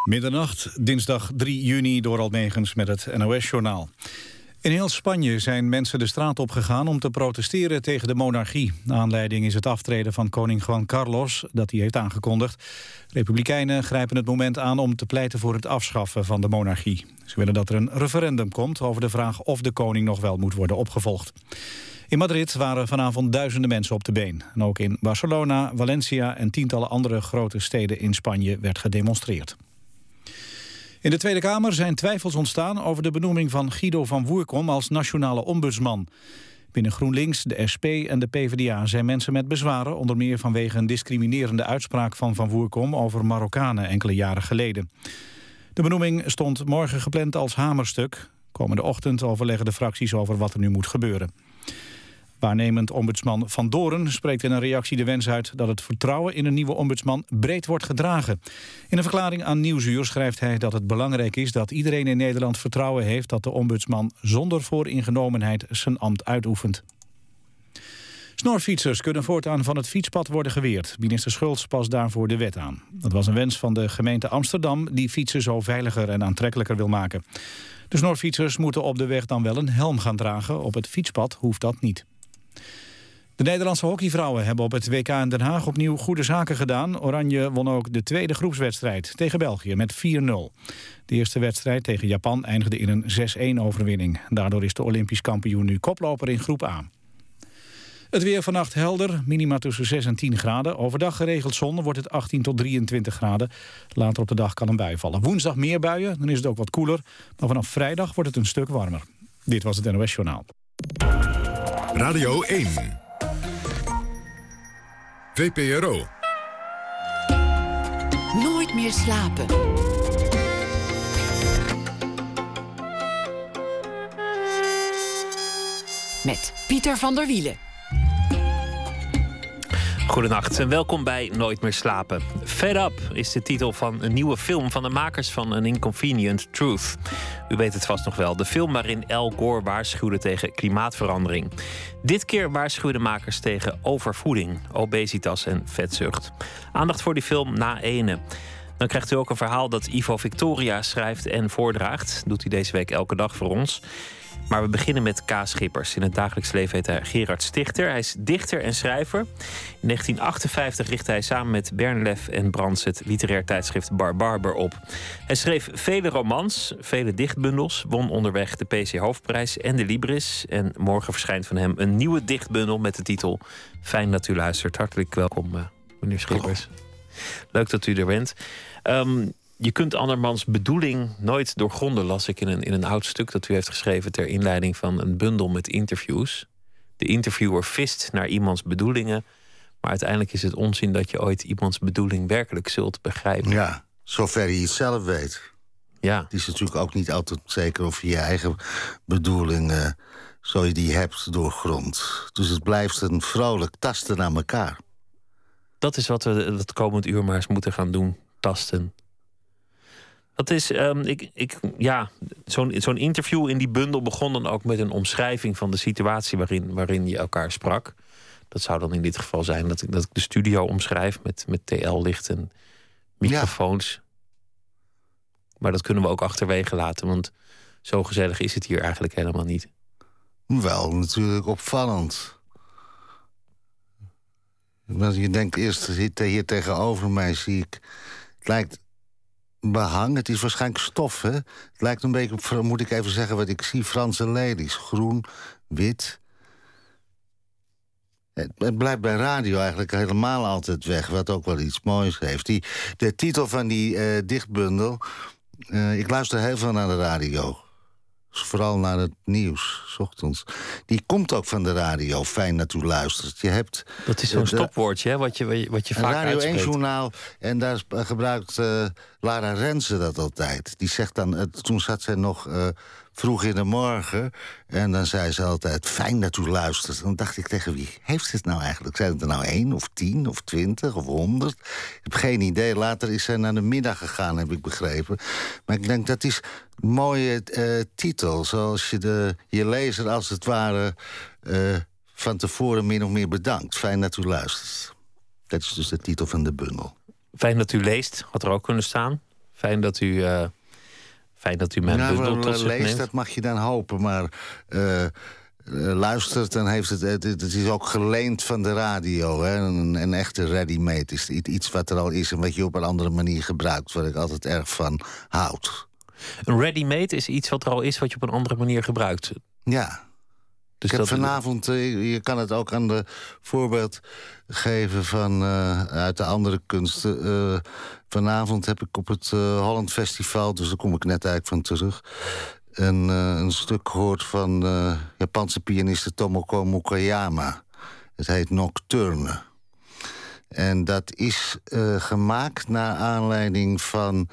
Middernacht, dinsdag 3 juni, door Almegens met het NOS-journaal. In heel Spanje zijn mensen de straat opgegaan om te protesteren tegen de monarchie. De aanleiding is het aftreden van koning Juan Carlos, dat hij heeft aangekondigd. Republikeinen grijpen het moment aan om te pleiten voor het afschaffen van de monarchie. Ze willen dat er een referendum komt over de vraag of de koning nog wel moet worden opgevolgd. In Madrid waren vanavond duizenden mensen op de been. En ook in Barcelona, Valencia en tientallen andere grote steden in Spanje werd gedemonstreerd. In de Tweede Kamer zijn twijfels ontstaan over de benoeming van Guido van Woerkom als nationale ombudsman. Binnen GroenLinks, de SP en de PvdA zijn mensen met bezwaren, onder meer vanwege een discriminerende uitspraak van Van Woerkom over Marokkanen enkele jaren geleden. De benoeming stond morgen gepland als hamerstuk. Komende ochtend overleggen de fracties over wat er nu moet gebeuren. Waarnemend ombudsman Van Doren spreekt in een reactie de wens uit dat het vertrouwen in een nieuwe ombudsman breed wordt gedragen. In een verklaring aan Nieuwsuur schrijft hij dat het belangrijk is dat iedereen in Nederland vertrouwen heeft dat de ombudsman zonder vooringenomenheid zijn ambt uitoefent. Snorfietsers kunnen voortaan van het fietspad worden geweerd. Minister Schultz past daarvoor de wet aan. Dat was een wens van de gemeente Amsterdam die fietsen zo veiliger en aantrekkelijker wil maken. De snorfietsers moeten op de weg dan wel een helm gaan dragen. Op het fietspad hoeft dat niet. De Nederlandse hockeyvrouwen hebben op het WK in Den Haag opnieuw goede zaken gedaan. Oranje won ook de tweede groepswedstrijd tegen België met 4-0. De eerste wedstrijd tegen Japan eindigde in een 6-1 overwinning. Daardoor is de Olympisch kampioen nu koploper in groep A. Het weer vannacht helder, minima tussen 6 en 10 graden. Overdag geregeld zon, wordt het 18 tot 23 graden. Later op de dag kan een bui vallen. Woensdag meer buien, dan is het ook wat koeler. Maar vanaf vrijdag wordt het een stuk warmer. Dit was het NOS Journaal. Radio 1. VPRO. Nooit meer slapen. Met Pieter van der Wielen. Goedenacht en welkom bij Nooit meer slapen. Fed Up is de titel van een nieuwe film van de makers van An Inconvenient Truth. U weet het vast nog wel, de film waarin Al Gore waarschuwde tegen klimaatverandering. Dit keer waarschuwen de makers tegen overvoeding, obesitas en vetzucht. Aandacht voor die film na ene. Dan krijgt u ook een verhaal dat Ivo Victoria schrijft en voordraagt. Doet hij deze week elke dag voor ons. Maar we beginnen met K. Schippers. In het dagelijks leven heet hij Gerard Stichter. Hij is dichter en schrijver. In 1958 richtte hij samen met Bernlef en Brands het literair tijdschrift Bar Barber op. Hij schreef vele romans, vele dichtbundels, won onderweg de PC Hoofdprijs en de Libris. En morgen verschijnt van hem een nieuwe dichtbundel met de titel Fijn dat u luistert. Hartelijk welkom, meneer Schippers. Leuk dat u er bent. Je kunt andermans bedoeling nooit doorgronden, las ik in een oud stuk dat u heeft geschreven ter inleiding van een bundel met interviews. De interviewer vist naar iemands bedoelingen, maar uiteindelijk is het onzin dat je ooit iemands bedoeling werkelijk zult begrijpen. Ja, zover je het zelf weet. Ja. Het is natuurlijk ook niet altijd zeker of je je eigen bedoeling, zo je die hebt, doorgrondt. Dus het blijft een vrolijk tasten naar elkaar. Dat is wat we het komend uur maar eens moeten gaan doen, tasten. Dat is, zo'n interview in die bundel begon dan ook met een omschrijving van de situatie waarin je elkaar sprak. Dat zou dan in dit geval zijn dat ik de studio omschrijf met TL-licht en microfoons. Ja. Maar dat kunnen we ook achterwege laten, want zo gezellig is het hier eigenlijk helemaal niet. Wel, natuurlijk opvallend. Want je denkt eerst, hier tegenover mij zie ik, het lijkt behang, het is waarschijnlijk stof, hè? Het lijkt een beetje op, moet ik even zeggen wat ik zie, Franse lelies. Groen, wit. Het blijft bij radio eigenlijk helemaal altijd weg, wat ook wel iets moois heeft. De titel van die dichtbundel, ik luister heel veel naar de radio. Vooral naar het nieuws, 's ochtends. Die komt ook van de radio. Fijn dat u luistert. Je hebt, dat is zo'n stopwoordje, hè, wat je vaak Radio uitspreekt. 1-journaal. En daar gebruikt Lara Rensen dat altijd. Die zegt dan, toen zat zij nog vroeg in de morgen. En dan zei ze altijd, fijn dat u luistert. En dan dacht ik, tegen wie heeft het nou eigenlijk? Zijn het er nou 1 of 10 of 20 of 100? Ik heb geen idee. Later is zij naar de middag gegaan, heb ik begrepen. Maar ik denk, dat is een mooie titel. Zoals je lezer als het ware van tevoren min of meer bedankt. Fijn dat u luistert. Dat is dus de titel van de bundel. Fijn dat u leest, had er ook kunnen staan. Fijn dat u mijn bundel tot zich leest, neemt. dat mag je dan hopen, maar luistert, dan heeft het is ook geleend van de radio. Hè? Een echte ready-made is iets wat er al is en wat je op een andere manier gebruikt, waar ik altijd erg van houd. Een ready-made is iets wat er al is, wat je op een andere manier gebruikt. Ja. Dus ik heb vanavond, je kan het ook aan de voorbeeld geven van uit de andere kunsten. Vanavond heb ik op het Holland Festival, dus daar kom ik net eigenlijk van terug, een stuk gehoord van Japanse pianiste Tomoko Mukoyama. Het heet Nocturne. En dat is gemaakt naar aanleiding van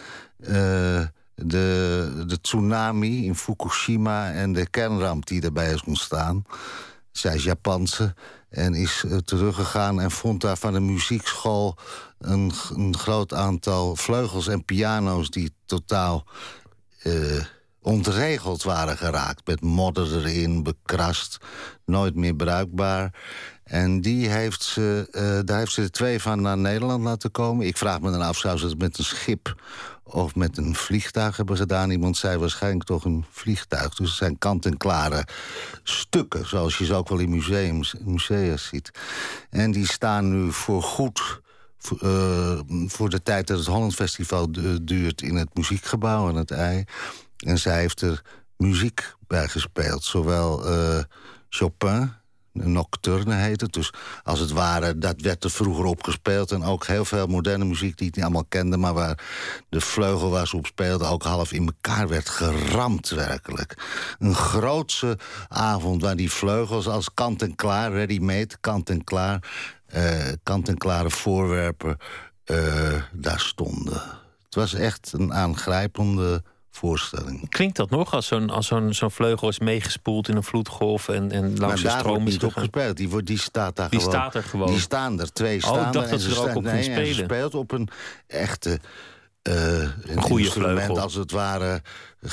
de tsunami in Fukushima en de kernramp die daarbij is ontstaan. Zij is Japanse en is teruggegaan en vond daar van de muziekschool een groot aantal vleugels en piano's die totaal ontregeld waren geraakt. Met modder erin, bekrast, nooit meer bruikbaar. En daar heeft ze er 2 van naar Nederland laten komen. Ik vraag me dan af, zou ze het met een schip of met een vliegtuig hebben gedaan? Iemand zei waarschijnlijk toch een vliegtuig. Dus het zijn kant-en-klare stukken, zoals je ze ook wel in musea ziet. En die staan nu voor goed, voor de tijd dat het Holland Festival duurt, in het muziekgebouw aan het IJ. En zij heeft er muziek bij gespeeld. Zowel Chopin, Nocturne heet het. Dus als het ware, dat werd er vroeger opgespeeld. En ook heel veel moderne muziek die ik niet allemaal kende, maar waar de vleugel waar ze op speelde ook half in elkaar werd geramd werkelijk. Een grootse avond waar die vleugels als kant-en-klaar, ready-made, kant-en-klare voorwerpen daar stonden. Het was echt een aangrijpende voorstelling. Klinkt dat nog als zo'n vleugel is meegespoeld in een vloedgolf en langs de stroom is gespeeld? Die staat daar die gewoon. Staat er gewoon. Die staan er, 2 staan er. Ik dacht dat ze er ook op kon spelen. En ze speelt op een echte een goede instrument, vleugel. als het ware,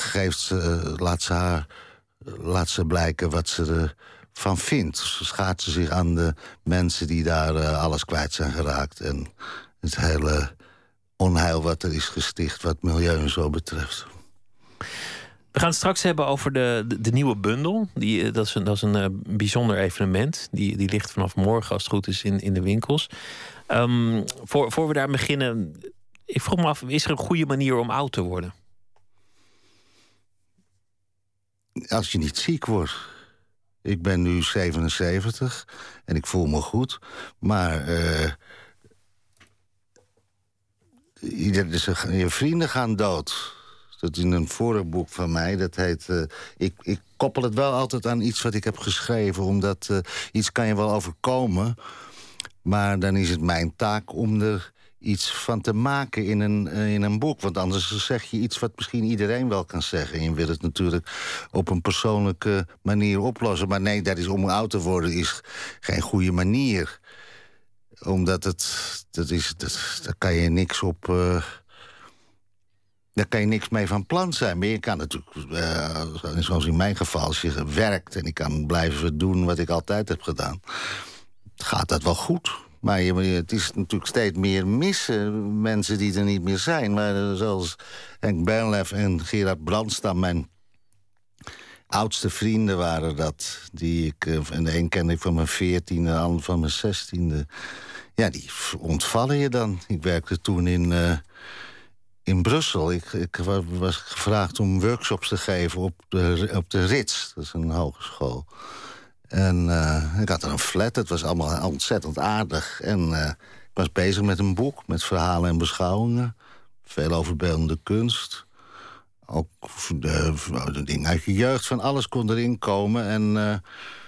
laat ze blijken wat ze ervan vindt. Ze schaadt ze zich aan de mensen die daar alles kwijt zijn geraakt. En het hele onheil wat er is gesticht, wat milieu en zo betreft. We gaan het straks hebben over de nieuwe bundel. Dat is een bijzonder evenement. Die ligt vanaf morgen, als het goed is, in de winkels. Voor we daar beginnen, ik vroeg me af, is er een goede manier om oud te worden? Als je niet ziek wordt. Ik ben nu 77 en ik voel me goed. Maar je vrienden gaan dood. Dat is in een vorig boek van mij. Dat heet. Ik koppel het wel altijd aan iets wat ik heb geschreven. Omdat iets kan je wel overkomen. Maar dan is het mijn taak om er iets van te maken in een boek. Want anders zeg je iets wat misschien iedereen wel kan zeggen. En je wil het natuurlijk op een persoonlijke manier oplossen. Maar nee, dat is om oud te worden is geen goede manier. Omdat daar kan je niks op. Daar kan je niks mee van plan zijn. Maar je kan natuurlijk, zoals in mijn geval, als je werkt en ik kan blijven doen wat ik altijd heb gedaan, gaat dat wel goed. Maar het is natuurlijk steeds meer missen. Mensen die er niet meer zijn. Maar zoals Henk Bernlef en Gerard Brandstam, mijn oudste vrienden waren dat. En de een kende ik van mijn 14e, de ander van mijn 16e. Ja, die ontvallen je dan. Ik werkte toen in Brussel. Ik was gevraagd om workshops te geven op de Rits. Dat is een hogeschool. En ik had er een flat. Het was allemaal ontzettend aardig. En ik was bezig met een boek, met verhalen en beschouwingen. Veel over beeldende kunst. Ook de dingen uit je jeugd. Van alles kon erin komen. En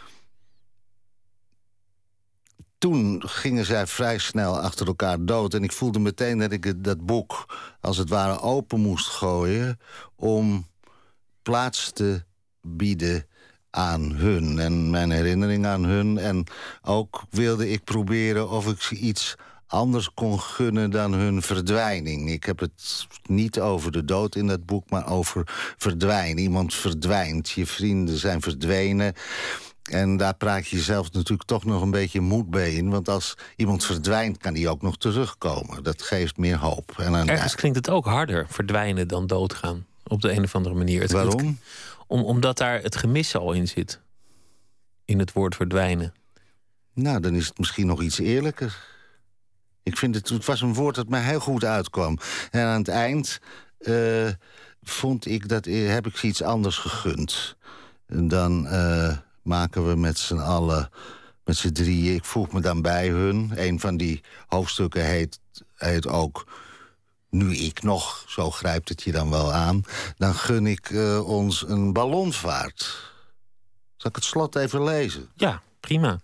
toen gingen zij vrij snel achter elkaar dood. En ik voelde meteen dat ik dat boek als het ware open moest gooien om plaats te bieden aan hun en mijn herinnering aan hun. En ook wilde ik proberen of ik ze iets anders kon gunnen dan hun verdwijning. Ik heb het niet over de dood in dat boek, maar over verdwijnen. Iemand verdwijnt, je vrienden zijn verdwenen. En daar praat je jezelf natuurlijk toch nog een beetje moed bij in. Want als iemand verdwijnt, kan die ook nog terugkomen. Dat geeft meer hoop. En dan, Ergens klinkt het ook harder, verdwijnen dan doodgaan. Op de een of andere manier. Waarom? Omdat daar het gemis al in zit. In het woord verdwijnen. Nou, dan is het misschien nog iets eerlijker. Ik vind het was een woord dat mij heel goed uitkwam. En aan het eind vond ik dat heb ik ze iets anders gegund. En dan maken we met z'n allen, met z'n drieën. Ik voeg me dan bij hun. Een van die hoofdstukken heet ook Nu ik nog. Zo grijpt het je dan wel aan. Dan gun ik ons een ballonvaart. Zal ik het slot even lezen? Ja, prima.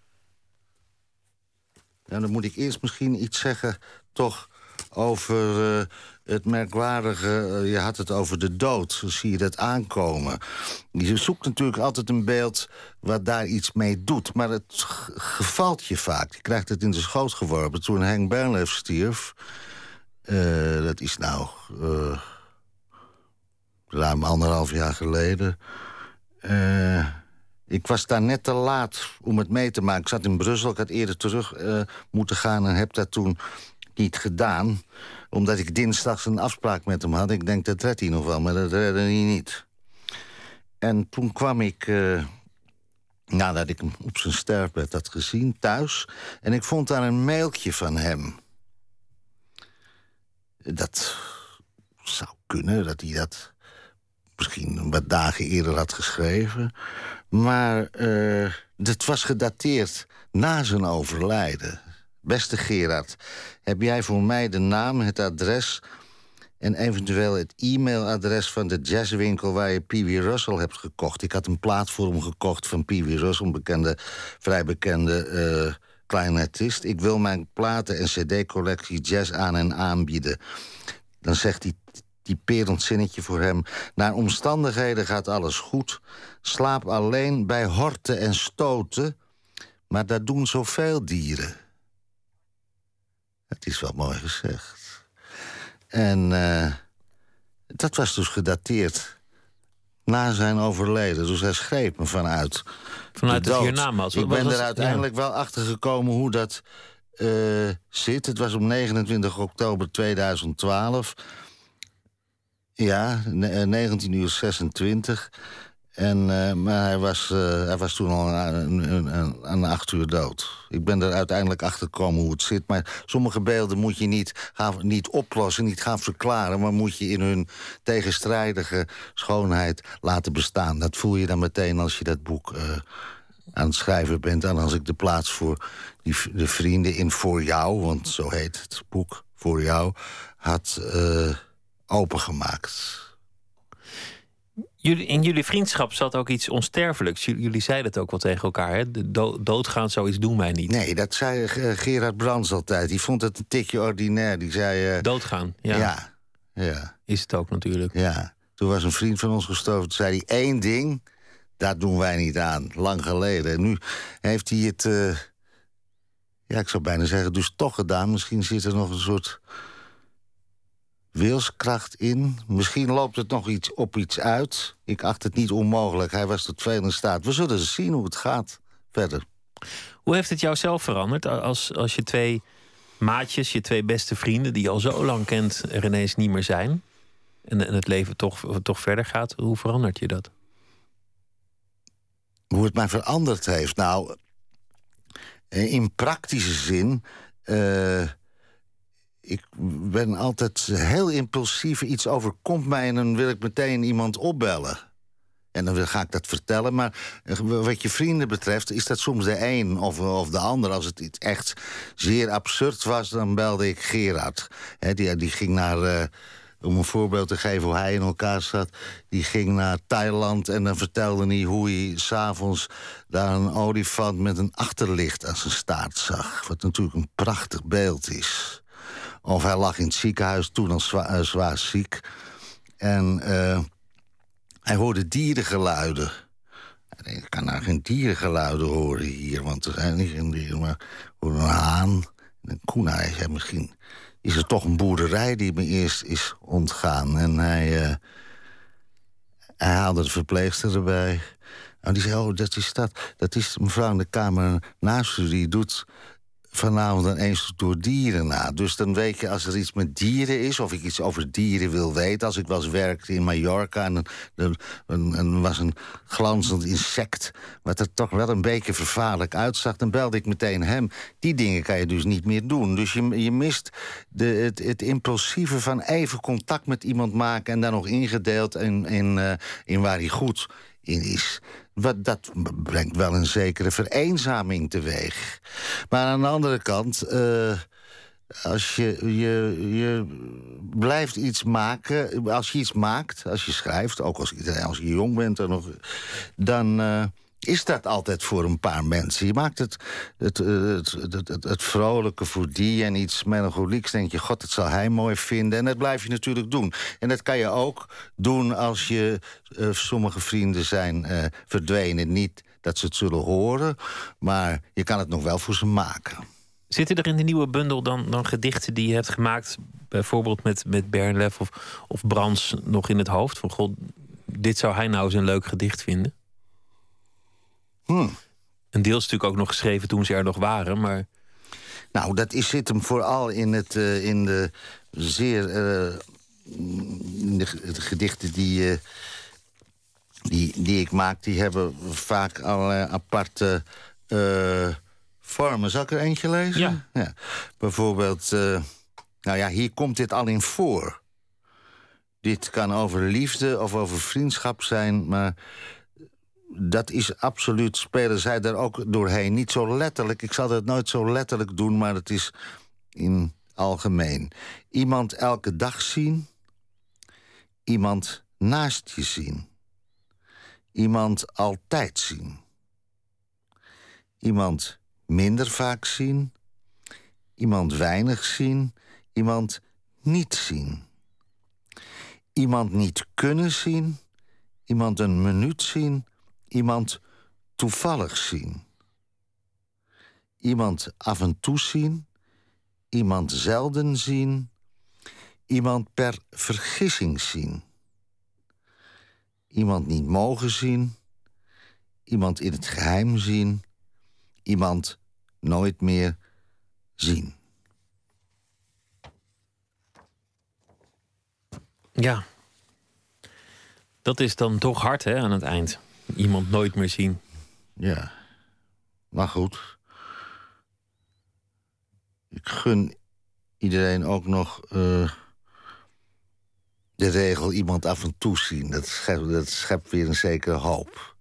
Ja, dan moet ik eerst misschien iets zeggen toch over het merkwaardige. Je had het over de dood, zo zie je dat aankomen. Je zoekt natuurlijk altijd een beeld wat daar iets mee doet. Maar het gevalt je vaak. Je krijgt het in de schoot geworpen. Toen Henk Bernlef stierf, dat is nou ruim 1,5 jaar geleden. Ik was daar net te laat om het mee te maken. Ik zat in Brussel, ik had eerder terug moeten gaan en heb dat toen niet gedaan. Omdat ik dinsdags een afspraak met hem had. Ik denk, dat redt hij nog wel, maar dat redde hij niet. En toen kwam ik, nadat ik hem op zijn sterfbed had gezien, thuis. En ik vond daar een mailtje van hem. Dat zou kunnen, dat hij dat misschien wat dagen eerder had geschreven. Maar het was gedateerd na zijn overlijden. Beste Gerard, heb jij voor mij de naam, het adres en eventueel het e-mailadres van de jazzwinkel waar je Pee Wee Russell hebt gekocht? Ik had een plaat voor hem gekocht van Pee Wee Russell, een vrij bekende clarinetist. Ik wil mijn platen en cd-collectie jazz aan en aanbieden. Dan zegt hij, typerend zinnetje voor hem: naar omstandigheden gaat alles goed. Slaap alleen bij horten en stoten, maar dat doen zoveel dieren. Het is wel mooi gezegd. En dat was dus gedateerd na zijn overleden. Dus hij schreef me vanuit het hiernamaals. Ik ben er uiteindelijk wel achter gekomen hoe dat zit. Het was op 29 oktober 2012. Ja, 19:26. Maar hij was toen al aan 8 uur dood. Ik ben er uiteindelijk achter gekomen hoe het zit. Maar sommige beelden moet je niet oplossen, niet gaan verklaren, maar moet je in hun tegenstrijdige schoonheid laten bestaan. Dat voel je dan meteen als je dat boek aan het schrijven bent. En als ik de plaats voor de vrienden in Voor Jou, want zo heet het boek, Voor Jou, had opengemaakt. In jullie vriendschap zat ook iets onsterfelijks. Jullie zeiden het ook wel tegen elkaar. Hè? Doodgaan, zoiets doen wij niet. Nee, dat zei Gerard Brands altijd. Die vond het een tikje ordinair. Die zei doodgaan, ja. Ja. Is het ook natuurlijk. Ja. Toen was een vriend van ons gestorven. Toen zei hij 1 ding, dat doen wij niet aan. Lang geleden. En nu heeft hij het, ik zou bijna zeggen, dus toch gedaan. Misschien zit er nog een soort wilskracht in. Misschien loopt het nog op iets uit. Ik acht het niet onmogelijk. Hij was tot veel in staat. We zullen zien hoe het gaat verder. Hoe heeft het jou zelf veranderd als je 2 maatjes, je 2 beste vrienden die je al zo lang kent, er ineens niet meer zijn en het leven toch verder gaat? Hoe verandert je dat? Hoe het mij veranderd heeft? Nou, in praktische zin, ik ben altijd heel impulsief. Iets overkomt mij en dan wil ik meteen iemand opbellen. En dan ga ik dat vertellen. Maar wat je vrienden betreft is dat soms de een of de ander. Als het iets echt zeer absurd was, dan belde ik Gerard. Die ging naar, om een voorbeeld te geven hoe hij in elkaar zat, die ging naar Thailand en dan vertelde hij hoe hij 's avonds daar een olifant met een achterlicht aan zijn staart zag. Wat natuurlijk een prachtig beeld is. Of hij lag in het ziekenhuis, toen al zwaar ziek. En hij hoorde dierengeluiden. Ik kan nou geen dierengeluiden horen hier, want er zijn niet geen dieren. Maar hoorde een haan en een koe. Nou, hij zei, misschien is er toch een boerderij die me eerst is ontgaan. En hij haalde de verpleegster erbij. En die zei, oh, dat is dat. Dat is mevrouw in de kamer naast u, die doet vanavond dan eens door dieren na. Dus dan weet je, als er iets met dieren is, of ik iets over dieren wil weten. Als ik wel eens werkte in Mallorca en er was een glanzend insect, wat er toch wel een beetje vervaarlijk uitzag, dan belde ik meteen hem. Die dingen kan je dus niet meer doen. Dus je mist het impulsieve van even contact met iemand maken en dan nog ingedeeld in waar hij goed in is. Dat brengt wel een zekere vereenzaming teweeg. Maar aan de andere kant, als je blijft iets maken, als je iets maakt, als je schrijft, ook als je jong bent, dan is dat altijd voor een paar mensen. Je maakt het vrolijke voor die en iets melancholieks. Denk je, god, dat zal hij mooi vinden. En dat blijf je natuurlijk doen. En dat kan je ook doen als je sommige vrienden zijn verdwenen. Niet dat ze het zullen horen, maar je kan het nog wel voor ze maken. Zitten er in de nieuwe bundel dan gedichten die je hebt gemaakt, bijvoorbeeld met Bernlef of Brands nog in het hoofd? Van god, dit zou hij nou eens een leuk gedicht vinden? Een deel is natuurlijk ook nog geschreven toen ze er nog waren, maar... Nou, dat zit hem vooral in de gedichten die ik maak. Die hebben vaak allerlei aparte vormen. Zal ik er eentje lezen? Ja. Bijvoorbeeld, hier komt dit al in voor. Dit kan over liefde of over vriendschap zijn, maar dat is absoluut, spelen zij daar ook doorheen. Niet zo letterlijk, ik zal dat nooit zo letterlijk doen, maar het is in algemeen. Iemand elke dag zien, iemand naast je zien, iemand altijd zien, iemand minder vaak zien, iemand weinig zien, iemand niet zien, iemand niet kunnen zien, iemand een minuut zien, iemand toevallig zien, iemand af en toe zien, iemand zelden zien, iemand per vergissing zien, iemand niet mogen zien, iemand in het geheim zien, iemand nooit meer zien. Ja, dat is dan toch hard, hè, aan het eind. Iemand nooit meer zien. Ja, maar goed. Ik gun iedereen ook nog de regel iemand af en toe zien. Dat schept weer een zekere hoop.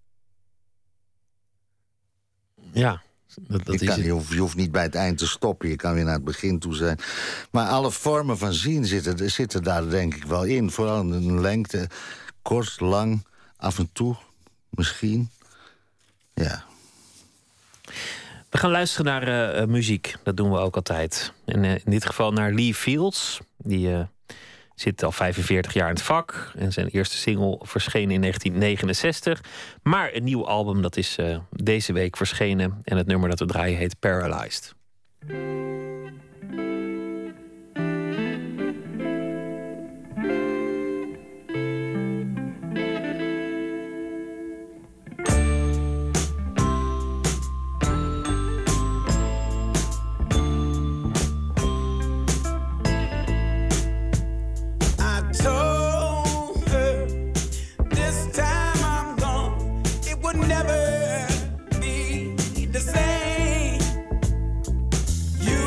Ja, je hoeft niet bij het eind te stoppen. Je kan weer naar het begin toe zijn. Maar alle vormen van zien zitten daar denk ik wel in. Vooral een lengte, kort, lang, af en toe, misschien. Ja. We gaan luisteren naar muziek. Dat doen we ook altijd. En in dit geval naar Lee Fields. Die zit al 45 jaar in het vak. En zijn eerste single verscheen in 1969. Maar een nieuw album, dat is deze week verschenen. En het nummer dat we draaien heet Paralyzed. Never be the same. You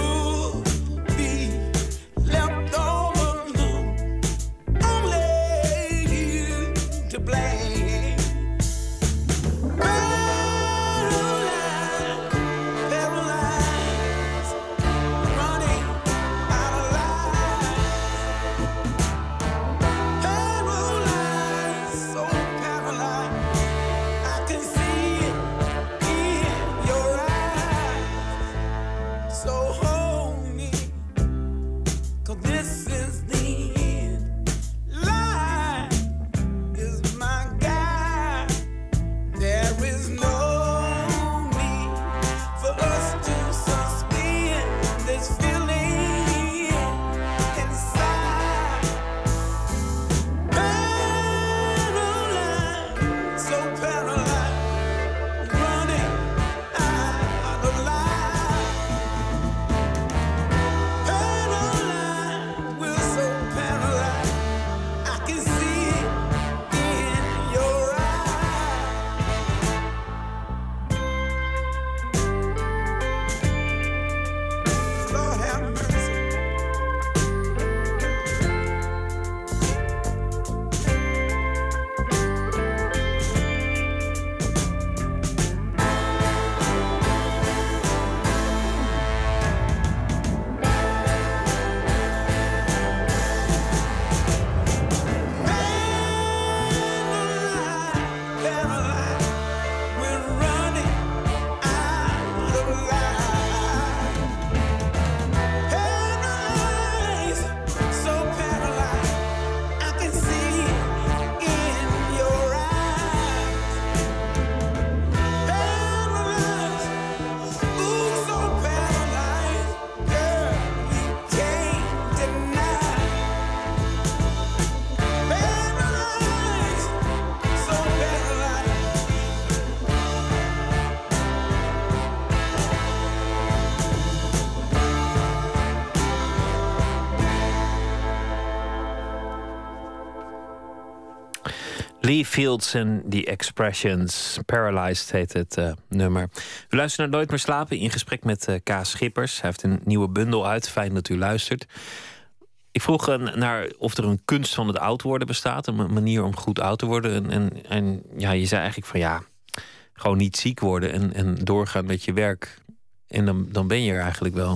Lee Fields en The Expressions. Paralyzed heet het nummer. U luistert naar Nooit meer slapen in gesprek met K. Schippers. Hij heeft een nieuwe bundel uit. Fijn dat u luistert. Ik vroeg naar of er een kunst van het oud worden bestaat. Een manier om goed oud te worden. En ja, je zei eigenlijk van ja, gewoon niet ziek worden en doorgaan met je werk. En dan ben je er eigenlijk wel.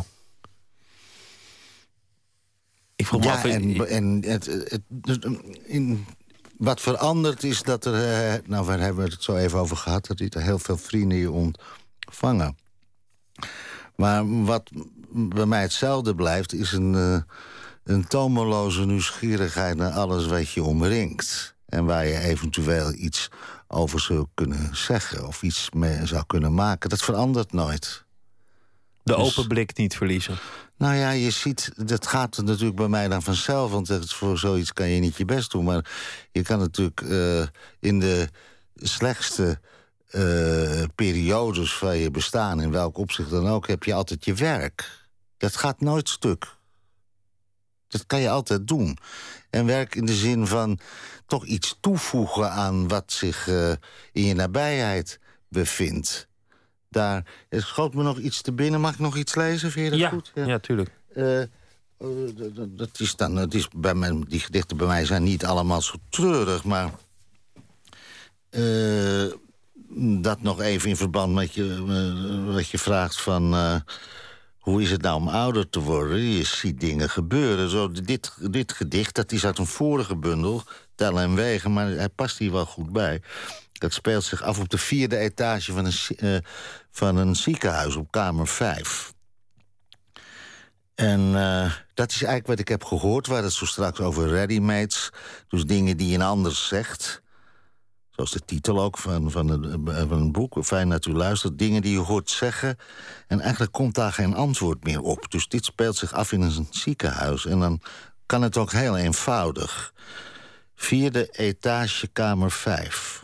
Ik vroeg me af... Wat veranderd is dat er... Nou, waar hebben we het zo even over gehad? Dat er heel veel vrienden je ontvangen. Maar wat bij mij hetzelfde blijft... is een tomeloze nieuwsgierigheid naar alles wat je omringt. En waar je eventueel iets over zou kunnen zeggen... of iets mee zou kunnen maken. Dat verandert nooit. De open blik niet verliezen. Nou ja, je ziet, dat gaat natuurlijk bij mij dan vanzelf... want voor zoiets kan je niet je best doen. Maar je kan natuurlijk in de slechtste periodes van je bestaan... in welk opzicht dan ook, heb je altijd je werk. Dat gaat nooit stuk. Dat kan je altijd doen. En werk in de zin van toch iets toevoegen aan wat zich in je nabijheid bevindt. Daar schoot me nog iets te binnen. Mag ik nog iets lezen? Vind je dat goed? Ja, tuurlijk. Dat is bij mij, die gedichten bij mij zijn niet allemaal zo treurig, maar dat nog even in verband met wat je vraagt van hoe is het nou om ouder te worden? Je ziet dingen gebeuren. Zo, dit gedicht, dat is uit een vorige bundel, Tellen en Wegen, maar hij past hier wel goed bij. Dat speelt zich af op de 4e etage van een ziekenhuis op kamer 5. En dat is eigenlijk wat ik heb gehoord. Waar het zo straks over readymates. Dus dingen die een ander zegt. Zoals de titel ook van een boek. Fijn dat u luistert. Dingen die je hoort zeggen. En eigenlijk komt daar geen antwoord meer op. Dus dit speelt zich af in een ziekenhuis. En dan kan het ook heel eenvoudig. 4e etage, kamer 5.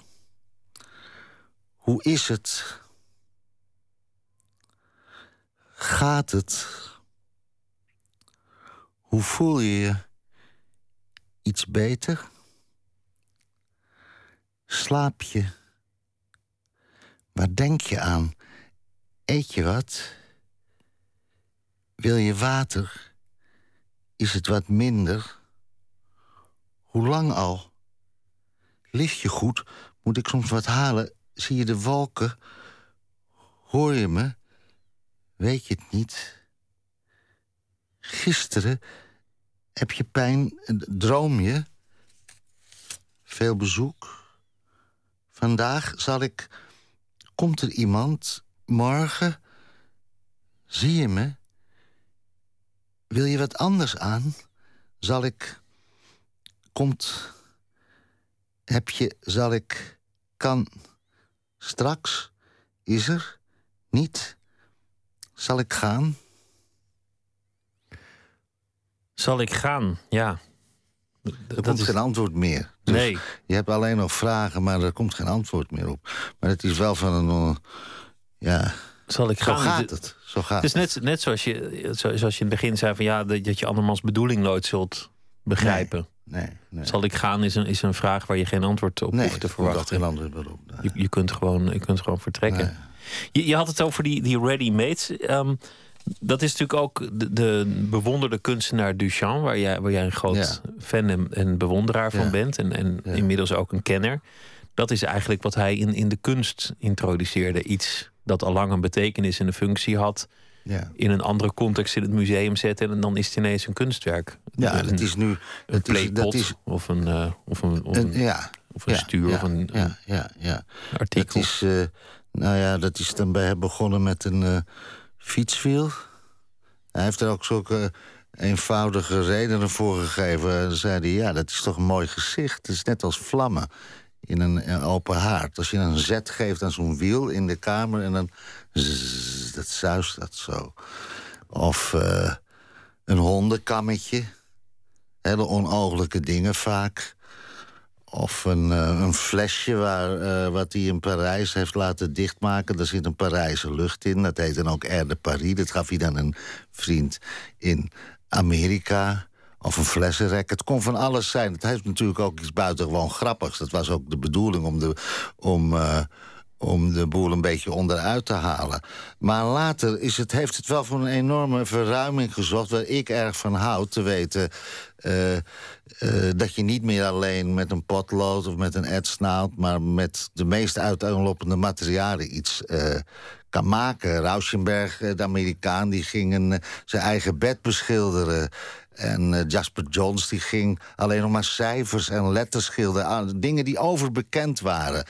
Hoe is het? Gaat het? Hoe voel je je? Iets beter? Slaap je? Waar denk je aan? Eet je wat? Wil je water? Is het wat minder? Hoe lang al? Lig je goed? Moet ik soms wat halen? Zie je de wolken? Hoor je me? Weet je het niet? Gisteren heb je pijn, droom je? Veel bezoek? Vandaag komt er iemand? Morgen? Zie je me? Wil je wat anders aan? Kan... Straks? Is er? Niet? Zal ik gaan? Zal ik gaan? Ja. Er komt geen antwoord meer. Dus nee. Je hebt alleen nog vragen, maar er komt geen antwoord meer op. Maar het is wel van een... Zal ik gaan? Zo gaat het. Het is net zoals je in het begin zei... van ja, dat je andermans bedoeling nooit zult begrijpen. Nee. Zal ik gaan is een vraag waar je geen antwoord op hoeft te verwachten. Geen antwoord op. Nee. Je kunt gewoon vertrekken. Nee. Je had het over die ready-mates. Dat is natuurlijk ook de bewonderde kunstenaar Duchamp... waar jij een groot fan en bewonderaar van bent. En inmiddels ook een kenner. Dat is eigenlijk wat hij in de kunst introduceerde. Iets dat al lang een betekenis en een functie had... in een andere context in het museum zetten... en dan is het ineens een kunstwerk. Ja, dat is nu... Een playpot of een stuur of een artikel. Dat is dan bij begonnen met een fietswiel. Hij heeft er ook zulke eenvoudige redenen voor gegeven. Dan zei hij, dat is toch een mooi gezicht. Het is net als vlammen in een open haard. Als je een zet geeft aan zo'n wiel in de kamer... en dan dat zuist dat zo. Of een hondenkammetje. Hele onogelijke dingen vaak. Of een flesje wat hij in Parijs heeft laten dichtmaken. Daar zit een Parijse lucht in. Dat heet dan ook Air de Paris. Dat gaf hij dan een vriend in Amerika. Of een flessenrek. Het kon van alles zijn. Het heeft natuurlijk ook iets buitengewoon grappigs. Dat was ook de bedoeling om de boel een beetje onderuit te halen. Maar later heeft het wel voor een enorme verruiming gezorgd, waar ik erg van houd, te weten dat je niet meer alleen met een potlood of met een etsnaald, maar met de meest uiteenlopende materialen iets kan maken. Rauschenberg, de Amerikaan, die ging zijn eigen bed beschilderen. En Jasper Johns die ging alleen nog maar cijfers en letters schilderen. Dingen die overbekend waren.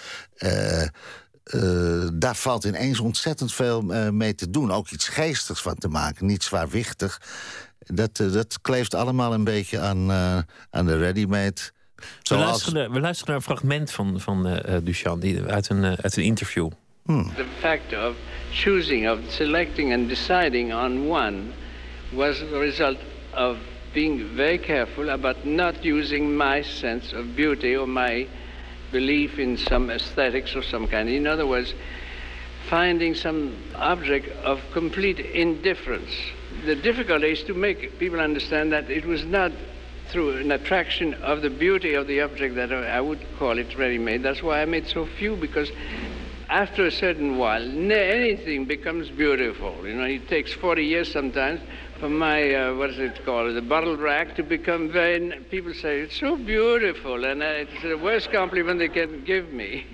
Daar valt ineens ontzettend veel mee te doen. Ook iets geestigs van te maken, niet zwaarwichtig. Dat kleeft allemaal een beetje aan de ready-made. We luisteren naar een fragment van Duchamp uit een interview. The fact of choosing, of selecting and deciding on one was the result of being very careful about not using my sense of beauty or my belief in some aesthetics of some kind. In other words, finding some object of complete indifference. The difficulty is to make people understand that it was not through an attraction of the beauty of the object that I would call it ready-made. That's why I made so few, because after a certain while, anything becomes beautiful. You know, it takes 40 years sometimes for my, what is it called, the bottle rack to become very, people say, it's so beautiful, and it's the worst compliment they can give me.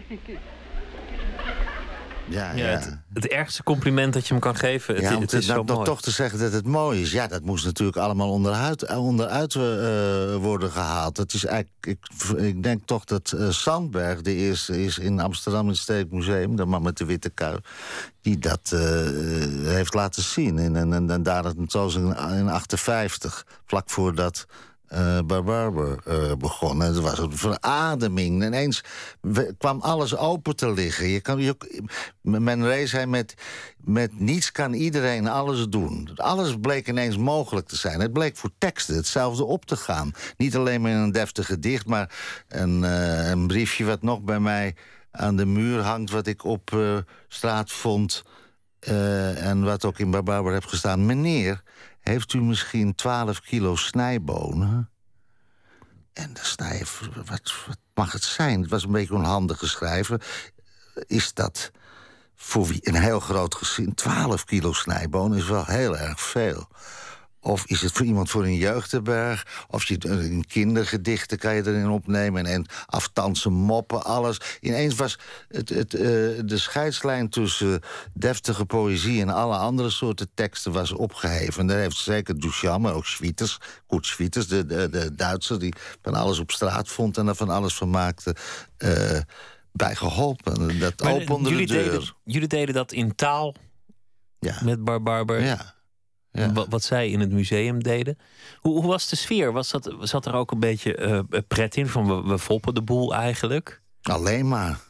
Ja. Het ergste compliment dat je hem kan geven. Het is zo mooi. Toch te zeggen dat het mooi is. Ja, dat moest natuurlijk allemaal onderuit worden gehaald. Het is eigenlijk, ik denk toch dat Sandberg de eerste is in Amsterdam in het Stedelijk Museum, de man met de witte kuif, die dat heeft laten zien. En daar het zoals in 1958, vlak voordat Barber begon. Het was een verademing. Ineens kwam alles open te liggen. Men zei met niets kan iedereen alles doen. Alles bleek ineens mogelijk te zijn. Het bleek voor teksten hetzelfde op te gaan. Niet alleen maar in een deftig gedicht, maar een briefje wat nog bij mij aan de muur hangt, wat ik op straat vond en wat ook in Barber heb gestaan. Meneer, heeft u misschien 12 kilo snijbonen? En dan sta je, wat mag het zijn? Het was een beetje onhandig geschreven. Is dat voor wie een heel groot gezin? 12 kilo snijbonen is wel heel erg veel. Of is het voor iemand voor een jeugdherberg? Of een kindergedichten kan je erin opnemen en aftansen, moppen, alles. Ineens was de scheidslijn tussen deftige poëzie en alle andere soorten teksten was opgeheven. En daar heeft zeker Duchamp, maar ook Kurt Schwitters, de Duitser die van alles op straat vond en er van alles van maakte, bij geholpen. Dat opende de deur. Jullie deden dat in taal, met Barber. Ja. Wat zij in het museum deden. Hoe was de sfeer? Zat er ook een beetje pret in? Van we foppen de boel eigenlijk? Alleen maar.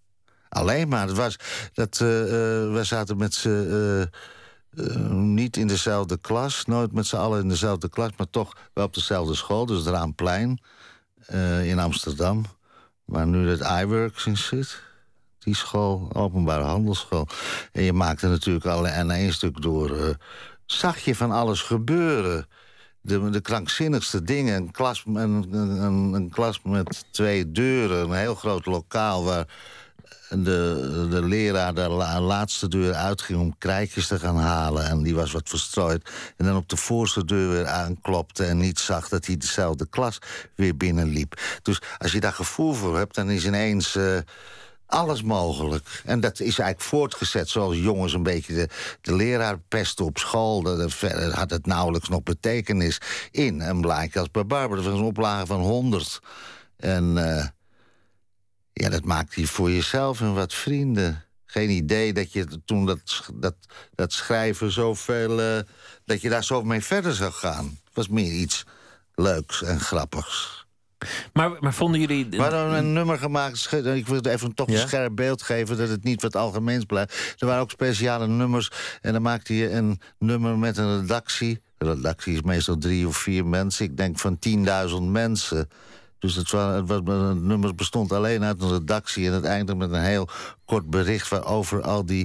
We zaten met z'n niet in dezelfde klas. Nooit met z'n allen in dezelfde klas. Maar toch wel op dezelfde school. Dus het Raamplein in Amsterdam. Waar nu het iWorks in zit. Die school, openbare handelsschool. En je maakte natuurlijk al en één stuk door. Zag je van alles gebeuren. De krankzinnigste dingen. Een klas met 2 deuren. Een heel groot lokaal waar de leraar de laatste deur uitging om krijtjes te gaan halen. En die was wat verstrooid. En dan op de voorste deur weer aanklopte en niet zag dat hij dezelfde klas weer binnenliep. Dus als je daar gevoel voor hebt, dan is ineens alles mogelijk. En dat is eigenlijk voortgezet zoals jongens een beetje de leraar pesten op school. Verder had het nauwelijks nog betekenis in. Een blaadje als bij Barber, dat was een oplage van 100. En dat maakte je voor jezelf en wat vrienden. Geen idee dat je toen dat schrijven zoveel, dat je daar zo mee verder zou gaan. Het was meer iets leuks en grappigs. Maar vonden jullie... We hadden een nummer gemaakt. Ik wil even toch een scherp beeld geven, dat het niet wat algemeens blijft. Er waren ook speciale nummers. En dan maakte je een nummer met een redactie. De redactie is meestal 3 of 4 mensen. Ik denk van 10.000 mensen. Dus het nummer bestond alleen uit een redactie. En het eindigde met een heel kort bericht waarover al die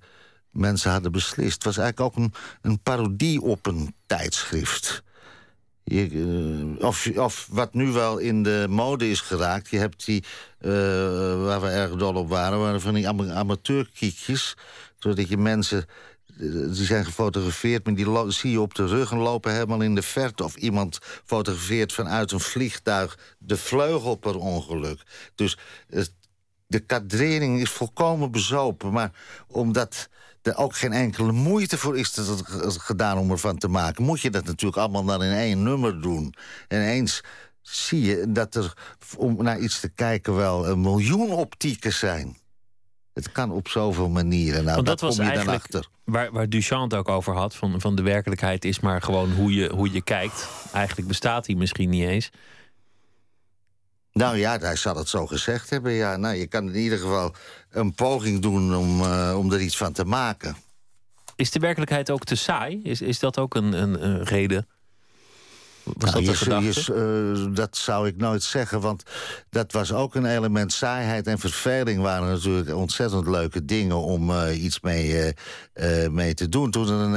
mensen hadden beslist. Het was eigenlijk ook een parodie op een tijdschrift. Of wat nu wel in de mode is geraakt. Je hebt die, waar we erg dol op waren van die amateurkiekjes. Zodat je mensen, die zijn gefotografeerd, maar die zie je op de rug en lopen helemaal in de verte. Of iemand fotografeert vanuit een vliegtuig de vleugel per ongeluk. Dus de kadrering is volkomen bezopen. Maar omdat er ook geen enkele moeite voor is gedaan om ervan te maken, moet je dat natuurlijk allemaal dan in één nummer doen. En eens zie je dat er, om naar iets te kijken, wel 1 miljoen optieken zijn. Het kan op zoveel manieren. Nou, dat was kom je eigenlijk dan achter. Waar Duchamp het ook over had. Van de werkelijkheid is maar gewoon hoe je kijkt. Eigenlijk bestaat die misschien niet eens. Nou ja, hij zal het zo gezegd hebben. Ja, nou, je kan in ieder geval een poging doen om er iets van te maken. Is de werkelijkheid ook te saai? Is dat ook een reden? Was Nou, dat de gedachte? Dat zou ik nooit zeggen, want dat was ook een element. Saaiheid en verveling waren natuurlijk ontzettend leuke dingen om iets mee te doen. Toen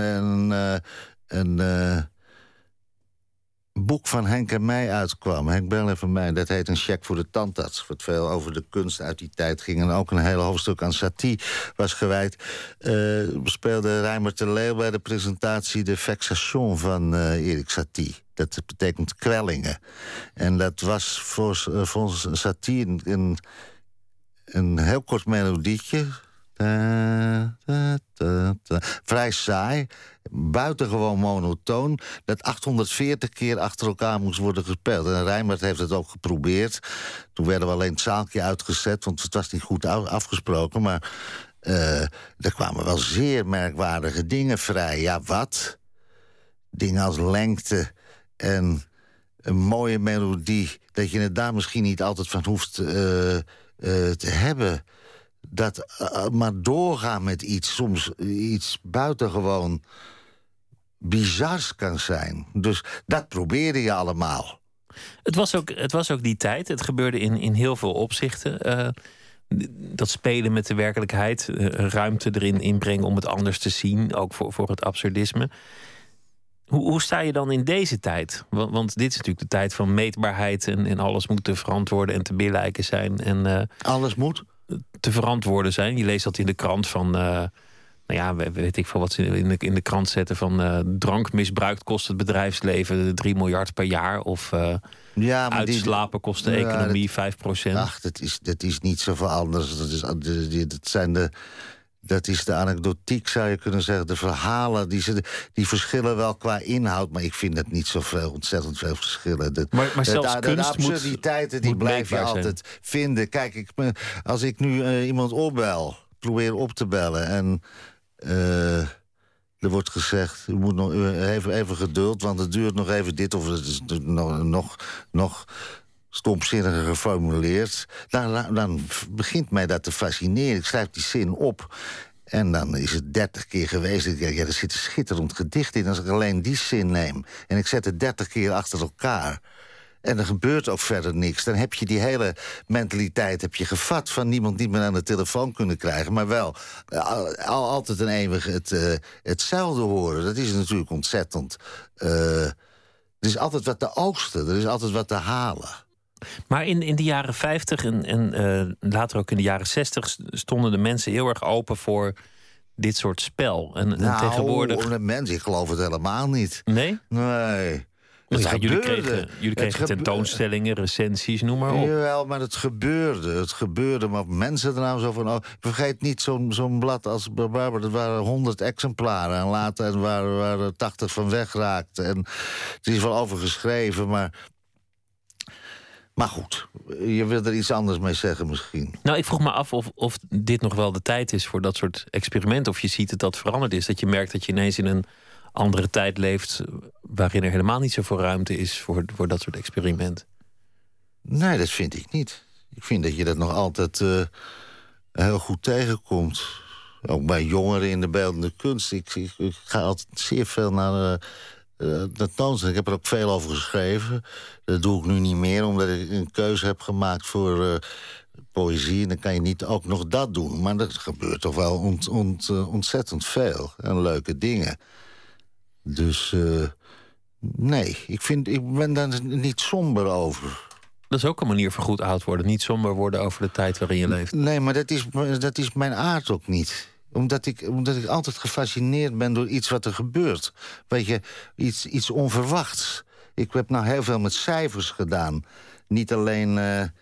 een boek van Henk en mij uitkwam, Henk Bel en van mij, dat heet Een cheque voor de tandarts, wat veel over de kunst uit die tijd ging en ook een hele hoofdstuk aan Satie was gewijd. Speelde Reimer de Leeuw bij de presentatie de Vexation van Erik Satie. Dat betekent kwellingen. En dat was volgens Satie een heel kort melodietje. Vrij saai, buitengewoon monotoon, dat 840 keer achter elkaar moest worden gespeeld. En Reimert heeft het ook geprobeerd. Toen werden we alleen het zaaltje uitgezet, want het was niet goed afgesproken. Maar er kwamen wel zeer merkwaardige dingen vrij. Ja, wat? Dingen als lengte en een mooie melodie, dat je het daar misschien niet altijd van hoeft te hebben. Dat maar doorgaan met iets, soms iets buitengewoon bizars kan zijn. Dus dat probeerde je allemaal. Het was ook die tijd. Het gebeurde in heel veel opzichten. Dat spelen met de werkelijkheid, ruimte erin inbrengen om het anders te zien, ook voor het absurdisme. Hoe sta je dan in deze tijd? Want dit is natuurlijk de tijd van meetbaarheid en alles moet te verantwoorden en te billijken zijn. En, alles moet? Te verantwoorden zijn. Je leest dat in de krant van, nou ja, weet ik veel wat ze in de krant zetten van drankmisbruik kost het bedrijfsleven 3 miljard per jaar. Of ja, maar uitslapen kost de economie 5%. Ach, dat is niet zoveel anders. Dat is de anekdotiek, zou je kunnen zeggen. De verhalen, die verschillen wel qua inhoud, maar ik vind het niet zoveel, ontzettend veel verschillen. Maar zelfs kunst de absurditeiten, die blijf je altijd vinden. Kijk, als ik nu iemand opbel, probeer op te bellen en er wordt gezegd, u moet nog even geduld, want het duurt nog even dit of het is nog stomzinniger geformuleerd. Dan begint mij dat te fascineren. Ik schrijf die zin op en dan is het 30 keer geweest. Ik denk, ja, er zit een schitterend gedicht in als ik alleen die zin neem. En ik zet het 30 keer achter elkaar. En er gebeurt ook verder niks. Dan heb je die hele mentaliteit gevat van niemand niet meer aan de telefoon kunnen krijgen. Maar wel altijd en eeuwig hetzelfde horen. Dat is natuurlijk ontzettend. Er is altijd wat te oogsten. Er is altijd wat te halen. Maar in de jaren 50 en later ook in de jaren 60 stonden de mensen heel erg open voor dit soort spel. En tegenwoordig. De mensen, ik geloof het helemaal niet. Nee? Nee. Ja, jullie kregen tentoonstellingen, recensies, noem maar op. Jawel, maar het gebeurde. Maar mensen er nou zo van, vergeet niet zo'n blad als Barbara. Dat waren 100 exemplaren. En later waren er 80 van weggeraakt. En het is wel over geschreven, maar goed, je wil er iets anders mee zeggen misschien. Nou, ik vroeg me af of dit nog wel de tijd is voor dat soort experimenten. Of je ziet dat veranderd is. Dat je merkt dat je ineens in een andere tijd leeft waarin er helemaal niet zoveel ruimte is voor dat soort experimenten. Nee, dat vind ik niet. Ik vind dat je dat nog altijd heel goed tegenkomt. Ook bij jongeren in de beeldende kunst. Ik ga altijd zeer veel naar tentoonstelling. Ik heb er ook veel over geschreven. Dat doe ik nu niet meer, omdat ik een keuze heb gemaakt voor poëzie. En dan kan je niet ook nog dat doen. Maar er gebeurt toch wel ontzettend veel. En leuke dingen. Dus Nee, ik ben daar niet somber over. Dat is ook een manier voor goed oud worden. Niet somber worden over de tijd waarin je leeft. Nee, maar dat is mijn aard ook niet. Omdat ik altijd gefascineerd ben door iets wat er gebeurt. Weet je, iets onverwachts. Ik heb nou heel veel met cijfers gedaan. Niet alleen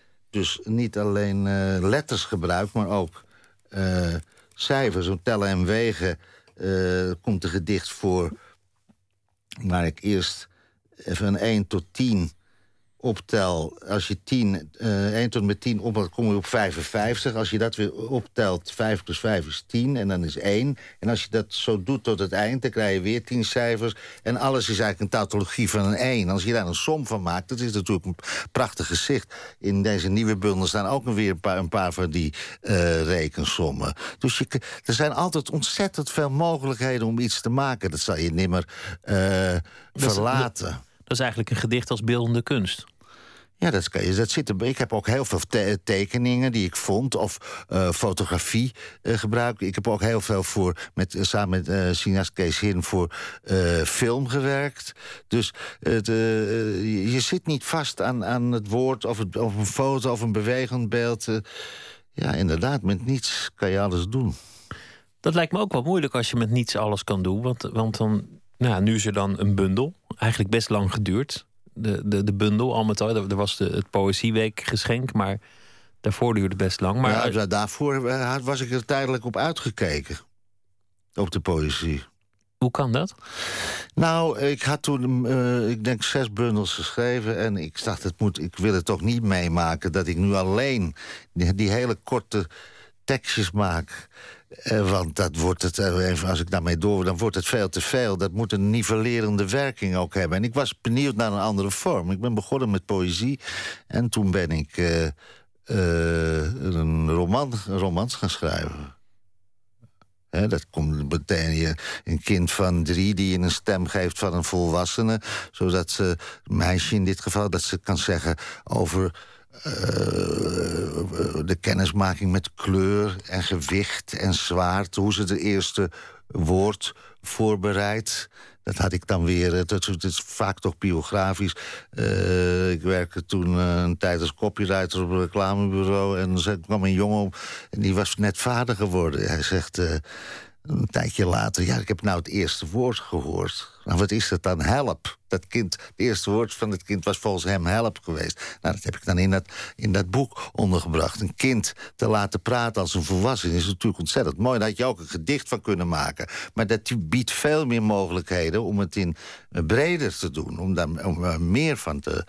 letters gebruikt, maar ook cijfers. Om tellen en wegen komt een gedicht voor... waar ik eerst even een 1 tot 10 optel. Als je 1 tot met 10 optelt, kom je op 55. Als je dat weer optelt, 5 plus 5 is 10 en dan is 1. En als je dat zo doet tot het eind, dan krijg je weer 10 cijfers. En alles is eigenlijk een tautologie van een 1. Als je daar een som van maakt, dat is natuurlijk een prachtig gezicht. In deze nieuwe bundel staan ook weer een paar van die rekensommen. Dus er zijn altijd ontzettend veel mogelijkheden om iets te maken. Dat zal je nimmer verlaten. Dat is eigenlijk een gedicht als beeldende kunst. Ja, dat zit er. Ik heb ook heel veel tekeningen die ik vond, of fotografie gebruikt. Ik heb ook heel veel samen met cineast Kees Hin voor film gewerkt. Dus je zit niet vast aan het woord of een foto of een bewegend beeld. Ja, inderdaad, met niets kan je alles doen. Dat lijkt me ook wel moeilijk als je met niets alles kan doen. Want dan, nu is er dan een bundel. Eigenlijk best lang geduurd. De bundel, al met al. Er was het Poëzieweekgeschenk, maar daarvoor duurde het best lang. Maar daarvoor was ik er tijdelijk op uitgekeken. Op de poëzie. Hoe kan dat? Nou, ik had toen, ik denk 6 bundels geschreven. En ik dacht, ik wil het toch niet meemaken dat ik nu alleen die hele korte tekstjes maak. Want dat wordt het, als ik daarmee door, dan wordt het veel te veel. Dat moet een nivellerende werking ook hebben. En ik was benieuwd naar een andere vorm. Ik ben begonnen met poëzie. En toen ben ik een romans gaan schrijven. Dat komt meteen een kind van 3 die een stem geeft van een volwassene. Zodat ze, een meisje in dit geval, dat ze kan zeggen over de kennismaking met kleur en gewicht en zwaarte. Hoe ze het eerste woord voorbereidt. Dat had ik dan weer. Het is vaak toch biografisch. Ik werkte toen een tijd als copywriter op een reclamebureau. En er kwam een jongen op en die was net vader geworden. Hij zegt een tijdje later, ja, ik heb nou het eerste woord gehoord. Nou, wat is dat dan? Help. Dat kind, het eerste woord van het kind was volgens hem help geweest. Nou, dat heb ik dan in dat boek ondergebracht. Een kind te laten praten als een volwassene is natuurlijk ontzettend mooi. Daar had je ook een gedicht van kunnen maken. Maar dat biedt veel meer mogelijkheden om het in breder te doen. Om daar meer van te...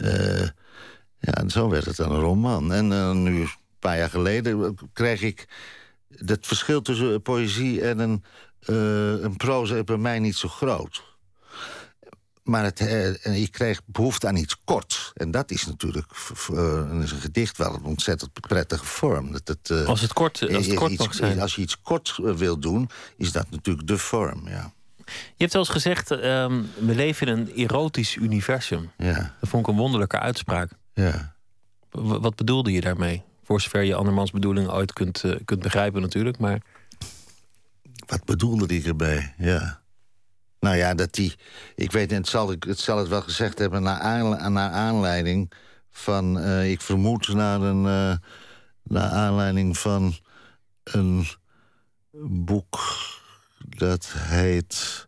en zo werd het dan een roman. En nu, een paar jaar geleden, kreeg ik... Het verschil tussen poëzie en een proza is bij mij niet zo groot. Maar je kreeg behoefte aan iets korts. En dat is natuurlijk een gedicht wel een ontzettend prettige vorm. Als het kort mag zijn. Als je iets kort wil doen, is dat natuurlijk de vorm, ja. Je hebt wel eens gezegd, we leven in een erotisch universum. Ja. Dat vond ik een wonderlijke uitspraak. Ja. Wat bedoelde je daarmee? Voor zover je andermans bedoeling ooit kunt begrijpen natuurlijk, maar... Wat bedoelde ik erbij, ja. Nou ja, ik weet, het zal het wel gezegd hebben naar aanleiding van... ik vermoed naar aanleiding van een boek dat heet...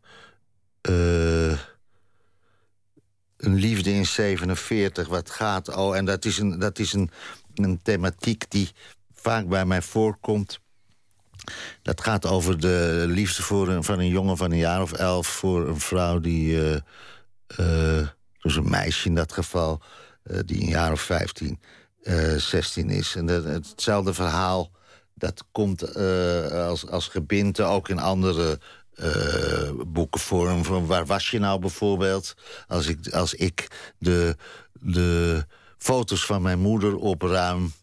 Een liefde in 47, wat gaat... en dat is een thematiek die vaak bij mij voorkomt. Dat gaat over de liefde van een jongen van een jaar of 11... voor een vrouw die... dus een meisje in dat geval... die een jaar of 15, 16 is. En hetzelfde verhaal, dat komt als gebinte ook in andere... boekenvorm van Waar was je nou bijvoorbeeld? Als ik de foto's van mijn moeder opruim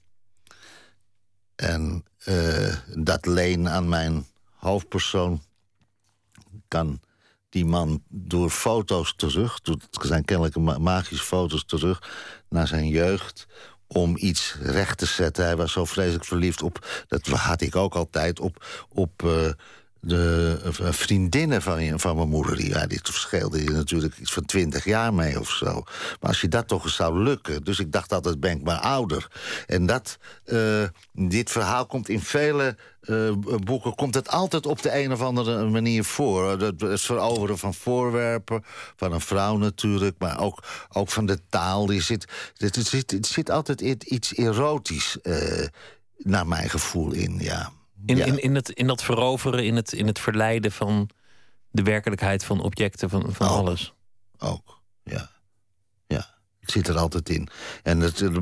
en dat leen aan mijn hoofdpersoon, kan die man door foto's terug, het zijn kennelijk magische foto's terug naar zijn jeugd, om iets recht te zetten. Hij was zo vreselijk verliefd op, dat had ik ook altijd, op vriendinnen van mijn moeder. Die verschilde je natuurlijk iets van 20 jaar mee of zo. Maar als je dat toch eens zou lukken. Dus ik dacht altijd, ben ik maar ouder. En dit verhaal komt in vele boeken... komt het altijd op de een of andere manier voor. Het veroveren van voorwerpen, van een vrouw natuurlijk... maar ook van de taal. Er zit altijd iets erotisch, naar mijn gevoel, in, ja. In dat veroveren, in het verleiden van de werkelijkheid van objecten, van alles. Ook, ja. Ja, het zit er altijd in. En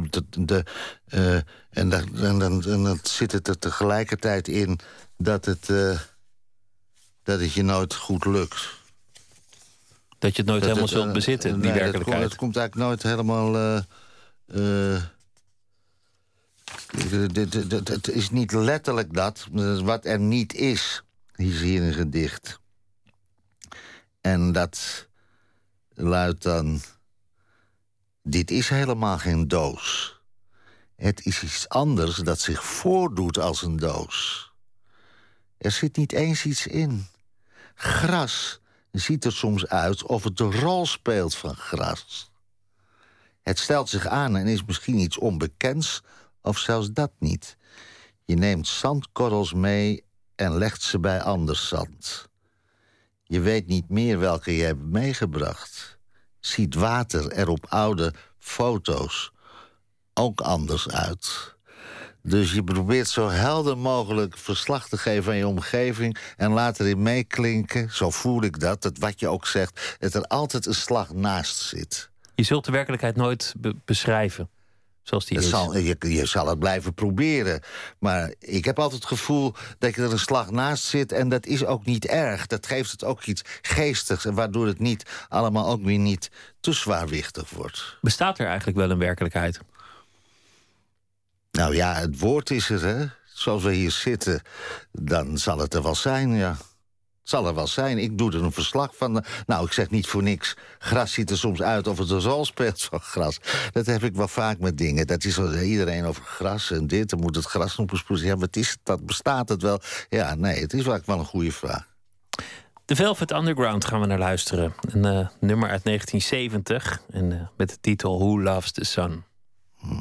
dan zit het er tegelijkertijd in dat het je nooit goed lukt. Dat je het nooit helemaal zult bezitten, die werkelijkheid. Het komt eigenlijk nooit helemaal... Het is niet letterlijk dat, wat er niet is, is hier een gedicht. En dat luidt dan... Dit is helemaal geen doos. Het is iets anders dat zich voordoet als een doos. Er zit niet eens iets in. Gras ziet er soms uit of het de rol speelt van gras. Het stelt zich aan en is misschien iets onbekends... of zelfs dat niet. Je neemt zandkorrels mee en legt ze bij anders zand. Je weet niet meer welke je hebt meegebracht. Ziet water er op oude foto's ook anders uit. Dus je probeert zo helder mogelijk verslag te geven van je omgeving... en laat erin meeklinken, zo voel ik dat wat je ook zegt... dat er altijd een slag naast zit. Je zult de werkelijkheid nooit beschrijven. Zoals die is. Je zal het blijven proberen. Maar ik heb altijd het gevoel dat er een slag naast zit... en dat is ook niet erg. Dat geeft het ook iets geestigs... en waardoor het niet allemaal ook weer niet te zwaarwichtig wordt. Bestaat er eigenlijk wel een werkelijkheid? Nou ja, het woord is er, hè. Zoals we hier zitten, dan zal het er wel zijn, ja. Het zal er wel zijn. Ik doe er een verslag van. Nou, ik zeg niet voor niks. Gras ziet er soms uit of het een rol speelt van gras. Dat heb ik wel vaak met dingen. Dat is iedereen over gras en dit. Dan moet het gras nog besproeien. Ja, wat is het? Dat bestaat het wel? Ja, nee, het is wel een goede vraag. The Velvet Underground gaan we naar luisteren. Een nummer uit 1970. En met de titel Who Loves the Sun? Who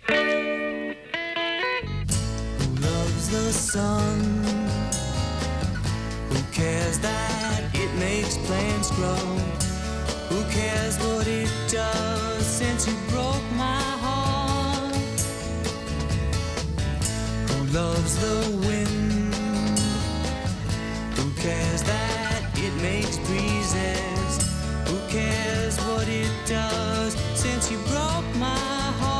loves the sun? Who cares that it makes plants grow? Who cares what it does since you broke my heart? Who loves the wind? Who cares that it makes breezes? Who cares what it does since you broke my heart?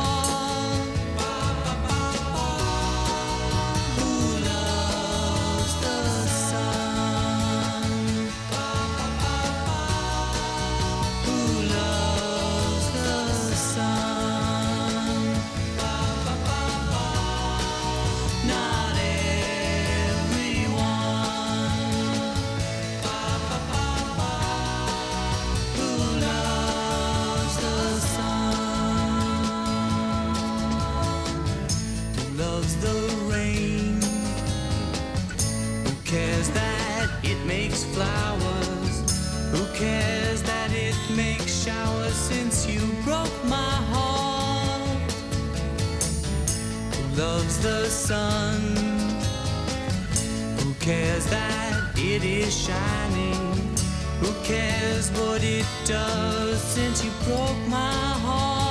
Flowers. Who cares that it makes showers since you broke my heart? Who loves the sun? Who cares that it is shining? Who cares what it does since you broke my heart?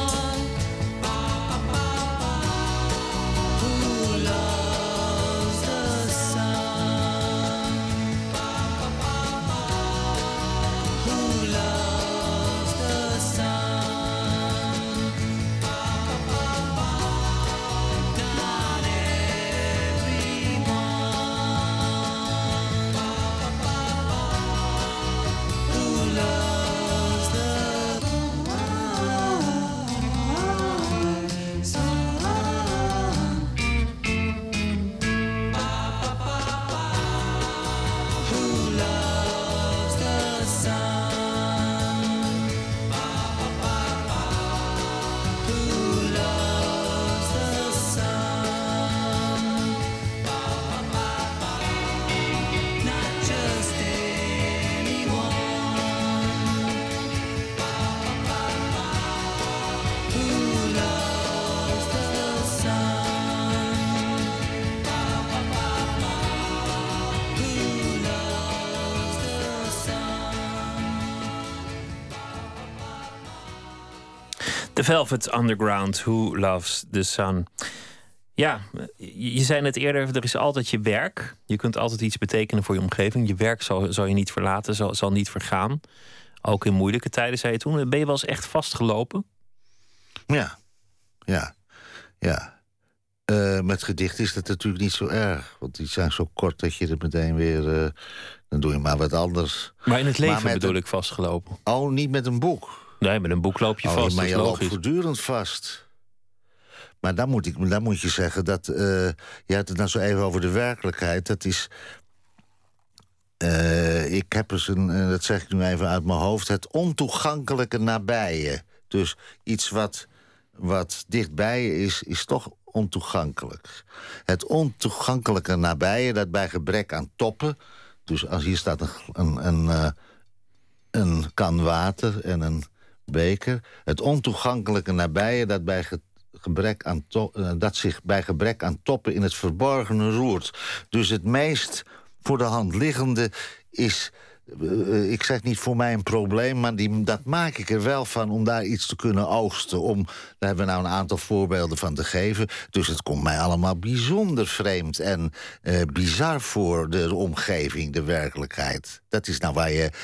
The Velvet Underground, Who Loves the Sun. Ja, je zei net eerder, er is altijd je werk. Je kunt altijd iets betekenen voor je omgeving. Je werk zal je niet verlaten, zal niet vergaan. Ook in moeilijke tijden, zei je toen. Ben je wel eens echt vastgelopen? Ja. Met gedichten is dat natuurlijk niet zo erg. Want die zijn zo kort dat je er meteen weer... dan doe je maar wat anders. Maar in het leven bedoel ik vastgelopen. Oh, niet met een boek? Nee, met een boek loop je vast. Maar je loopt voortdurend vast. Maar dan moet je zeggen dat... je had het nou zo even over de werkelijkheid. Dat is... ik heb eens dat zeg ik nu even uit mijn hoofd... het ontoegankelijke nabije. Dus iets wat dichtbij is toch ontoegankelijk. Het ontoegankelijke nabije, dat bij gebrek aan toppen... dus als hier staat een kan water en een beker... het ontoegankelijke nabije dat dat zich bij gebrek aan toppen in het verborgene roert. Dus het meest voor de hand liggende is... ik zeg niet voor mij een probleem, maar dat maak ik er wel van... om daar iets te kunnen oogsten. Daar hebben we nou een aantal voorbeelden van te geven. Dus het komt mij allemaal bijzonder vreemd en bizar voor de omgeving, de werkelijkheid. Dat is nou waar je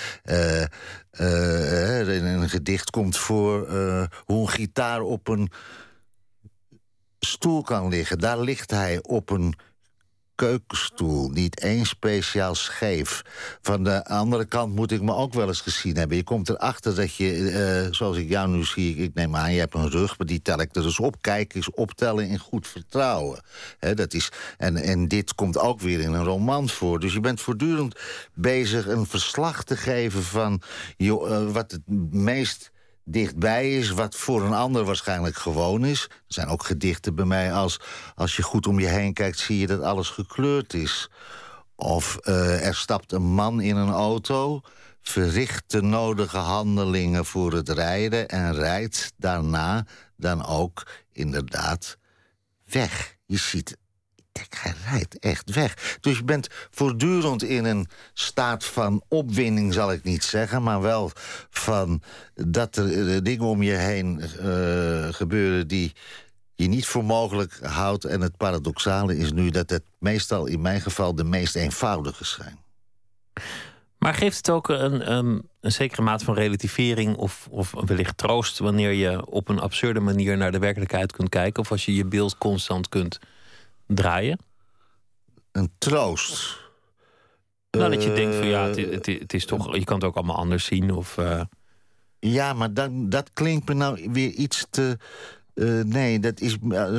in een gedicht komt voor... hoe een gitaar op een stoel kan liggen. Daar ligt hij op een keukenstoel, niet één speciaal scheef. Van de andere kant moet ik me ook wel eens gezien hebben. Je komt erachter dat je, zoals ik jou nu zie... ik neem aan, je hebt een rug, maar die tel ik er dus op. Kijk eens, optellen in goed vertrouwen. Dat is, en dit komt ook weer in een roman voor. Dus je bent voortdurend bezig een verslag te geven van... wat het meest dichtbij is, wat voor een ander waarschijnlijk gewoon is. Er zijn ook gedichten bij mij als je goed om je heen kijkt... zie je dat alles gekleurd is. Of er stapt een man in een auto... verricht de nodige handelingen voor het rijden... en rijdt daarna dan ook inderdaad weg. Je ziet... hij rijdt echt weg. Dus je bent voortdurend in een staat van opwinding, zal ik niet zeggen... maar wel van dat er dingen om je heen gebeuren... die je niet voor mogelijk houdt. En het paradoxale is nu dat het meestal, in mijn geval... de meest eenvoudige zijn. Maar geeft het ook een zekere maat van relativering... of wellicht troost wanneer je op een absurde manier... naar de werkelijkheid kunt kijken... of als je je beeld constant kunt draaien? Een troost. Nou, dat je denkt van ja, het is toch... je kan het ook allemaal anders zien of... Ja, maar dat klinkt me nou weer iets te... nee, dat is...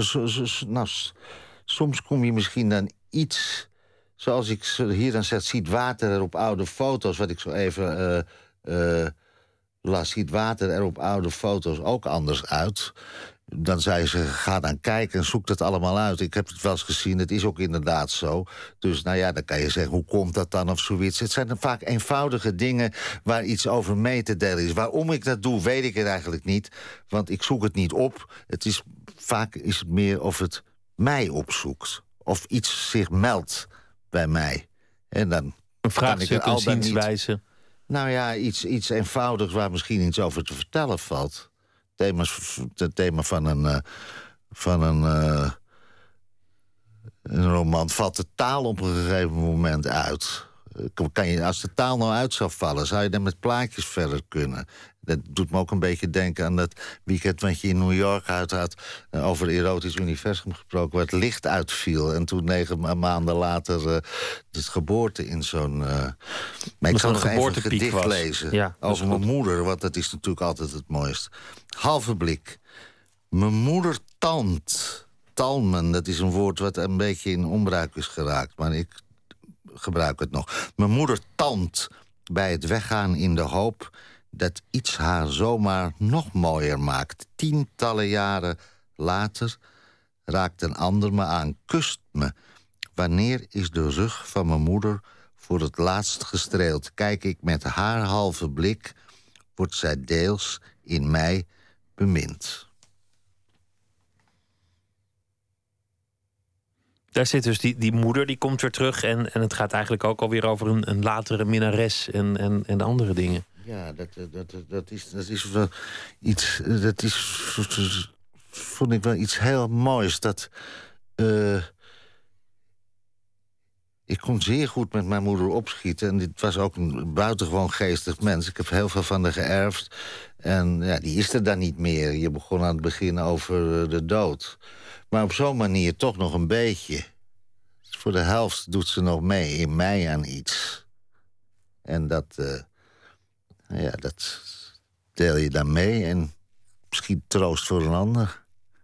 soms kom je misschien dan iets... zoals ik hier dan zeg, ziet water er op oude foto's... wat ik zo even las, ziet water er op oude foto's ook anders uit... Dan zei ze, ga dan kijken en zoek het allemaal uit. Ik heb het wel eens gezien, het is ook inderdaad zo. Dus nou ja, dan kan je zeggen, hoe komt dat dan of zoiets. Het zijn vaak eenvoudige dingen waar iets over mee te delen is. Waarom ik dat doe, weet ik het eigenlijk niet. Want ik zoek het niet op. Vaak is het meer of het mij opzoekt. Of iets zich meldt bij mij. En dan een vraagstuk, een zienswijze. Nou ja, iets eenvoudigs waar misschien iets over te vertellen valt. Het thema van een roman valt de taal op een gegeven moment uit. Als de taal nou uit zou vallen, zou je dan met plaatjes verder kunnen. Dat doet me ook een beetje denken aan dat weekend wat je in New York uit had... over het erotisch universum gesproken, waar het licht uitviel. En toen 9 maanden later de geboorte in zo'n... maar ik zal nog even een gedicht lezen over mijn moeder... want dat is natuurlijk altijd het mooist. Halve blik. Mijn moeder talmen, dat is een woord wat een beetje in onbruik is geraakt... maar ik gebruik het nog. Mijn moeder talmt bij het weggaan in de hoop... dat iets haar zomaar nog mooier maakt. Tientallen jaren later raakt een ander me aan, kust me. Wanneer is de rug van mijn moeder voor het laatst gestreeld? Kijk ik met haar halve blik, wordt zij deels in mij bemind. Daar zit dus die moeder, die komt weer terug... en het gaat eigenlijk ook alweer over een latere minnares en andere dingen. Ja, dat is wel iets. Dat is, vond ik wel iets heel moois. Ik kon zeer goed met mijn moeder opschieten. En dit was ook een buitengewoon geestig mens. Ik heb heel veel van haar geërfd. En ja, die is er dan niet meer. Je begon aan het begin over de dood. Maar op zo'n manier toch nog een beetje. Voor de helft doet ze nog mee in mij aan iets. En dat deel je dan mee. En misschien troost voor een ander.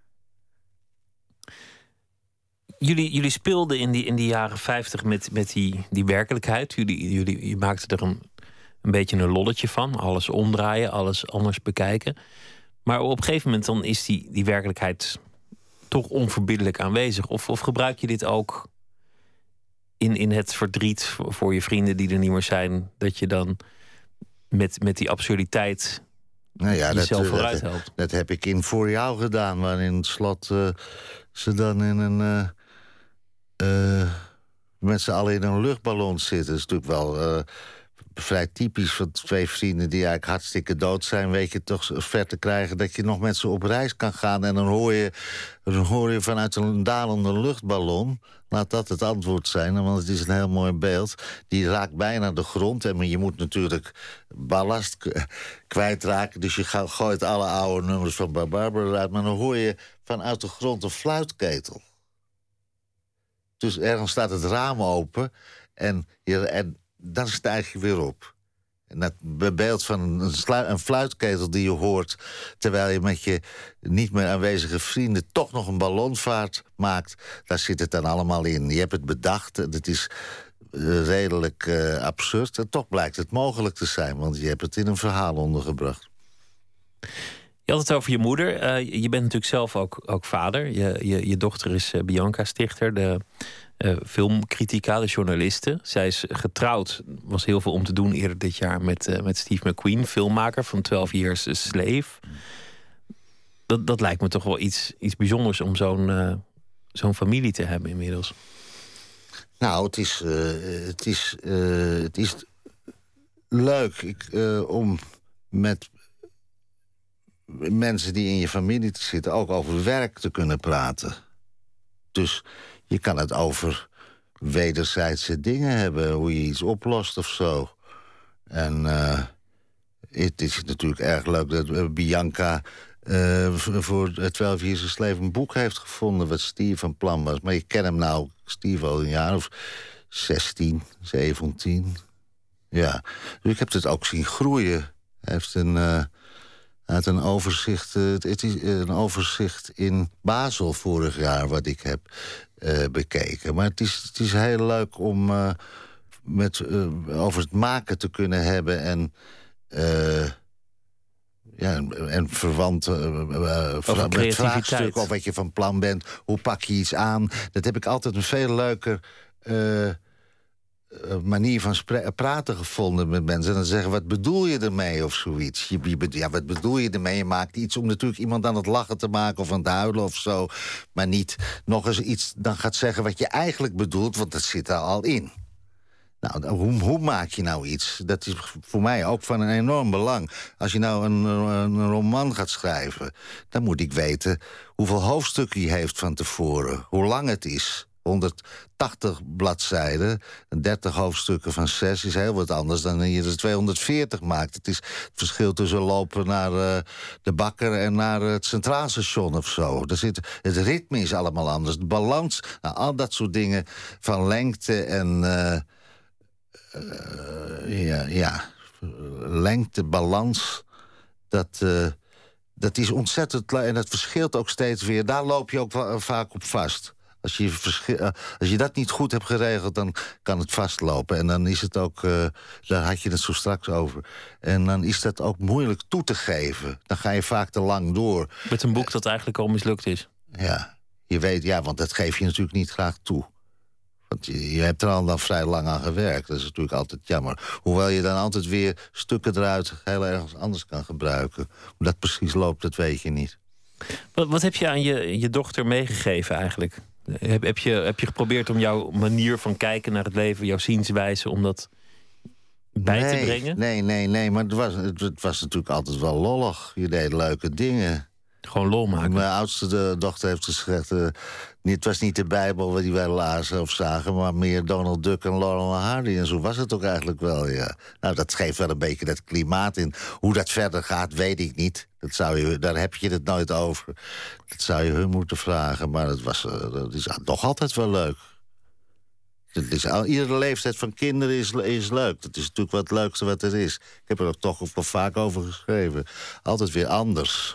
Jullie speelden in die jaren 50 met die werkelijkheid. Je maakte er een beetje een lolletje van. Alles omdraaien, alles anders bekijken. Maar op een gegeven moment dan is die werkelijkheid toch onverbiddelijk aanwezig. Of gebruik je dit ook in het verdriet voor je vrienden die er niet meer zijn? Dat je dan met die absurditeit jezelf vooruit helpt? Dat heb ik in Voor Jou gedaan. Waarin het slot ze dan in een... met z'n allen in een luchtballon zitten. Dat is natuurlijk wel vrij typisch van twee vrienden die eigenlijk hartstikke dood zijn. Weet je toch ver te krijgen dat je nog met ze op reis kan gaan. En dan hoor je vanuit een dalende luchtballon. Laat dat het antwoord zijn, want het is een heel mooi beeld. Die raakt bijna de grond. En je moet natuurlijk ballast kwijtraken. Dus je gooit alle oude nummers van Barbara eruit. Maar dan hoor je vanuit de grond een fluitketel. Dus ergens staat het raam open en dan stijg je weer op. En dat beeld van een fluitketel die je hoort... terwijl je met je niet meer aanwezige vrienden toch nog een ballonvaart maakt... daar zit het dan allemaal in. Je hebt het bedacht, het is redelijk absurd... en toch blijkt het mogelijk te zijn, want je hebt het in een verhaal ondergebracht. Je had het over je moeder. Je bent natuurlijk zelf ook vader. Je dochter is Bianca Stichter, de filmcritica, de journaliste. Zij is getrouwd, was heel veel om te doen eerder dit jaar... met Steve McQueen, filmmaker van 12 Years a Slave. Dat lijkt me toch wel iets bijzonders om zo'n familie te hebben inmiddels. Nou, het is leuk om met mensen die in je familie te zitten ook over werk te kunnen praten. Dus je kan het over wederzijdse dingen hebben, hoe je iets oplost of zo. En het is natuurlijk erg leuk dat Bianca voor 12 Years a Slave een boek heeft gevonden wat Steve van plan was. Maar ik ken hem nou, Steve, al een jaar of 16, 17. Ja, dus ik heb het ook zien groeien. Hij heeft een overzicht. Het is een overzicht in Basel vorig jaar wat ik heb bekeken. Maar het is heel leuk om over het maken te kunnen hebben en verwanten met vraagstukken of wat je van plan bent. Hoe pak je iets aan? Dat heb ik altijd een veel leuker manier van praten gevonden met mensen. En dan zeggen, wat bedoel je ermee of zoiets? Wat bedoel je ermee? Je maakt iets om natuurlijk iemand aan het lachen te maken of aan het huilen of zo. Maar niet nog eens iets dan gaat zeggen wat je eigenlijk bedoelt, want dat zit er al in. Nou, hoe maak je nou iets? Dat is voor mij ook van een enorm belang. Als je nou een roman gaat schrijven, dan moet ik weten hoeveel hoofdstukken je heeft van tevoren. Hoe lang het is. 180 bladzijden, 30 hoofdstukken van 6 is heel wat anders dan je er 240 maakt. Het verschil tussen lopen naar de bakker en naar het Centraal Station of zo. Het ritme is allemaal anders. De balans, al dat soort dingen van lengte en lengte, balans, dat is ontzettend. En dat verschilt ook steeds weer. Daar loop je ook vaak op vast. Als je dat niet goed hebt geregeld, dan kan het vastlopen. En dan is het ook, daar had je het zo straks over. En dan is dat ook moeilijk toe te geven. Dan ga je vaak te lang door. Met een boek dat eigenlijk al mislukt is. Ja, je weet, want dat geef je natuurlijk niet graag toe. Want je hebt er al dan vrij lang aan gewerkt. Dat is natuurlijk altijd jammer. Hoewel je dan altijd weer stukken eruit heel erg anders kan gebruiken. Hoe dat precies loopt, dat weet je niet. Wat heb je aan je dochter meegegeven eigenlijk? Heb je geprobeerd om jouw manier van kijken naar het leven, jouw zienswijze, om dat bij te brengen? Nee, maar het was natuurlijk altijd wel lollig. Je deed leuke dingen. Gewoon lol maken? Mijn oudste dochter heeft gezegd... het was niet de Bijbel die wij lazen of zagen... maar meer Donald Duck en Laurel en Hardy. En zo was het ook eigenlijk wel, ja. Nou, dat geeft wel een beetje dat klimaat in. Hoe dat verder gaat, weet ik niet. Daar heb je het nooit over. Dat zou je hun moeten vragen. Maar dat is toch altijd wel leuk. Iedere leeftijd van kinderen is leuk. Dat is natuurlijk wat het leukste wat er is. Ik heb er ook toch wel vaak over geschreven. Altijd weer anders.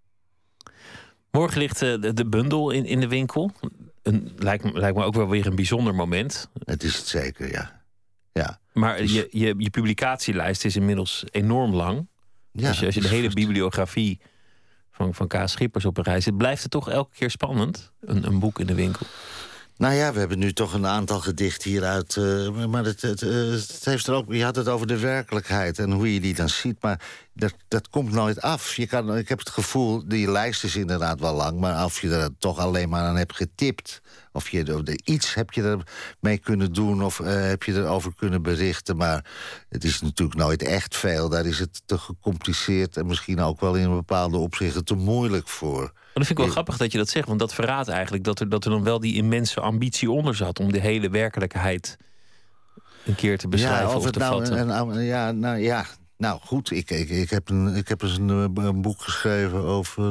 Morgen ligt de bundel in de winkel. Lijkt me ook wel weer een bijzonder moment. Het is het zeker, ja. Maar dus je publicatielijst is inmiddels enorm lang. Ja, als je de hele bibliografie van K. Schippers op een rij zit... blijft het toch elke keer spannend, een boek in de winkel? Nou ja, we hebben nu toch een aantal gedichten hieruit. Maar het heeft er ook. Je had het over de werkelijkheid en hoe je die dan ziet. Maar dat komt nooit af. Ik heb het gevoel, die lijst is inderdaad wel lang... maar of je er toch alleen maar aan hebt getipt... of iets heb je er mee kunnen doen... of heb je erover kunnen berichten. Maar het is natuurlijk nooit echt veel. Daar is het te gecompliceerd... en misschien ook wel in een bepaalde opzichten te moeilijk voor. Dat vind ik wel grappig dat je dat zegt. Want dat verraadt eigenlijk dat er dan wel die immense ambitie onder zat... om de hele werkelijkheid een keer te beschrijven of te vatten. Nou goed, ik heb eens een boek geschreven over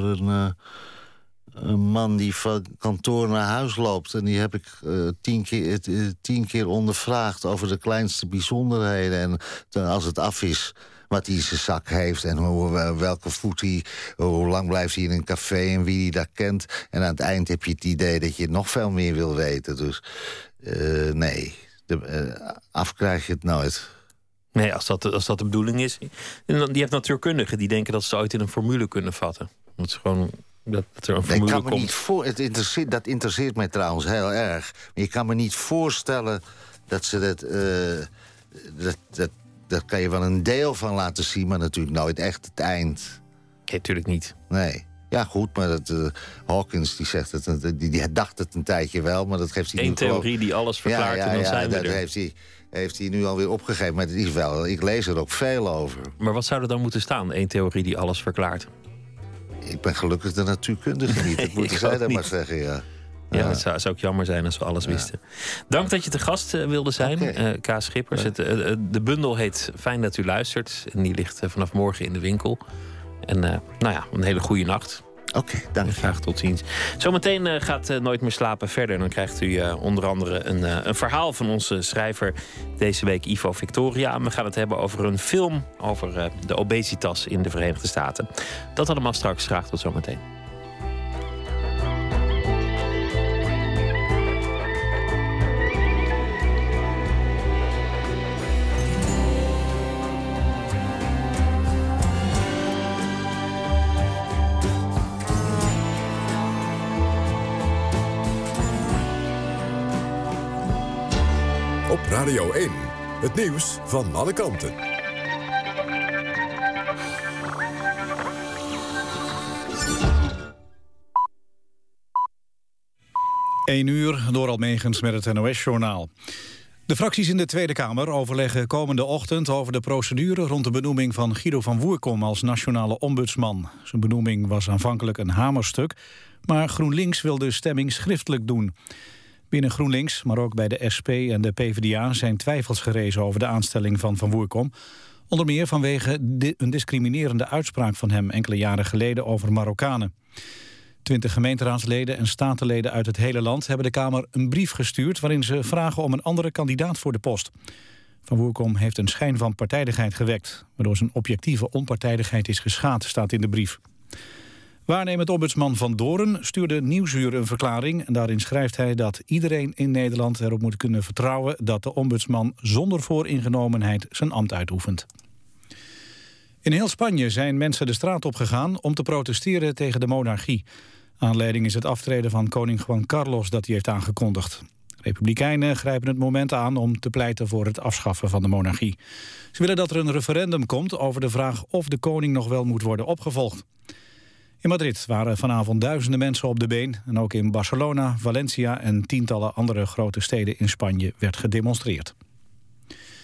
een man die van kantoor naar huis loopt. En die heb ik 10 keer ondervraagd over de kleinste bijzonderheden. En als het af is, wat hij in zijn zak heeft en welke voet hij... hoe lang blijft hij in een café en wie hij daar kent. En aan het eind heb je het idee dat je nog veel meer wil weten. Dus nee, af krijg je het nooit. Nee, als dat de bedoeling is. Je hebt natuurkundigen die denken dat ze ooit in een formule kunnen vatten. Dat is gewoon dat er een formule komt. Niet dat interesseert mij trouwens heel erg. Maar je kan me niet voorstellen dat ze dat kan je wel een deel van laten zien, maar natuurlijk nooit echt het eind. Nee, natuurlijk niet. Nee. Ja, goed, maar Hawkins die zegt het, die dacht het een tijdje wel, maar dat geeft hij Eén theorie die alles verklaart en dan zijn we er. Heeft hij nu alweer opgegeven, maar het is wel, ik lees er ook veel over. Maar wat zou er dan moeten staan? Eén theorie die alles verklaart? Ik ben gelukkig de natuurkundige niet. Dat moeten zij dan maar zeggen, ja. Ja, het zou ook jammer zijn als we alles wisten. Dank dat je te gast wilde zijn, K. Schippers. De bundel heet Fijn dat u luistert. En die ligt vanaf morgen in de winkel. En een hele goede nacht. Oké, dank je. Graag tot ziens. Zometeen gaat Nooit meer slapen verder. Dan krijgt u onder andere een verhaal van onze schrijver deze week, Ivo Victoria. En we gaan het hebben over een film over de obesitas in de Verenigde Staten. Dat allemaal straks. Graag tot zometeen. Op Radio 1, het nieuws van alle kanten. Eén uur, door Almegens met het NOS-journaal. De fracties in de Tweede Kamer overleggen komende ochtend over de procedure rond de benoeming van Guido van Woerkom als nationale ombudsman. Zijn benoeming was aanvankelijk een hamerstuk, maar GroenLinks wil de stemming schriftelijk doen. Binnen GroenLinks, maar ook bij de SP en de PvdA zijn twijfels gerezen over de aanstelling van Van Woerkom. Onder meer vanwege een discriminerende uitspraak van hem enkele jaren geleden over Marokkanen. 20 gemeenteraadsleden en statenleden uit het hele land hebben de Kamer een brief gestuurd waarin ze vragen om een andere kandidaat voor de post. Van Woerkom heeft een schijn van partijdigheid gewekt, waardoor zijn objectieve onpartijdigheid is geschaad, staat in de brief. Waarnemend ombudsman Van Doren stuurde Nieuwsuur een verklaring. En daarin schrijft hij dat iedereen in Nederland erop moet kunnen vertrouwen dat de ombudsman zonder vooringenomenheid zijn ambt uitoefent. In heel Spanje zijn mensen de straat opgegaan om te protesteren tegen de monarchie. Aanleiding is het aftreden van koning Juan Carlos dat hij heeft aangekondigd. Republikeinen grijpen het moment aan om te pleiten voor het afschaffen van de monarchie. Ze willen dat er een referendum komt over de vraag of de koning nog wel moet worden opgevolgd. In Madrid waren vanavond duizenden mensen op de been. En ook in Barcelona, Valencia en tientallen andere grote steden in Spanje werd gedemonstreerd.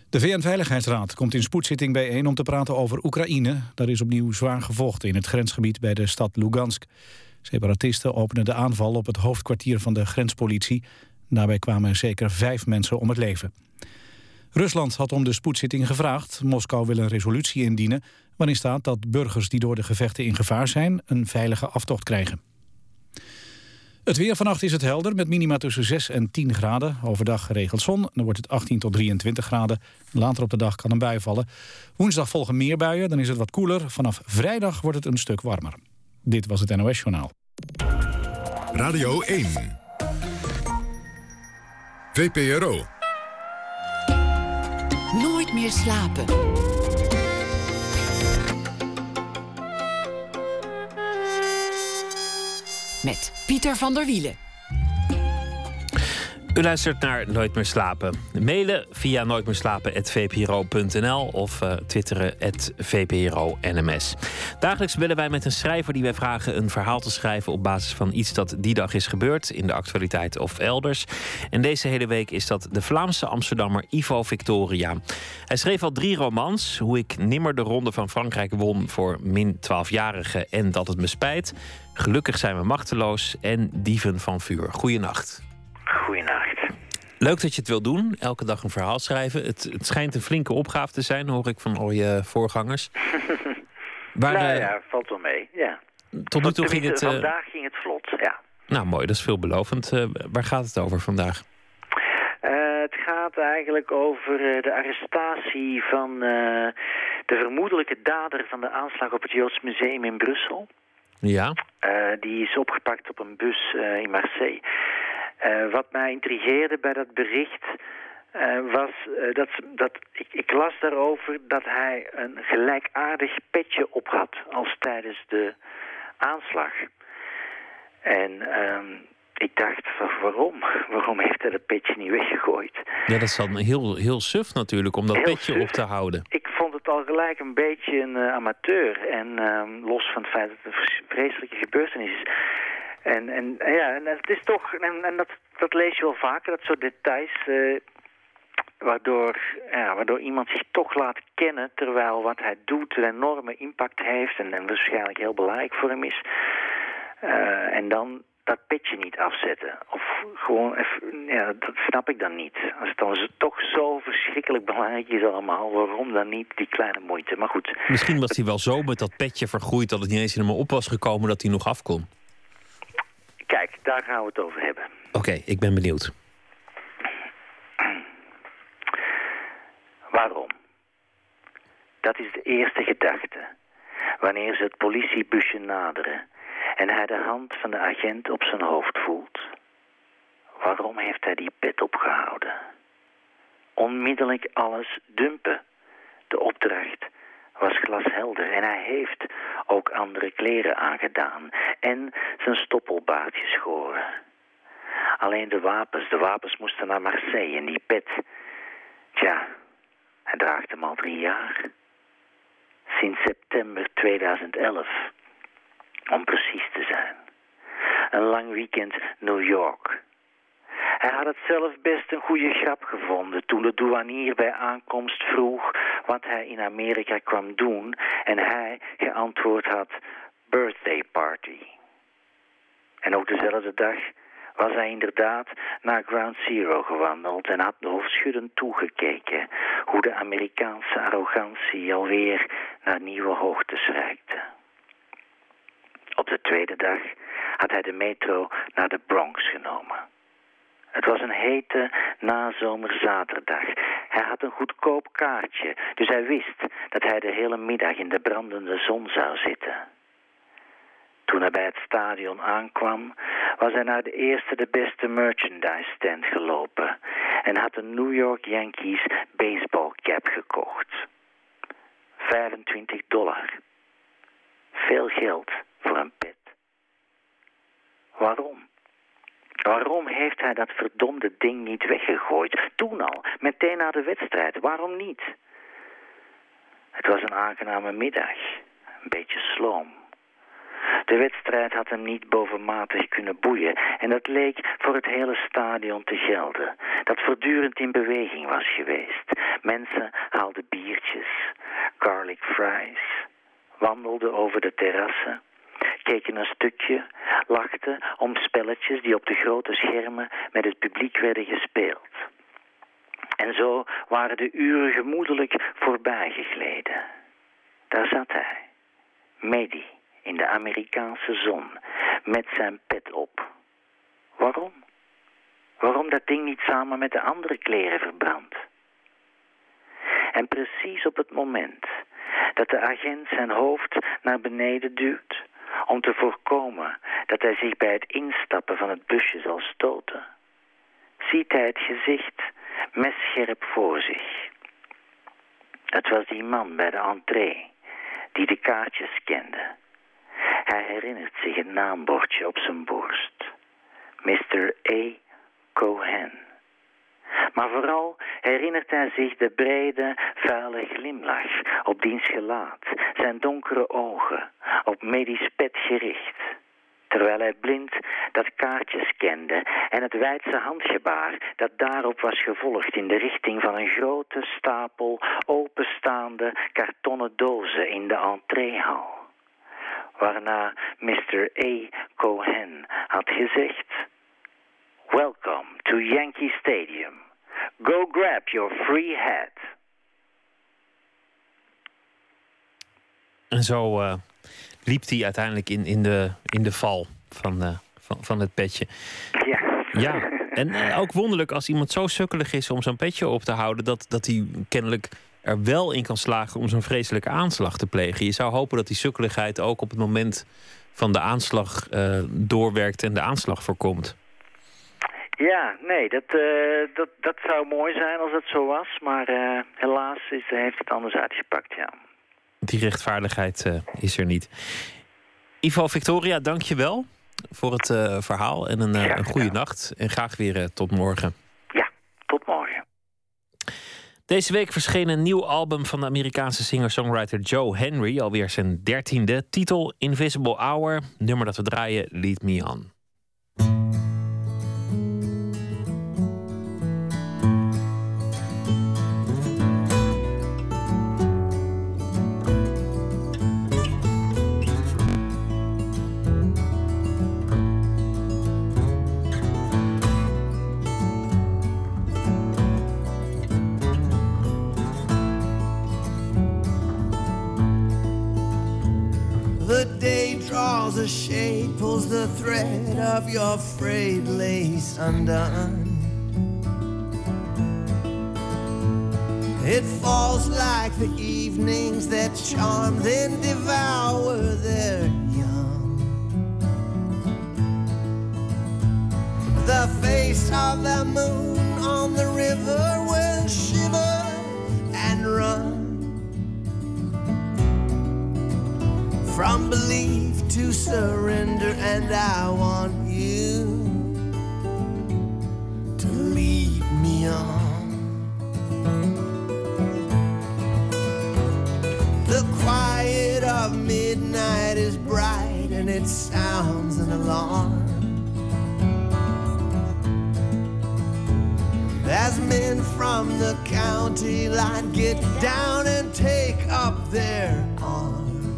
De VN-veiligheidsraad komt in spoedzitting bijeen om te praten over Oekraïne. Daar is opnieuw zwaar gevochten in het grensgebied bij de stad Lugansk. Separatisten openen de aanval op het hoofdkwartier van de grenspolitie. Daarbij kwamen zeker 5 mensen om het leven. Rusland had om de spoedzitting gevraagd. Moskou wil een resolutie indienen waarin staat dat burgers die door de gevechten in gevaar zijn een veilige aftocht krijgen. Het weer: vannacht is het helder met minima tussen 6 en 10 graden. Overdag geregeld zon, dan wordt het 18 tot 23 graden. Later op de dag kan een bui vallen. Woensdag volgen meer buien, dan is het wat koeler. Vanaf vrijdag wordt het een stuk warmer. Dit was het NOS Journaal. Radio 1. VPRO. Nooit meer slapen. Met Pieter van der Wielen. U luistert naar Nooit meer slapen. Mailen via nooitmeerslapen@vpro.nl of twitteren @vpro-nms. Dagelijks bellen wij met een schrijver die wij vragen een verhaal te schrijven op basis van iets dat die dag is gebeurd, in de actualiteit of elders. En deze hele week is dat de Vlaamse Amsterdammer Ivo Victoria. Hij schreef al 3 romans: Hoe ik nimmer de Ronde van Frankrijk won voor min 12-jarigen en dat het me spijt, Gelukkig zijn we machteloos en Dieven van vuur. Goeienacht. Goeienacht. Leuk dat je het wil doen, elke dag een verhaal schrijven. Het schijnt een flinke opgave te zijn, hoor ik van al je voorgangers. Valt wel mee, ja. Tot nu toe ging het... Vandaag ging het vlot, ja. Nou, mooi, dat is veelbelovend. Waar gaat het over vandaag? Het gaat eigenlijk over de arrestatie van de vermoedelijke dader van de aanslag op het Joods Museum in Brussel. Ja. Die is opgepakt op een bus in Marseille. Wat mij intrigeerde bij dat bericht was dat ik las daarover dat hij een gelijkaardig petje op had als tijdens de aanslag. En ik dacht, waarom heeft hij dat petje niet weggegooid? Ja, dat is dan heel suf natuurlijk om dat heel petje suf op te houden. Ik vond het al gelijk een beetje een amateur. En los van het feit dat het een vreselijke gebeurtenis is. En het is toch, en dat lees je wel vaker, dat soort details, waardoor iemand zich toch laat kennen, terwijl wat hij doet een enorme impact heeft en waarschijnlijk heel belangrijk voor hem is. En dan dat petje niet afzetten. Of gewoon even, dat snap ik dan niet. Als het dan toch zo verschrikkelijk belangrijk is allemaal, waarom dan niet die kleine moeite? Maar goed. Misschien was hij wel zo met dat petje vergroeid dat het niet eens in hem op was gekomen dat hij nog af kon. Kijk, daar gaan we het over hebben. Oké, ik ben benieuwd. Waarom? Dat is de eerste gedachte. Wanneer ze het politiebusje naderen en hij de hand van de agent op zijn hoofd voelt. Waarom heeft hij die pet opgehouden? Onmiddellijk alles dumpen. De opdracht was glashelder en hij heeft ook andere kleren aangedaan en zijn stoppelbaardje schoren. Alleen de wapens moesten naar Marseille en die pet. Tja, hij draagt hem al 3 jaar. Sinds september 2011, om precies te zijn. Een lang weekend New York. Hij had het zelf best een goede grap gevonden toen de douanier bij aankomst vroeg wat hij in Amerika kwam doen en hij geantwoord had birthday party. En ook dezelfde dag was hij inderdaad naar Ground Zero gewandeld en had hoofdschuddend toegekeken hoe de Amerikaanse arrogantie alweer naar nieuwe hoogtes reikte. Op de tweede dag had hij de metro naar de Bronx genomen. Het was een hete nazomerzaterdag. Hij had een goedkoop kaartje, dus hij wist dat hij de hele middag in de brandende zon zou zitten. Toen hij bij het stadion aankwam, was hij naar de eerste de beste merchandise stand gelopen en had een New York Yankees baseballcap gekocht. $25. Veel geld voor een pet. Waarom? Waarom heeft hij dat verdomde ding niet weggegooid? Toen al, meteen na de wedstrijd. Waarom niet? Het was een aangename middag. Een beetje sloom. De wedstrijd had hem niet bovenmatig kunnen boeien en dat leek voor het hele stadion te gelden, dat voortdurend in beweging was geweest. Mensen haalden biertjes, garlic fries, wandelden over de terrassen, keken een stukje, lachten om spelletjes die op de grote schermen met het publiek werden gespeeld. En zo waren de uren gemoedelijk voorbijgegleden. Daar zat hij, Mehdi, in de Amerikaanse zon, met zijn pet op. Waarom? Waarom dat ding niet samen met de andere kleren verbrandt? En precies op het moment dat de agent zijn hoofd naar beneden duwt, om te voorkomen dat hij zich bij het instappen van het busje zal stoten, ziet hij het gezicht messcherp voor zich. Het was die man bij de entree die de kaartjes kende. Hij herinnert zich het naambordje op zijn borst. Mr. A. Cohen. Maar vooral herinnert hij zich de brede, vuile glimlach op diens gelaat, zijn donkere ogen, op Mehdi's pet gericht, terwijl hij blind dat kaartjes kende en het wijdse handgebaar dat daarop was gevolgd in de richting van een grote stapel openstaande kartonnen dozen in de entreehal. Waarna Mr. A. Cohen had gezegd: "Welcome to Yankee Stadium. Go grab your free hat." En zo liep hij uiteindelijk in de val van het petje. Ja. Ja, en ook wonderlijk als iemand zo sukkelig is om zo'n petje op te houden, dat hij kennelijk er wel in kan slagen om zo'n vreselijke aanslag te plegen. Je zou hopen dat die sukkeligheid ook op het moment van de aanslag doorwerkt en de aanslag voorkomt. Ja, nee, dat zou mooi zijn als dat zo was. Maar helaas heeft het anders uitgepakt, ja. Die rechtvaardigheid is er niet. Ivo, Victoria, dank je wel voor het verhaal. En een goede nacht. En graag weer tot morgen. Ja, tot morgen. Deze week verscheen een nieuw album van de Amerikaanse singer-songwriter Joe Henry. Alweer zijn 13e. Titel Invisible Hour. Nummer dat we draaien, Lead Me On. The shade pulls the thread of your frayed lace undone. It falls like the evenings that charm then devour their young. The face of the moon on the river will shiver and run. From belief to surrender, and I want you to lead me on. The quiet of midnight is bright and it sounds an alarm. As men from the county line get down and take up their arms.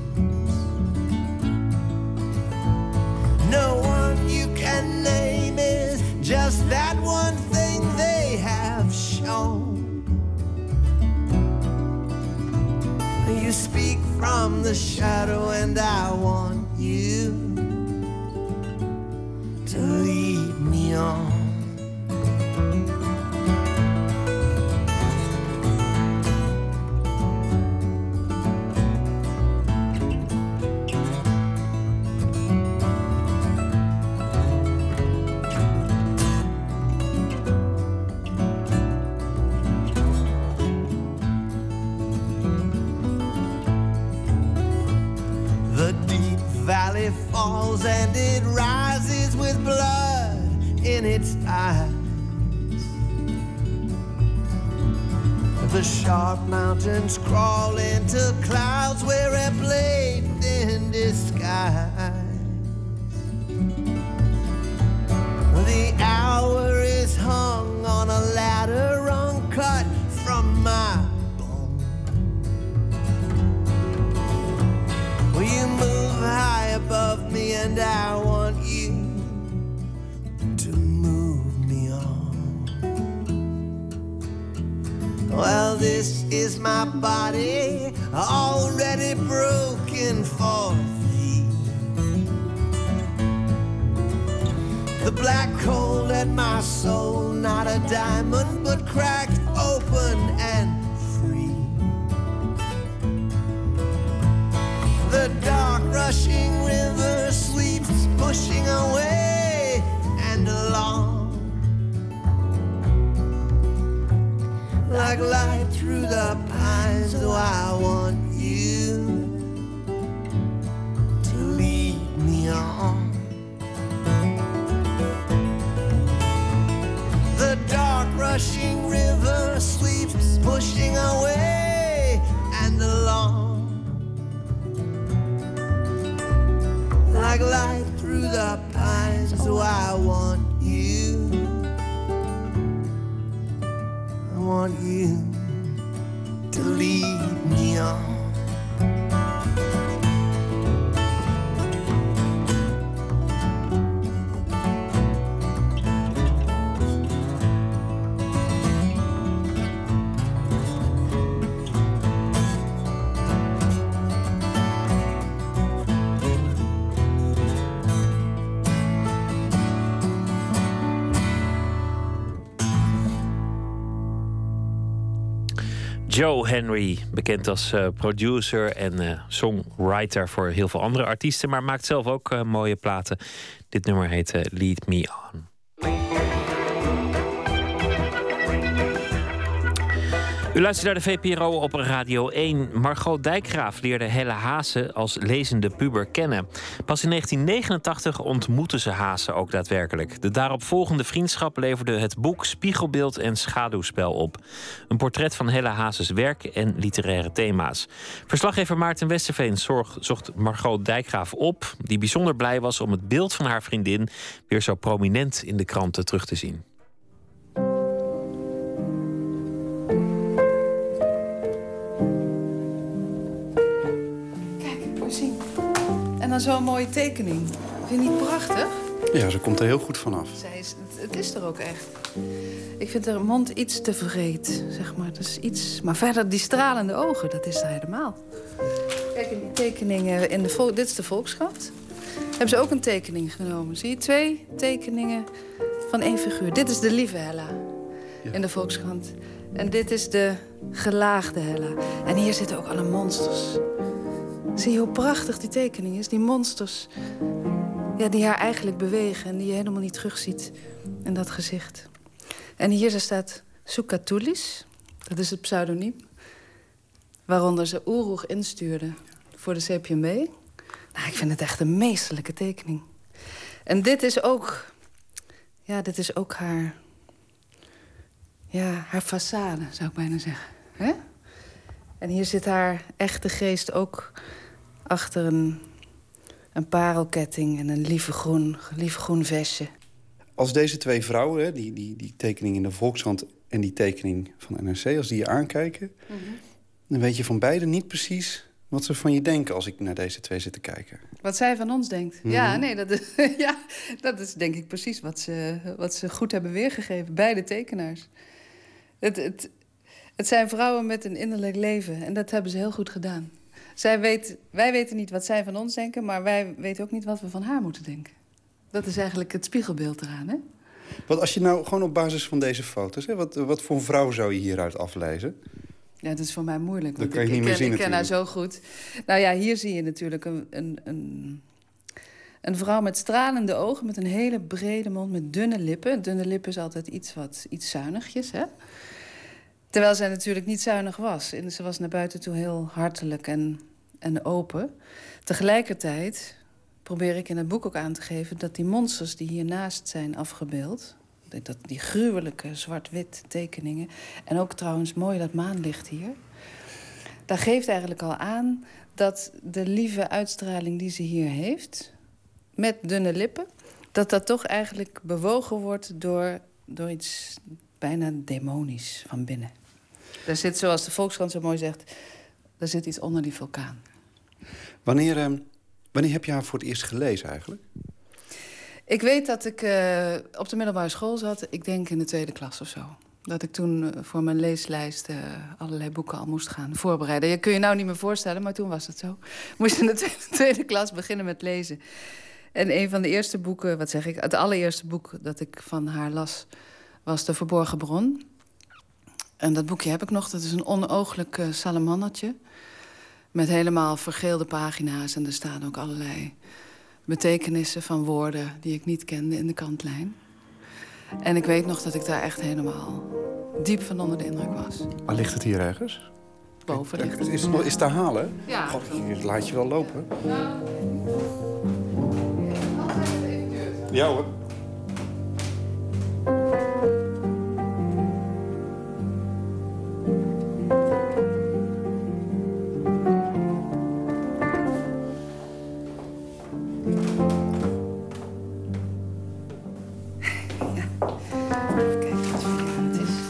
No one you can name is just that one thing they have shown. You speak from the shadow and I want you to lead me on. Falls and it rises with blood in its eyes. The sharp mountains crawl into clouds where a blade in disguise. The hour is hung on a ladder uncut from my this is my body, already broken for thee. The black hole at my soul, not a diamond, but cracked open and free. The dark rushing river sweeps, pushing away and along. Like light through the pines, though I want you to lead me on. The dark rushing river sweeps, pushing away and along. Like light through the pines, though I want you. I want you to lead me on. Joe Henry, bekend als producer en songwriter voor heel veel andere artiesten, maar maakt zelf ook mooie platen. Dit nummer heet Lead Me On. U luistert naar de VPRO op Radio 1. Margot Dijkgraaf leerde Helle Haase als lezende puber kennen. Pas in 1989 ontmoetten ze Haase ook daadwerkelijk. De daaropvolgende vriendschap leverde het boek Spiegelbeeld en Schaduwspel op. Een portret van Helle Haase's werk en literaire thema's. Verslaggever Maarten Westerveen zocht Margot Dijkgraaf op, die bijzonder blij was om het beeld van haar vriendin weer zo prominent in de kranten terug te zien. En dan zo'n mooie tekening. Vind je niet prachtig? Ja, ze komt er heel goed vanaf. Het is er ook echt. Ik vind haar mond iets te vreed, zeg maar. Dat is iets... Maar verder, die stralende ogen, dat is er helemaal. Kijk, in die tekeningen in de dit is de Volkskrant. Hebben ze ook een tekening genomen. Zie je, 2 tekeningen van 1 figuur. Dit is de lieve Hella in de Volkskrant. En dit is de gelaagde Hella. En hier zitten ook alle monsters. Zie je hoe prachtig die tekening is? Die monsters, ja, die haar eigenlijk bewegen en die je helemaal niet terugziet in dat gezicht. En hier staat Soekatulis, dat is het pseudoniem, waaronder ze Oeroeg instuurde voor de CPMB. Nou, ik vind het echt een meesterlijke tekening. En dit is ook, ja, dit is ook haar, ja, haar façade, zou ik bijna zeggen. Hè? En hier zit haar echte geest ook achter een parelketting en een lieve groen vestje. Als deze 2 vrouwen, hè, die tekening in de Volkskrant en die tekening van NRC, als die je aankijken, dan weet je van beide niet precies wat ze van je denken als ik naar deze 2 zit te kijken. Wat zij van ons denkt. Ja, nee, dat is denk ik precies wat ze goed hebben weergegeven. Beide tekenaars. Het zijn vrouwen met een innerlijk leven. En dat hebben ze heel goed gedaan. Wij weten niet wat zij van ons denken, maar wij weten ook niet wat we van haar moeten denken. Dat is eigenlijk het spiegelbeeld eraan, hè? Wat als je nou gewoon op basis van deze foto's, hè, wat voor een vrouw zou je hieruit aflezen? Ja, dat is voor mij moeilijk. Dat kan je niet meer zien. Ik ken haar zo goed. Nou ja, hier zie je natuurlijk een vrouw met stralende ogen, met een hele brede mond, met dunne lippen. Dunne lippen is altijd iets zuinigjes, hè? Terwijl zij natuurlijk niet zuinig was. Ze was naar buiten toe heel hartelijk en open. Tegelijkertijd probeer ik in het boek ook aan te geven dat die monsters die hiernaast zijn afgebeeld, die gruwelijke zwart-wit tekeningen, en ook trouwens mooi dat maanlicht hier, dat geeft eigenlijk al aan dat de lieve uitstraling die ze hier heeft, met dunne lippen, dat toch eigenlijk bewogen wordt door iets bijna demonisch van binnen. Daar zit, zoals de Volkskrant zo mooi zegt, daar zit iets onder die vulkaan. Wanneer heb je haar voor het eerst gelezen eigenlijk? Ik weet dat ik op de middelbare school zat. Ik denk in de 2e klas of zo. Dat ik toen voor mijn leeslijst allerlei boeken al moest gaan voorbereiden. Je kun je nou niet meer voorstellen, maar toen was het zo. Moest in de tweede klas beginnen met lezen. En een van de eerste boeken, het allereerste boek dat ik van haar las, was De Verborgen Bron. En dat boekje heb ik nog. Dat is een onooglijk salamandertje. Met helemaal vergeelde pagina's. En er staan ook allerlei betekenissen van woorden die ik niet kende in de kantlijn. En ik weet nog dat ik daar echt helemaal diep van onder de indruk was. Maar ligt het hier ergens? Boven ligt het. Is het te halen? Ja. God, hier laat je wel lopen. Ja hoor. Even kijken wat voor jaar het is.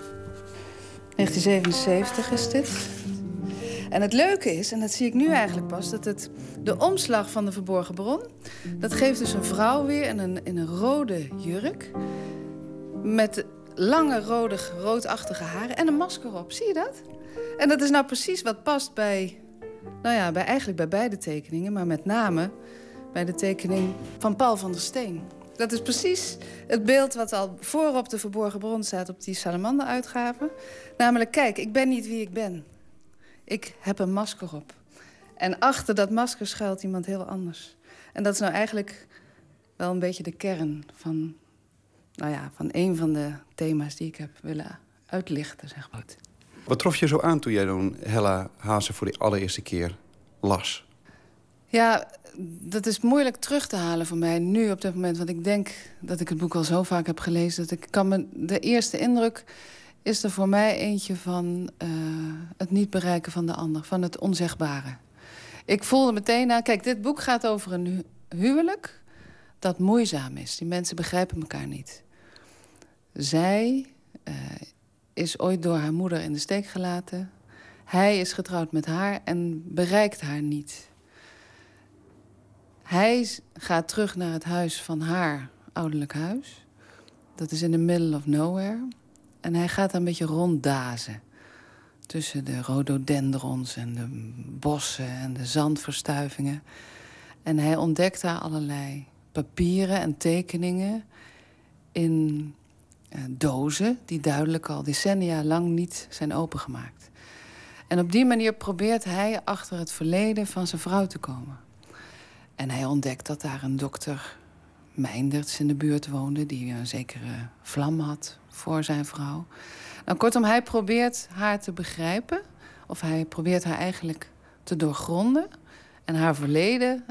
1977 is dit. En het leuke is, en dat zie ik nu eigenlijk pas, dat de omslag van De Verborgen Bron, dat geeft dus een vrouw weer in een rode jurk, met lange roodachtige haren en een masker op. Zie je dat? En dat is nou precies wat past bij beide tekeningen, maar met name bij de tekening van Paul van der Steen. Dat is precies het beeld wat al voorop De Verborgen Bron staat op die Salamander-uitgave. Namelijk, kijk, ik ben niet wie ik ben. Ik heb een masker op. En achter dat masker schuilt iemand heel anders. En dat is nou eigenlijk wel een beetje de kern van een van de thema's die ik heb willen uitlichten, zeg maar. Wat trof je zo aan toen jij dan Hella Haase voor de allereerste keer las? Ja, dat is moeilijk terug te halen voor mij nu op dit moment. Want ik denk dat ik het boek al zo vaak heb gelezen. De eerste indruk is er voor mij eentje van het niet bereiken van de ander. Van het onzegbare. Ik voelde meteen kijk, dit boek gaat over een huwelijk dat moeizaam is. Die mensen begrijpen elkaar niet. Zij is ooit door haar moeder in de steek gelaten. Hij is getrouwd met haar en bereikt haar niet. Hij gaat terug naar het huis van haar ouderlijk huis. Dat is in the middle of nowhere. En hij gaat daar een beetje ronddazen. Tussen de rhododendrons en de bossen en de zandverstuivingen. En hij ontdekt daar allerlei papieren en tekeningen in dozen die duidelijk al decennia lang niet zijn opengemaakt. En op die manier probeert hij achter het verleden van zijn vrouw te komen. En hij ontdekt dat daar een dokter Meinderts in de buurt woonde, die een zekere vlam had voor zijn vrouw. Nou, kortom, hij probeert haar te begrijpen. Of hij probeert haar eigenlijk te doorgronden. En haar verleden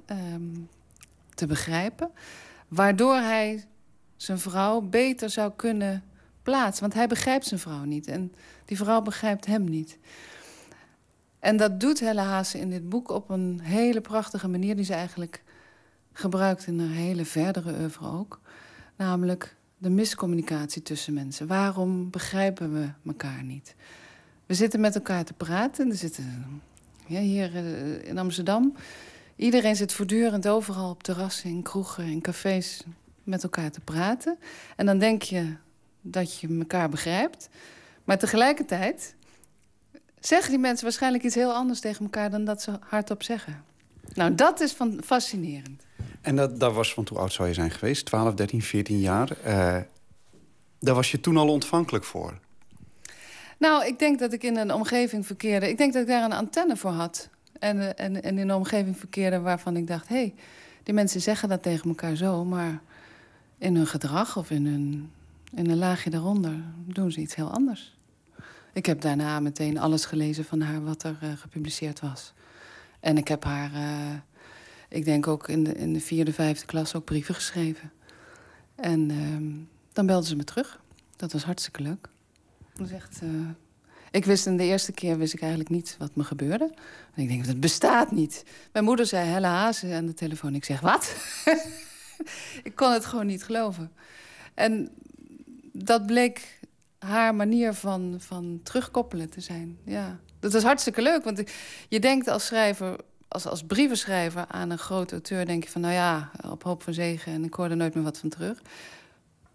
te begrijpen. Waardoor hij zijn vrouw beter zou kunnen plaatsen. Want hij begrijpt zijn vrouw niet. En die vrouw begrijpt hem niet. En dat doet Hella Haase in dit boek op een hele prachtige manier die ze eigenlijk gebruikt in haar hele verdere oeuvre ook. Namelijk de miscommunicatie tussen mensen. Waarom begrijpen we elkaar niet? We zitten met elkaar te praten. Er zitten hier in Amsterdam. Iedereen zit voortdurend overal op terrassen, in kroegen, in cafés met elkaar te praten. En dan denk je dat je elkaar begrijpt. Maar tegelijkertijd zeggen die mensen waarschijnlijk iets heel anders tegen elkaar dan dat ze hardop zeggen. Nou, dat is fascinerend. En dat was van hoe oud zou je zijn geweest? 12, 13, 14 jaar. Daar was je toen al ontvankelijk voor? Nou, ik denk dat ik in een omgeving verkeerde. Ik denk dat ik daar een antenne voor had. En in een omgeving verkeerde waarvan ik dacht, hé, die mensen zeggen dat tegen elkaar zo, maar in hun gedrag of in een laagje daaronder doen ze iets heel anders. Ik heb daarna meteen alles gelezen van haar wat er gepubliceerd was. En ik heb haar, ik denk ook in de 4e, 5e klas ook brieven geschreven. En dan belde ze me terug. Dat was hartstikke leuk. Dat is echt, ik wist in de eerste keer eigenlijk niet wat me gebeurde. En ik denk, dat bestaat niet. Mijn moeder zei Hella Haase aan de telefoon. Ik zeg, wat? Ik kon het gewoon niet geloven. En dat bleek haar manier van terugkoppelen te zijn. Ja. Dat was hartstikke leuk, want je denkt als schrijver, als brievenschrijver aan een grote auteur, denk je van, nou ja, op hoop van zegen en ik hoor er nooit meer wat van terug.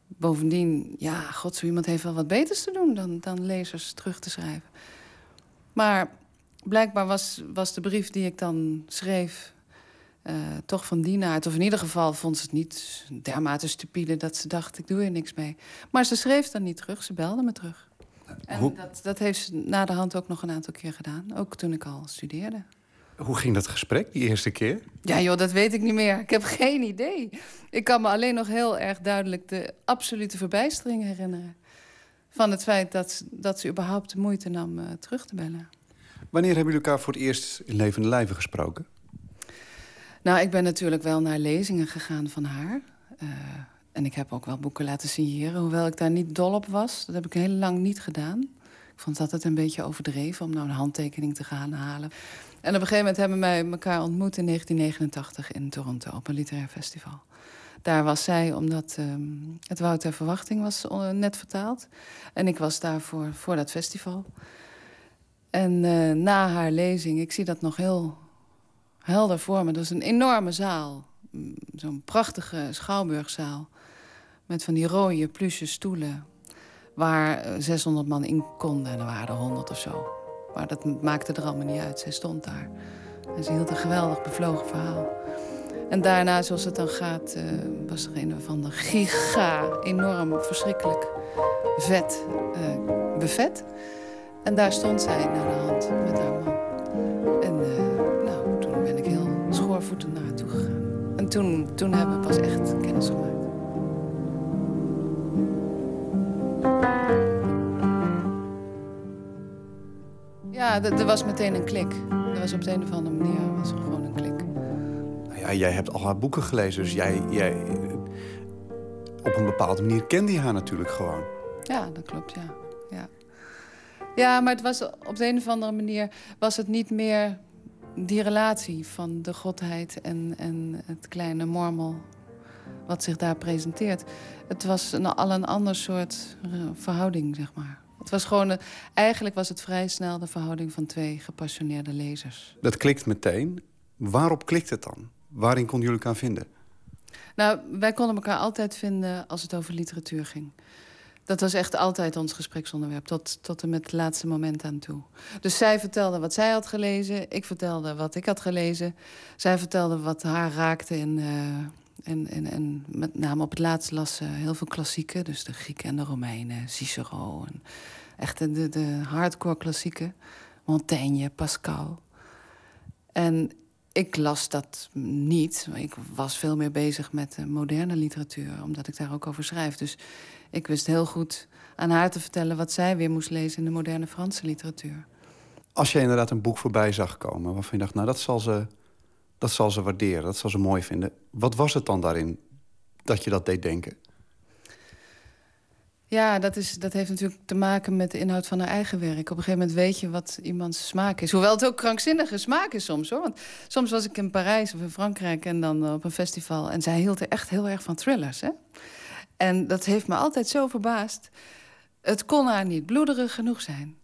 Bovendien, ja, god, zo iemand heeft wel wat beters te doen dan lezers terug te schrijven. Maar blijkbaar was de brief die ik dan schreef toch van die aard. Of in ieder geval vond ze het niet dermate stupide dat ze dacht, ik doe hier niks mee. Maar ze schreef dan niet terug, ze belde me terug. En dat heeft ze na de hand ook nog een aantal keer gedaan. Ook toen ik al studeerde. Hoe ging dat gesprek die eerste keer? Ja joh, dat weet ik niet meer. Ik heb geen idee. Ik kan me alleen nog heel erg duidelijk de absolute verbijstering herinneren. Van het feit dat ze überhaupt de moeite nam terug te bellen. Wanneer hebben jullie elkaar voor het eerst in levende lijven gesproken? Nou, ik ben natuurlijk wel naar lezingen gegaan van haar. En ik heb ook wel boeken laten signeren, hoewel ik daar niet dol op was. Dat heb ik heel lang niet gedaan. Ik vond het altijd een beetje overdreven om nou een handtekening te gaan halen. En op een gegeven moment hebben wij elkaar ontmoet in 1989 in Toronto op een literair festival. Daar was zij omdat het Woud ter Verwachting was net vertaald. En ik was daar voor dat festival. En na haar lezing, ik zie dat nog heel helder voor me. Dat is een enorme zaal. Zo'n prachtige schouwburgzaal. Met van die rode pluche stoelen. Waar 600 man in konden. En er waren er 100 of zo. Maar dat maakte er allemaal niet uit. Zij stond daar. En ze hield een geweldig bevlogen verhaal. En daarna, zoals het dan gaat, was er een van de enorm, verschrikkelijk vet buffet. En daar stond zij naar de hand met haar man. En toen ben ik heel schoorvoetend naar haar toe gegaan. En toen hebben we pas echt kennis gemaakt. Ja, er was meteen een klik. Er was op de een of andere manier was er gewoon een klik. Nou ja, jij hebt al haar boeken gelezen, dus jij op een bepaalde manier kende je haar natuurlijk gewoon. Ja, dat klopt, ja. Ja, maar het was op de een of andere manier was het niet meer die relatie van de godheid en het kleine mormel wat zich daar presenteert. Het was al een ander soort verhouding, zeg maar. Het was gewoon eigenlijk was het vrij snel de verhouding van twee gepassioneerde lezers. Dat klikt meteen. Waarop klikt het dan? Waarin konden jullie elkaar vinden? Nou, wij konden elkaar altijd vinden als het over literatuur ging. Dat was echt altijd ons gespreksonderwerp, tot en met het laatste moment aan toe. Dus zij vertelde wat zij had gelezen, ik vertelde wat ik had gelezen. Zij vertelde wat haar raakte en met name op het laatst las ze heel veel klassieken. Dus de Grieken en de Romeinen, Cicero. En echt de hardcore klassieken. Montaigne, Pascal. En ik las dat niet. Ik was veel meer bezig met moderne literatuur, omdat ik daar ook over schrijf. Dus ik wist heel goed aan haar te vertellen wat zij weer moest lezen in de moderne Franse literatuur. Als je inderdaad een boek voorbij zag komen waarvan je dacht, nou dat zal ze waarderen, dat zal ze mooi vinden. Wat was het dan daarin dat je dat deed denken? Ja, dat heeft natuurlijk te maken met de inhoud van haar eigen werk. Op een gegeven moment weet je wat iemands smaak is. Hoewel het ook krankzinnige smaak is soms, hoor. Want soms was ik in Parijs of in Frankrijk en dan op een festival. En zij hield er echt heel erg van thrillers, hè. En dat heeft me altijd zo verbaasd. Het kon haar niet bloederig genoeg zijn.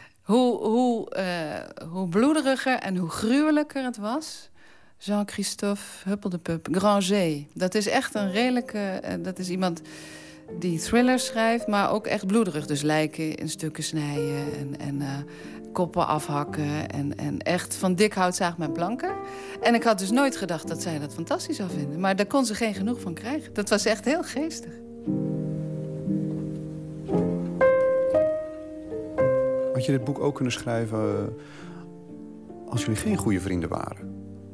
Hoe bloederiger en hoe gruwelijker het was. Jean-Christophe Huppeldepup, Granger. Dat is echt een redelijke... dat is iemand die thrillers schrijft, maar ook echt bloederig. Dus lijken in stukken snijden en koppen afhakken. En echt van dik hout zaag met planken. En ik had dus nooit gedacht dat zij dat fantastisch zou vinden. Maar daar kon ze geen genoeg van krijgen. Dat was echt heel geestig. Had je dit boek ook kunnen schrijven als jullie geen goede vrienden waren?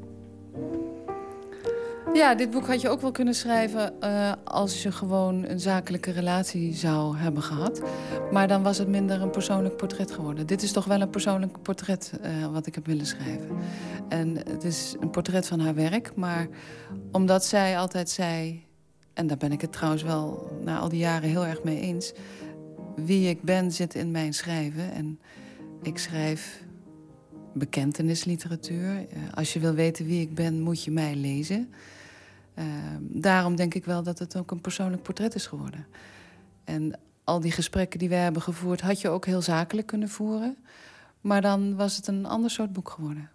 Ja, dit boek had je ook wel kunnen schrijven als je gewoon een zakelijke relatie zou hebben gehad. Maar dan was het minder een persoonlijk portret geworden. Dit is toch wel een persoonlijk portret wat ik heb willen schrijven. En het is een portret van haar werk, maar omdat zij altijd zei... en daar ben ik het trouwens wel na al die jaren heel erg mee eens... wie ik ben zit in mijn schrijven. En ik schrijf bekentenisliteratuur. Als je wil weten wie ik ben, moet je mij lezen... daarom denk ik wel dat het ook een persoonlijk portret is geworden. En al die gesprekken die wij hebben gevoerd... had je ook heel zakelijk kunnen voeren. Maar dan was het een ander soort boek geworden.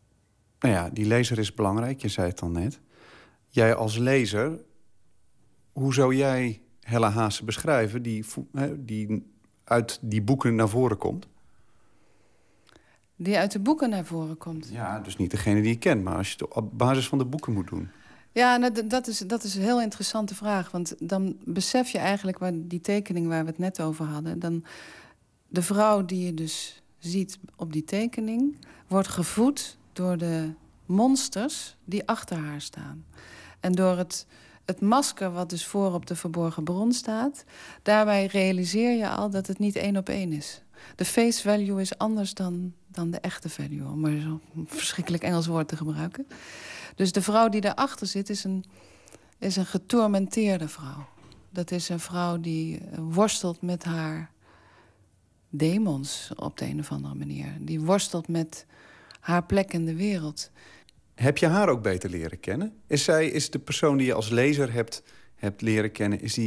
Nou ja, die lezer is belangrijk, je zei het al net. Jij als lezer, Hoe zou jij Hella Haasen beschrijven die uit die boeken naar voren komt? Die uit de boeken naar voren komt? Ja, dus niet degene die je kent, maar als je het op basis van de boeken moet doen. Ja, nou, dat is een heel interessante vraag. Want dan besef je eigenlijk die tekening waar we het net over hadden. Dan de vrouw die je dus ziet op die tekening wordt gevoed door de monsters die achter haar staan. En door het masker wat dus voor op de verborgen bron staat, daarbij realiseer je al dat het niet 1 op 1 is. De face value is anders dan de echte value, om maar zo'n verschrikkelijk Engels woord te gebruiken. Dus de vrouw die daarachter zit is een getormenteerde vrouw. Dat is een vrouw die worstelt met haar demons op de een of andere manier. Die worstelt met haar plek in de wereld. Heb je haar ook beter leren kennen? Is de persoon die je als lezer hebt leren kennen, is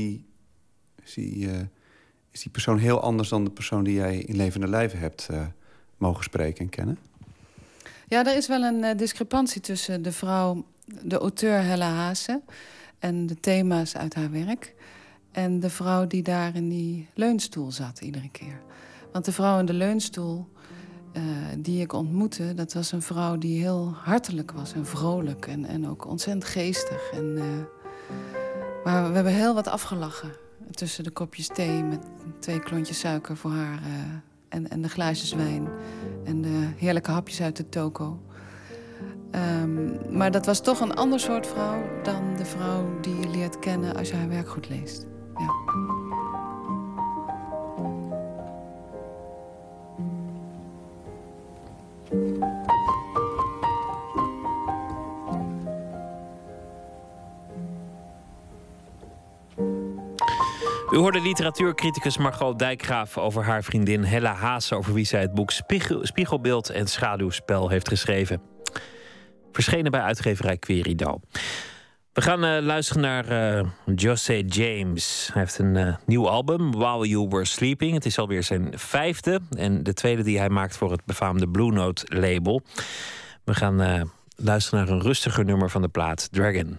die persoon heel anders dan de persoon die jij in levende lijven hebt mogen spreken en kennen? Ja, er is wel een discrepantie tussen de auteur Hella Haasen en de thema's uit haar werk en de vrouw die daar in die leunstoel zat iedere keer. Want de vrouw in de leunstoel die ik ontmoette, dat was een vrouw die heel hartelijk was en vrolijk en ook ontzettend geestig. Maar we hebben heel wat afgelachen tussen de kopjes thee met 2 klontjes suiker voor haar en de glaasjes wijn en de heerlijke hapjes uit de toko. Maar dat was toch een ander soort vrouw dan de vrouw die je leert kennen als je haar werk goed leest. Ja. U hoorde literatuurcriticus Margot Dijkgraaf over haar vriendin Hella Haasen, over wie zij het boek Spiegelbeeld en Schaduwspel heeft geschreven. Verschenen bij uitgeverij Querido. We gaan luisteren naar José James. Hij heeft een nieuw album, While You Were Sleeping. Het is alweer zijn 5e en de 2e die hij maakt voor het befaamde Blue Note label. We gaan luisteren naar een rustiger nummer van de plaat, Dragon.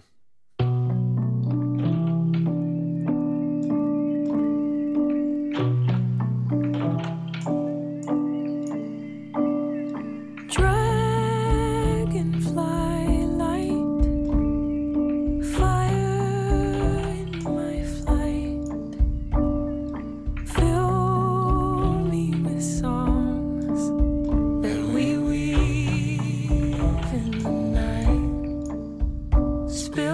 Spill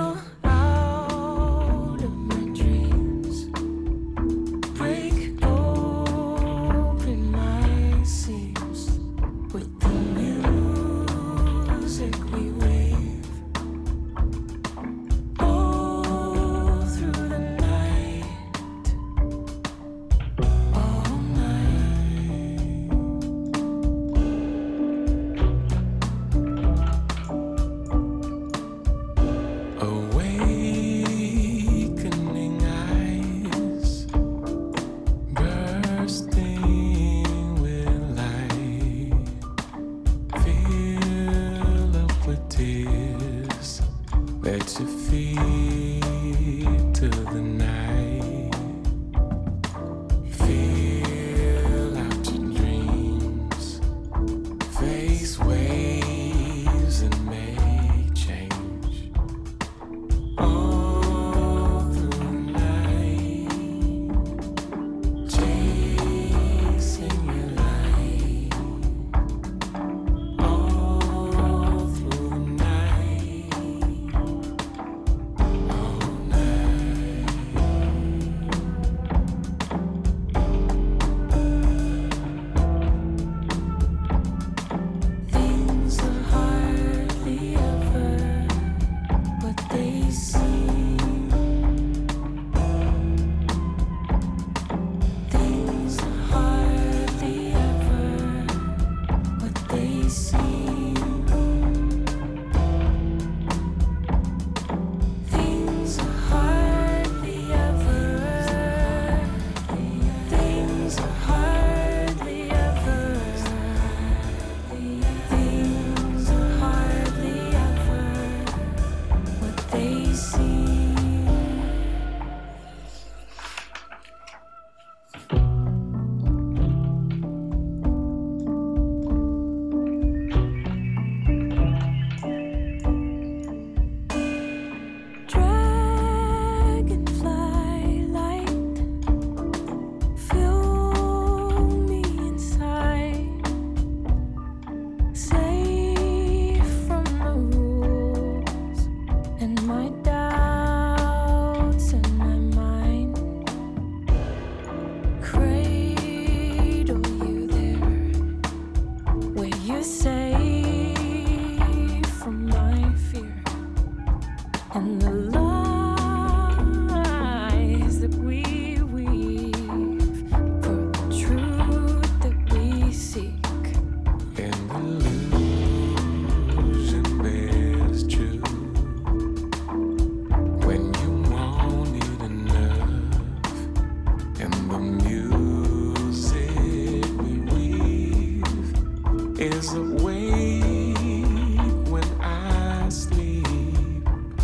is awake when I sleep.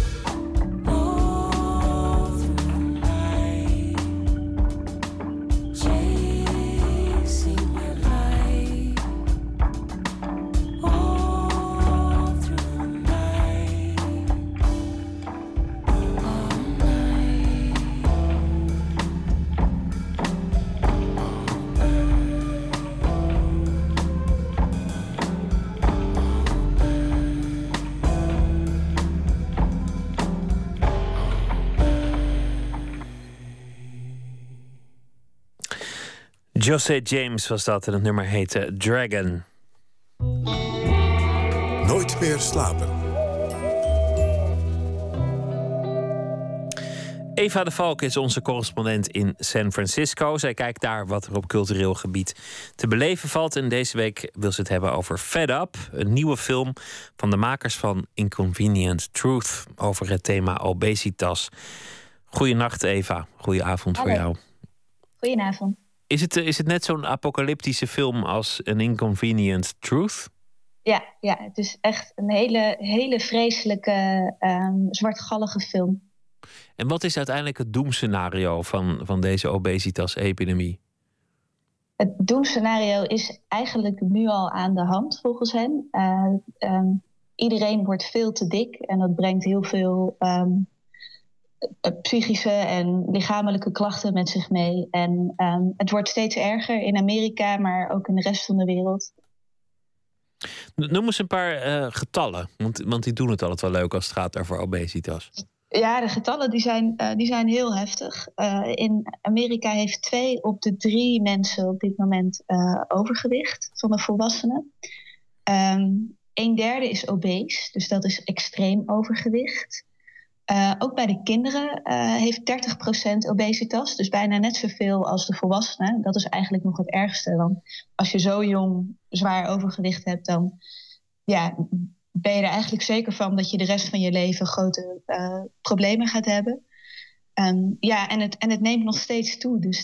All through the night, chasing the light. All through the night, all night. José James was dat en het nummer heette Dragon. Nooit meer slapen. Eva de Valk is onze correspondent in San Francisco. Zij kijkt daar wat er op cultureel gebied te beleven valt. En deze week wil ze het hebben over Fed Up. Een nieuwe film van de makers van Inconvenient Truth over het thema obesitas. Goeienacht Eva, goedenavond voor jou. Goedenavond. Is het net zo'n apocalyptische film als An Inconvenient Truth? Ja, het is echt een hele vreselijke, zwartgallige film. En wat is uiteindelijk het doemscenario van deze obesitas-epidemie? Het doemscenario is eigenlijk nu al aan de hand volgens hen. Iedereen wordt veel te dik en dat brengt heel veel psychische en lichamelijke klachten met zich mee. En het wordt steeds erger in Amerika, maar ook in de rest van de wereld. Noem eens een paar getallen, want die doen het altijd wel leuk als het gaat over obesitas. Ja, de getallen die zijn heel heftig. In Amerika heeft 2 op de 3 mensen op dit moment overgewicht van de volwassenen. 1/3 is obese, dus dat is extreem overgewicht. Ook bij de kinderen heeft 30% obesitas, dus bijna net zoveel als de volwassenen. Dat is eigenlijk nog het ergste, want als je zo jong zwaar overgewicht hebt, dan ben je er eigenlijk zeker van dat je de rest van je leven grote problemen gaat hebben. En het neemt nog steeds toe, dus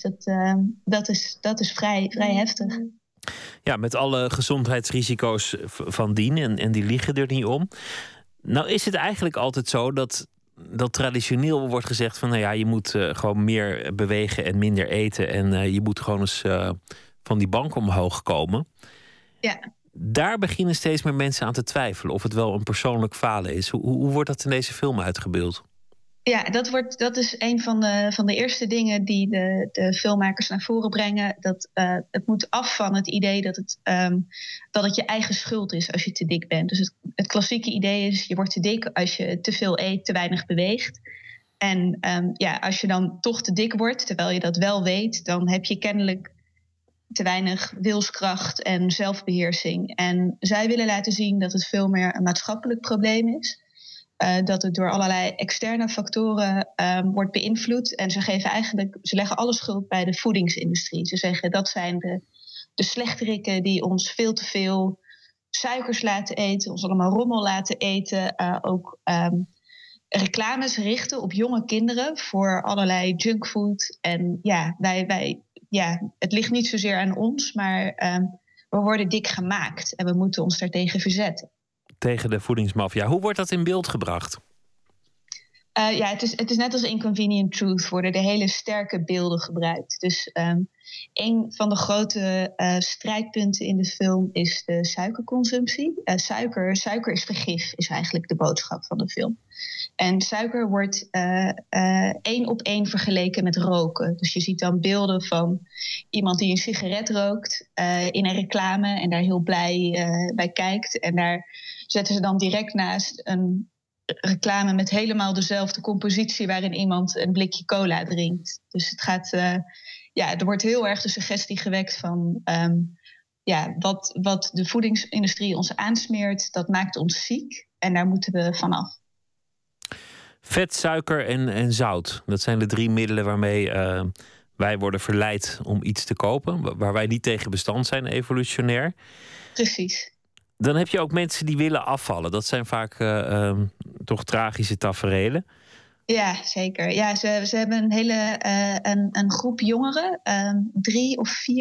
dat is vrij heftig. Ja, met alle gezondheidsrisico's van dien en die liegen er niet om. Nou is het eigenlijk altijd zo dat traditioneel wordt gezegd van je moet gewoon meer bewegen en minder eten en je moet gewoon eens van die bank omhoog komen. Ja. Daar beginnen steeds meer mensen aan te twijfelen of het wel een persoonlijk falen is. Hoe wordt dat in deze film uitgebeeld? Ja, dat is een van de eerste dingen die de filmmakers naar voren brengen. Dat het moet af van het idee dat het je eigen schuld is als je te dik bent. Dus het klassieke idee is, je wordt te dik als je te veel eet, te weinig beweegt. En als je dan toch te dik wordt, terwijl je dat wel weet, dan heb je kennelijk te weinig wilskracht en zelfbeheersing. En zij willen laten zien dat het veel meer een maatschappelijk probleem is. Dat het door allerlei externe factoren wordt beïnvloed. En ze leggen alle schuld bij de voedingsindustrie. Ze zeggen dat zijn de slechterikken die ons veel te veel suikers laten eten, ons allemaal rommel laten eten. Ook reclames richten op jonge kinderen voor allerlei junkfood. En het ligt niet zozeer aan ons, maar we worden dik gemaakt en we moeten ons daartegen verzetten. Tegen de voedingsmafia. Hoe wordt dat in beeld gebracht? Het is net als Inconvenient Truth worden er hele sterke beelden gebruikt. Dus een van de grote strijdpunten in de film is de suikerconsumptie. Suiker is vergif, is eigenlijk de boodschap van de film. En suiker wordt 1 op 1 vergeleken met roken. Dus je ziet dan beelden van iemand die een sigaret rookt in een reclame en daar heel blij bij kijkt. En daar zetten ze dan direct naast een reclame met helemaal dezelfde compositie waarin iemand een blikje cola drinkt. Dus het gaat, er wordt heel erg de suggestie gewekt van wat de voedingsindustrie ons aansmeert, dat maakt ons ziek en daar moeten we vanaf. Vet, suiker en zout. Dat zijn de 3 middelen waarmee wij worden verleid om iets te kopen, waar wij niet tegen bestand zijn, evolutionair. Precies. Dan heb je ook mensen die willen afvallen. Dat zijn vaak toch tragische taferelen. Ja, zeker. Ja, ze hebben een hele een groep jongeren, 3 of 4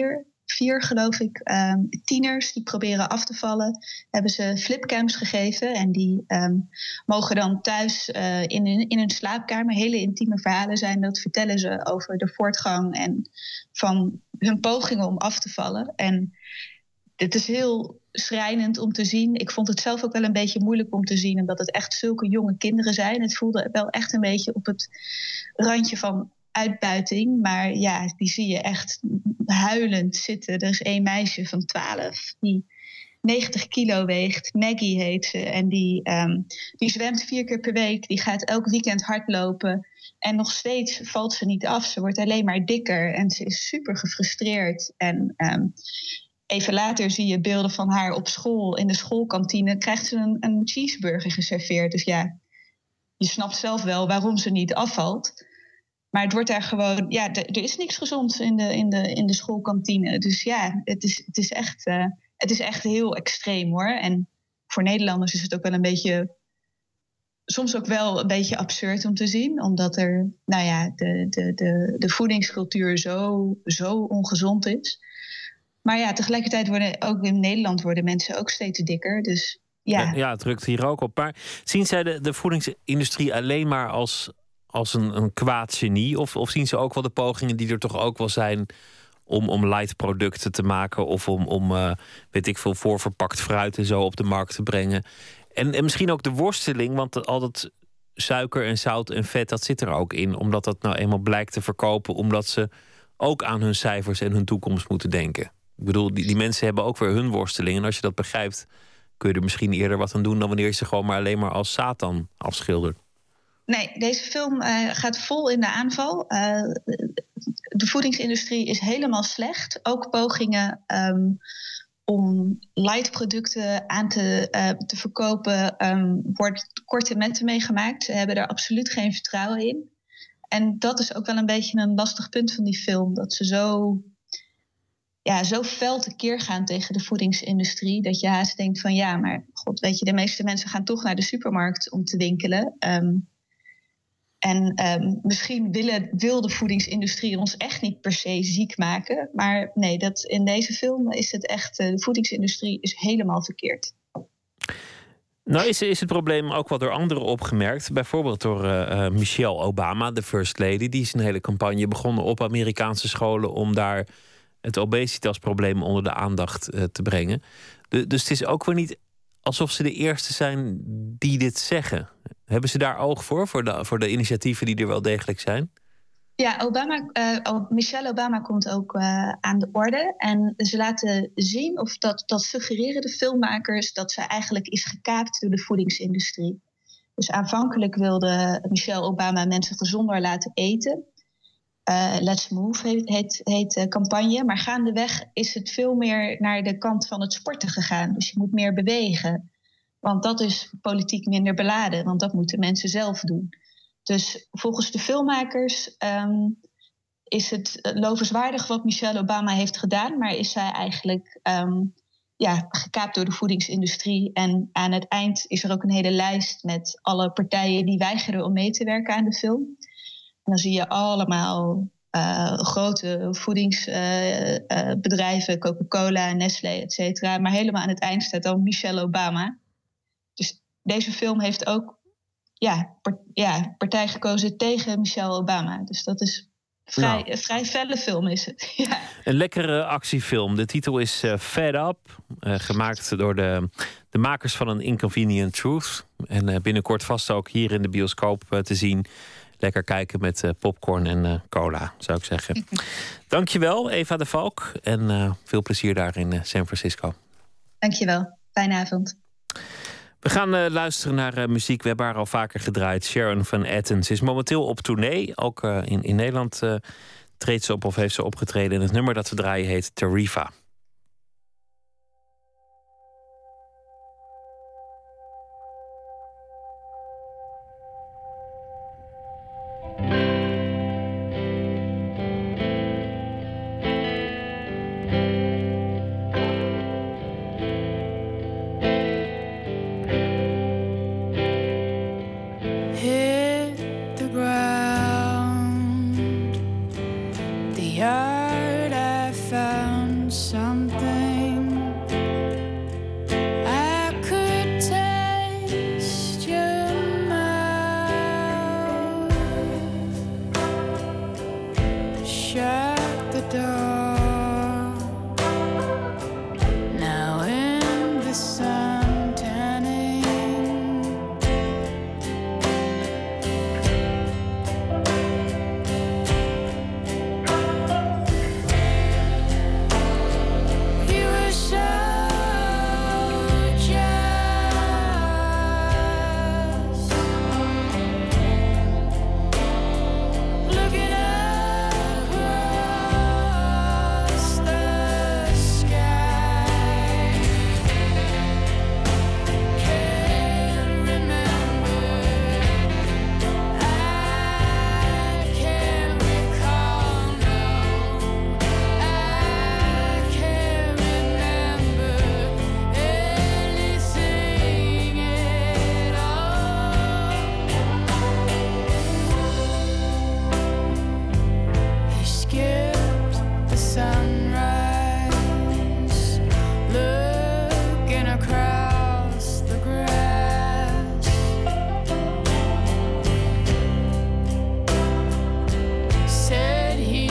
4, geloof ik, tieners die proberen af te vallen, hebben ze flipcams gegeven. En die mogen dan thuis in hun slaapkamer, hele intieme verhalen zijn dat, vertellen ze over de voortgang en van hun pogingen om af te vallen. En het is heel schrijnend om te zien. Ik vond het zelf ook wel een beetje moeilijk om te zien, omdat het echt zulke jonge kinderen zijn. Het voelde wel echt een beetje op het randje van uitbuiting. Maar ja, die zie je echt huilend zitten. Er is 1 meisje van 12 die 90 kilo weegt. Maggie heet ze. En die zwemt 4 keer per week. Die gaat elk weekend hardlopen. En nog steeds valt ze niet af. Ze wordt alleen maar dikker. En ze is super gefrustreerd. En even later zie je beelden van haar op school. In de schoolkantine krijgt ze een cheeseburger geserveerd. Dus ja, je snapt zelf wel waarom ze niet afvalt. Maar het wordt daar gewoon... Ja, er is niks gezonds in de schoolkantine. Dus ja, het is echt heel extreem, hoor. En voor Nederlanders is het ook wel een beetje... Soms ook wel een beetje absurd om te zien. Omdat er, nou ja, de voedingscultuur zo ongezond is. Maar ja, tegelijkertijd worden ook in Nederland worden mensen ook steeds dikker. Dus ja. Ja, het drukt hier ook op. Maar zien zij de voedingsindustrie alleen maar als een kwaad genie? Of zien ze ook wel de pogingen die er toch ook wel zijn om light producten te maken of om weet ik veel, voorverpakt fruit en zo op de markt te brengen? En misschien ook de worsteling, want al dat suiker en zout en vet, dat zit er ook in. Omdat dat nou eenmaal blijkt te verkopen, omdat ze ook aan hun cijfers en hun toekomst moeten denken. Ik bedoel, die mensen hebben ook weer hun worsteling. En als je dat begrijpt, kun je er misschien eerder wat aan doen dan wanneer je ze gewoon maar alleen maar als Satan afschildert. Nee, deze film gaat vol in de aanval. De voedingsindustrie is helemaal slecht. Ook pogingen om light-producten aan te verkopen wordt korte metten meegemaakt. Ze hebben er absoluut geen vertrouwen in. En dat is ook wel een beetje een lastig punt van die film. Dat ze zo fel tekeer gaan tegen de voedingsindustrie. Dat je haast denkt van ja, maar god, weet je, de meeste mensen gaan toch naar de supermarkt om te winkelen. Misschien wil de voedingsindustrie ons echt niet per se ziek maken. Maar nee, in deze film is het echt... de voedingsindustrie is helemaal verkeerd. Nou is het probleem ook wel door anderen opgemerkt. Bijvoorbeeld door Michelle Obama, de First Lady. Die is een hele campagne begonnen op Amerikaanse scholen om daar het obesitasprobleem onder de aandacht te brengen. Dus het is ook weer niet alsof ze de eerste zijn die dit zeggen. Hebben ze daar oog voor de initiatieven die er wel degelijk zijn? Ja, Michelle Obama komt ook aan de orde. En ze laten zien, of dat suggereren de filmmakers, dat ze eigenlijk is gekaapt door de voedingsindustrie. Dus aanvankelijk wilde Michelle Obama mensen gezonder laten eten. Let's Move heet de campagne. Maar gaandeweg is het veel meer naar de kant van het sporten gegaan. Dus je moet meer bewegen. Want dat is politiek minder beladen. Want dat moeten mensen zelf doen. Dus volgens de filmmakers is het lovenswaardig wat Michelle Obama heeft gedaan. Maar is zij eigenlijk gekaapt door de voedingsindustrie. En aan het eind is er ook een hele lijst met alle partijen die weigeren om mee te werken aan de film. En dan zie je allemaal grote voedingsbedrijven, Coca-Cola, Nestlé, et cetera. Maar helemaal aan het eind staat dan Michelle Obama. Dus deze film heeft ook partij gekozen tegen Michelle Obama. Dus dat is vrij felle film is het. Ja. Een lekkere actiefilm. De titel is Fed Up. Gemaakt door de makers van An Inconvenient Truth. En binnenkort vast ook hier in de bioscoop te zien. Lekker kijken met popcorn en cola, zou ik zeggen. Dankjewel, Eva de Valk. En veel plezier daar in San Francisco. Dankjewel. Fijne avond. We gaan luisteren naar muziek. We hebben haar al vaker gedraaid. Sharon Van Etten. Ze is momenteel op tournee. Ook in Nederland treedt ze op of heeft ze opgetreden. En het nummer dat we draaien heet Tarifa. The art I found shut the door. Now in the sun tanning, you were so just looking across the sky. Can't remember, I can't recall, no, I can't remember anything at all. He skipped the sunrise, looking across the grass. Said he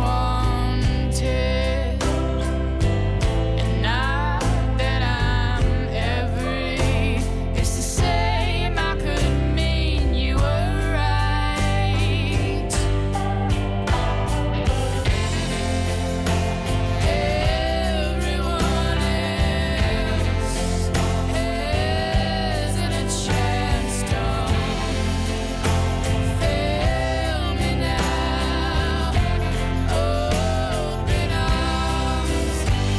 wanted, and now that I'm every, it's the same. I could mean you were right. Everyone else hasn't a chance. Don't fail me now. Open arms,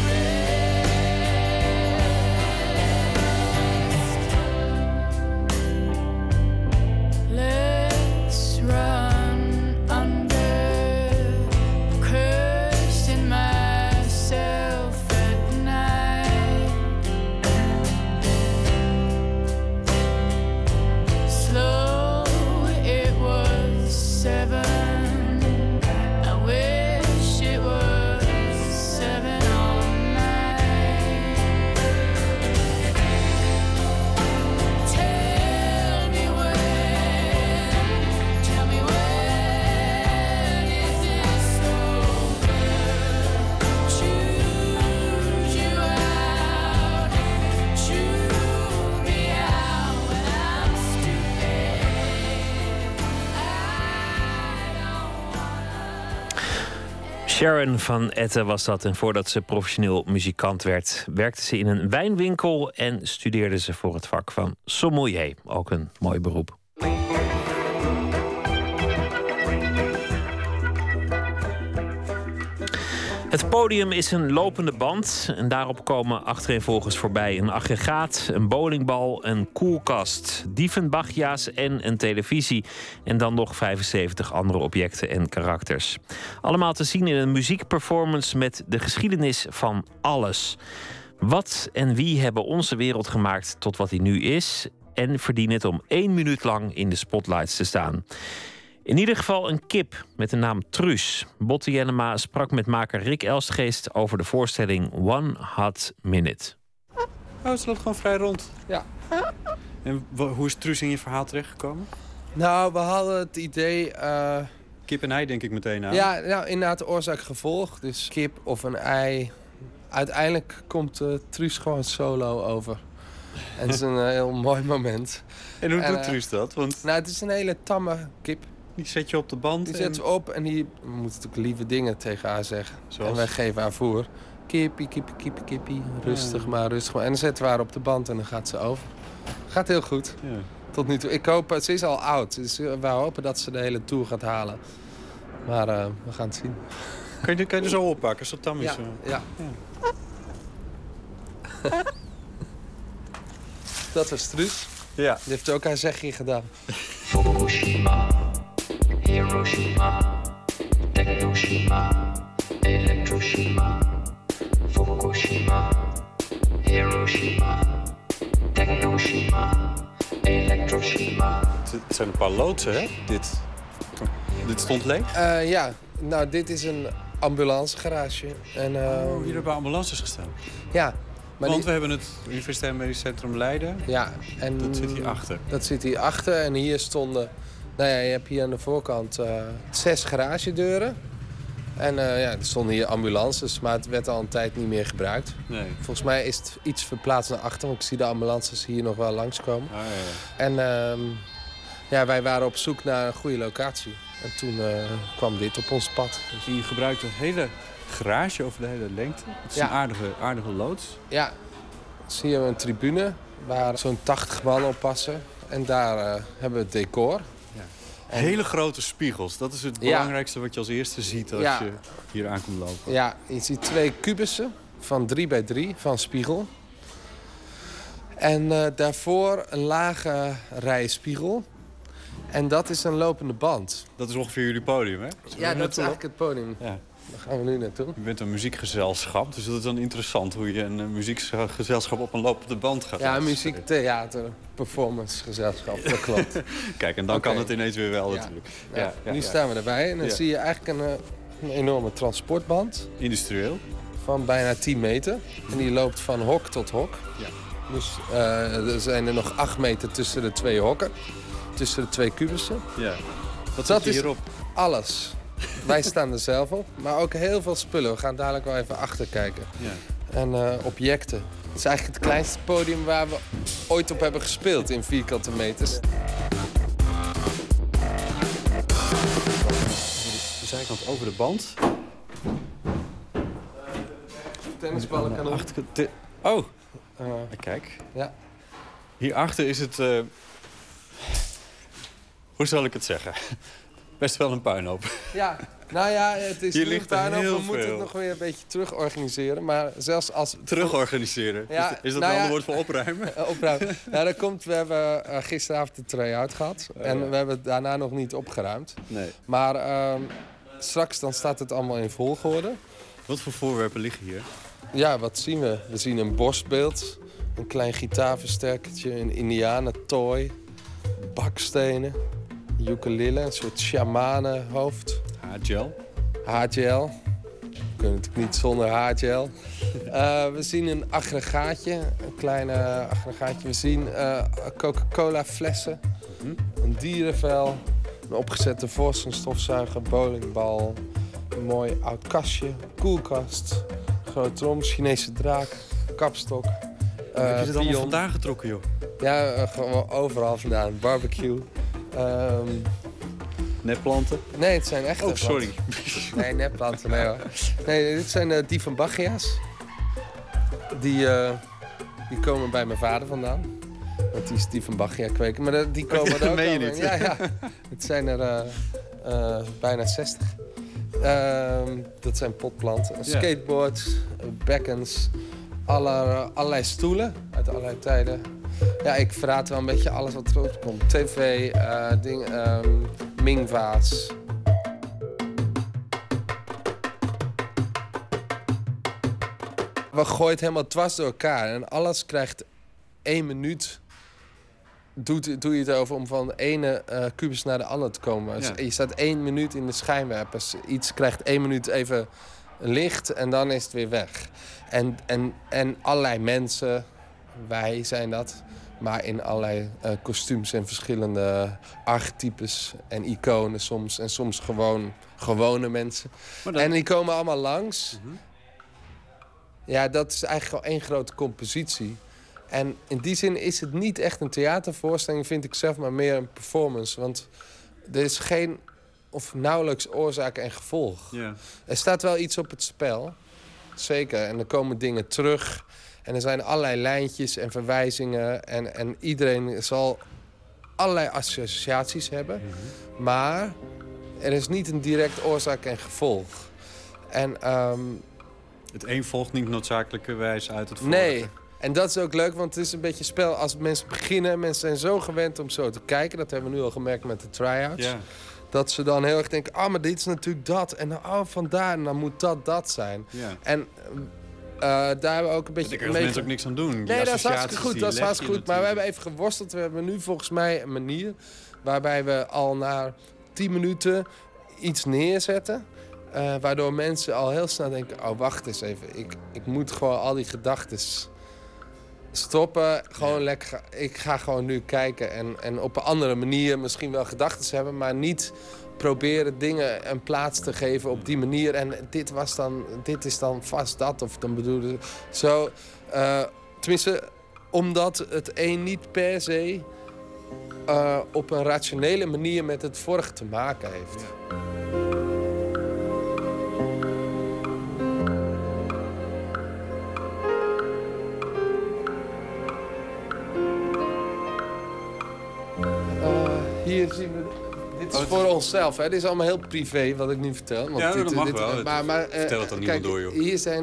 let's run under, cursing myself at night. Slow, it was 7. I wish it was 7 all night. Tell me when is this over? Choose you out, chew me out when I'm stupid. Sharon van Etten was dat. En voordat ze professioneel muzikant werd, werkte ze in een wijnwinkel en studeerde ze voor het vak van sommelier. Ook een mooi beroep. Het podium is een lopende band en daarop komen achtereenvolgens voorbij een aggregaat, een bowlingbal, een koelkast, Diefenbachja's en een televisie. En dan nog 75 andere objecten en karakters. Allemaal te zien in een muziekperformance met de geschiedenis van alles. Wat en wie hebben onze wereld gemaakt tot wat hij nu is en verdienen het om 1 minuut lang in de spotlights te staan. In ieder geval een kip met de naam Truus. Botte Jellema sprak met maker Rick Elstgeest over de voorstelling One Hot Minute. Oh, ze loopt gewoon vrij rond. Ja. En hoe is Truus in je verhaal terechtgekomen? Nou, we hadden het idee... Kip en ei denk ik meteen aan. Ja, nou, inderdaad oorzaak-gevolg. Dus kip of een ei. Uiteindelijk komt Truus gewoon solo over. En het is een heel mooi moment. En hoe doet Truus dat? Want... Nou, het is een hele tamme kip. Die zet je op de band? Die zet ze op en we moeten natuurlijk lieve dingen tegen haar zeggen. Zoals? En wij geven haar voer. Kippie, kippie, kippie, kippie. Rustig maar, rustig maar. En dan zetten we haar op de band en dan gaat ze over. Gaat heel goed. Ja. Tot nu toe. Ik hoop, ze is al oud. Dus we hopen dat ze de hele tour gaat halen. Maar we gaan het zien. Kan je er zo oppakken als dat tam is? Ja. Dat was Truus. Ja. Die heeft ook haar zegje gedaan. Fukushima, Hiroshima, Teknoshima, Elektroshima. Fukushima, Hiroshima, Teknoshima, Elektroshima. Het zijn een paar loodsen, hè? Dit stond leeg? Ja, nou, dit is een ambulancegarage. En, hier hebben ambulances gestaan? Ja. Maar Want we hebben het Universitair Medisch Centrum Leiden. Ja. En dat zit hier achter. Dat zit hier achter. En hier stonden... Nou ja, je hebt hier aan de voorkant 6 garagedeuren. En er stonden hier ambulances, maar het werd al een tijd niet meer gebruikt. Nee. Volgens mij is het iets verplaatst naar achter, want ik zie de ambulances hier nog wel langskomen. Ah, En wij waren op zoek naar een goede locatie. En toen kwam dit op ons pad. Dus je gebruikt een hele garage over de hele lengte. Het is een aardige loods. Ja, zie je een tribune waar zo'n 80 man op passen. En daar hebben we het decor. Ja. Hele grote spiegels. Dat is het belangrijkste wat je als eerste ziet als je hier aankomt lopen. Ja, je ziet 2 kubussen van 3 bij 3 van spiegel. En daarvoor een lage rij spiegel. En dat is een lopende band. Dat is ongeveer jullie podium, hè? Ja, dat is eigenlijk het podium. Ja. Daar gaan we nu naartoe. Je bent een muziekgezelschap, dus dat is dan interessant hoe je een muziekgezelschap op een lopende band gaat. Ja, muziek, theater, performancegezelschap, dat klopt. Kijk, en dan kan het ineens weer wel natuurlijk. Ja. Nu staan we erbij en dan zie je eigenlijk een enorme transportband. Industrieel. Van bijna 10 meter. En die loopt van hok tot hok. Ja. Dus er zijn er nog 8 meter tussen de 2 hokken. Tussen de 2 kubussen. Ja. Wat dat zit je hierop? Is alles. Wij staan er zelf op, maar ook heel veel spullen. We gaan dadelijk wel even achter kijken. Ja. En objecten. Het is eigenlijk het kleinste podium waar we ooit op hebben gespeeld in vierkante meters. De zijkant over de band. Tennisballen kan op. Kijk. Ja. Hierachter is het... Hoe zal ik het zeggen? Best wel een puinhoop. Ja, nou ja, het is hier ligt puinhoop. heel We moeten het nog weer een beetje terugorganiseren. Maar zelfs als... Terugorganiseren? Ja, is dat een ander woord voor opruimen? Opruimen. Ja, dat komt. We hebben gisteravond de try-out gehad. En we hebben het daarna nog niet opgeruimd. Nee. Maar straks dan staat het allemaal in volgorde. Wat voor voorwerpen liggen hier? Ja, wat zien we? We zien een borstbeeld. Een klein gitaarversterkertje. Een indianentooi. Bakstenen. Ukulele, een soort shamanenhoofd. Haargel. Haargel. We kunnen natuurlijk niet zonder haargel. We zien een aggregaatje, een klein aggregaatje. We zien Coca-Cola flessen, een dierenvel, een opgezette vos, een stofzuiger, bowlingbal, een mooi oud kastje, koelkast, grote trom, Chinese draak, kapstok. Heb je dit allemaal vandaan getrokken, joh? Ja, gewoon overal vandaan. Barbecue. Nepplanten? Nee, het zijn echte planten. Sorry. Nee, nepplanten, nee hoor. Nee, dit zijn Dieffenbachia's. Die komen bij mijn vader vandaan. Want die is Dieffenbachia kweken. Maar die komen er ook meen je al. niet? Ja. Het zijn er bijna 60. Dat zijn potplanten. Skateboards, bekkens, allerlei stoelen uit allerlei tijden. Ja, ik verraad wel een beetje alles wat erop komt. TV, Mingvaas. We gooien het helemaal dwars door elkaar. En alles krijgt 1 minuut. Doe je het over om van de ene kubus naar de andere te komen. Ja. Je staat 1 minuut in de schijnwerpers. Iets krijgt 1 minuut even licht en dan is het weer weg. En allerlei mensen, wij zijn dat... maar in allerlei kostuums en verschillende archetypes en iconen soms. En soms gewoon gewone mensen. En die komen allemaal langs. Ja, dat is eigenlijk al 1 grote compositie. En in die zin is het niet echt een theatervoorstelling, vind ik zelf, maar meer een performance. Want er is geen of nauwelijks oorzaak en gevolg. Ja. Er staat wel iets op het spel, zeker. En er komen dingen terug. En er zijn allerlei lijntjes en verwijzingen. En iedereen zal allerlei associaties hebben. Maar er is niet een direct oorzaak en gevolg. En, het een volgt niet noodzakelijkerwijs uit het vorige. Nee. En dat is ook leuk, want het is een beetje spel als mensen beginnen. Mensen zijn zo gewend om zo te kijken. Dat hebben we nu al gemerkt met de try-outs. Ja. Dat ze dan heel erg denken, maar dit is natuurlijk dat. En vandaar, en dan moet dat zijn. Ja. En daar hebben we ook een beetje... Daar kunnen mensen ook niks aan doen. Nee, dat is hartstikke goed. Dat is hartstikke goed. Maar we hebben even geworsteld. We hebben nu volgens mij een manier waarbij we al na 10 minuten iets neerzetten. Waardoor mensen al heel snel denken, wacht eens even. Ik moet gewoon al die gedachten stoppen. Gewoon lekker. Ik ga gewoon nu kijken en op een andere manier misschien wel gedachten hebben, maar niet proberen dingen een plaats te geven op die manier. En dit is dan vast dat. Of dan bedoelde ze zo. Tenminste, omdat het een niet per se op een rationele manier met het vorige te maken heeft. Hier zien we... Dit is voor onszelf, hè? Dit is allemaal heel privé wat ik nu vertel. Want dat mag wel. Maar, vertel het dan niemand door, joh.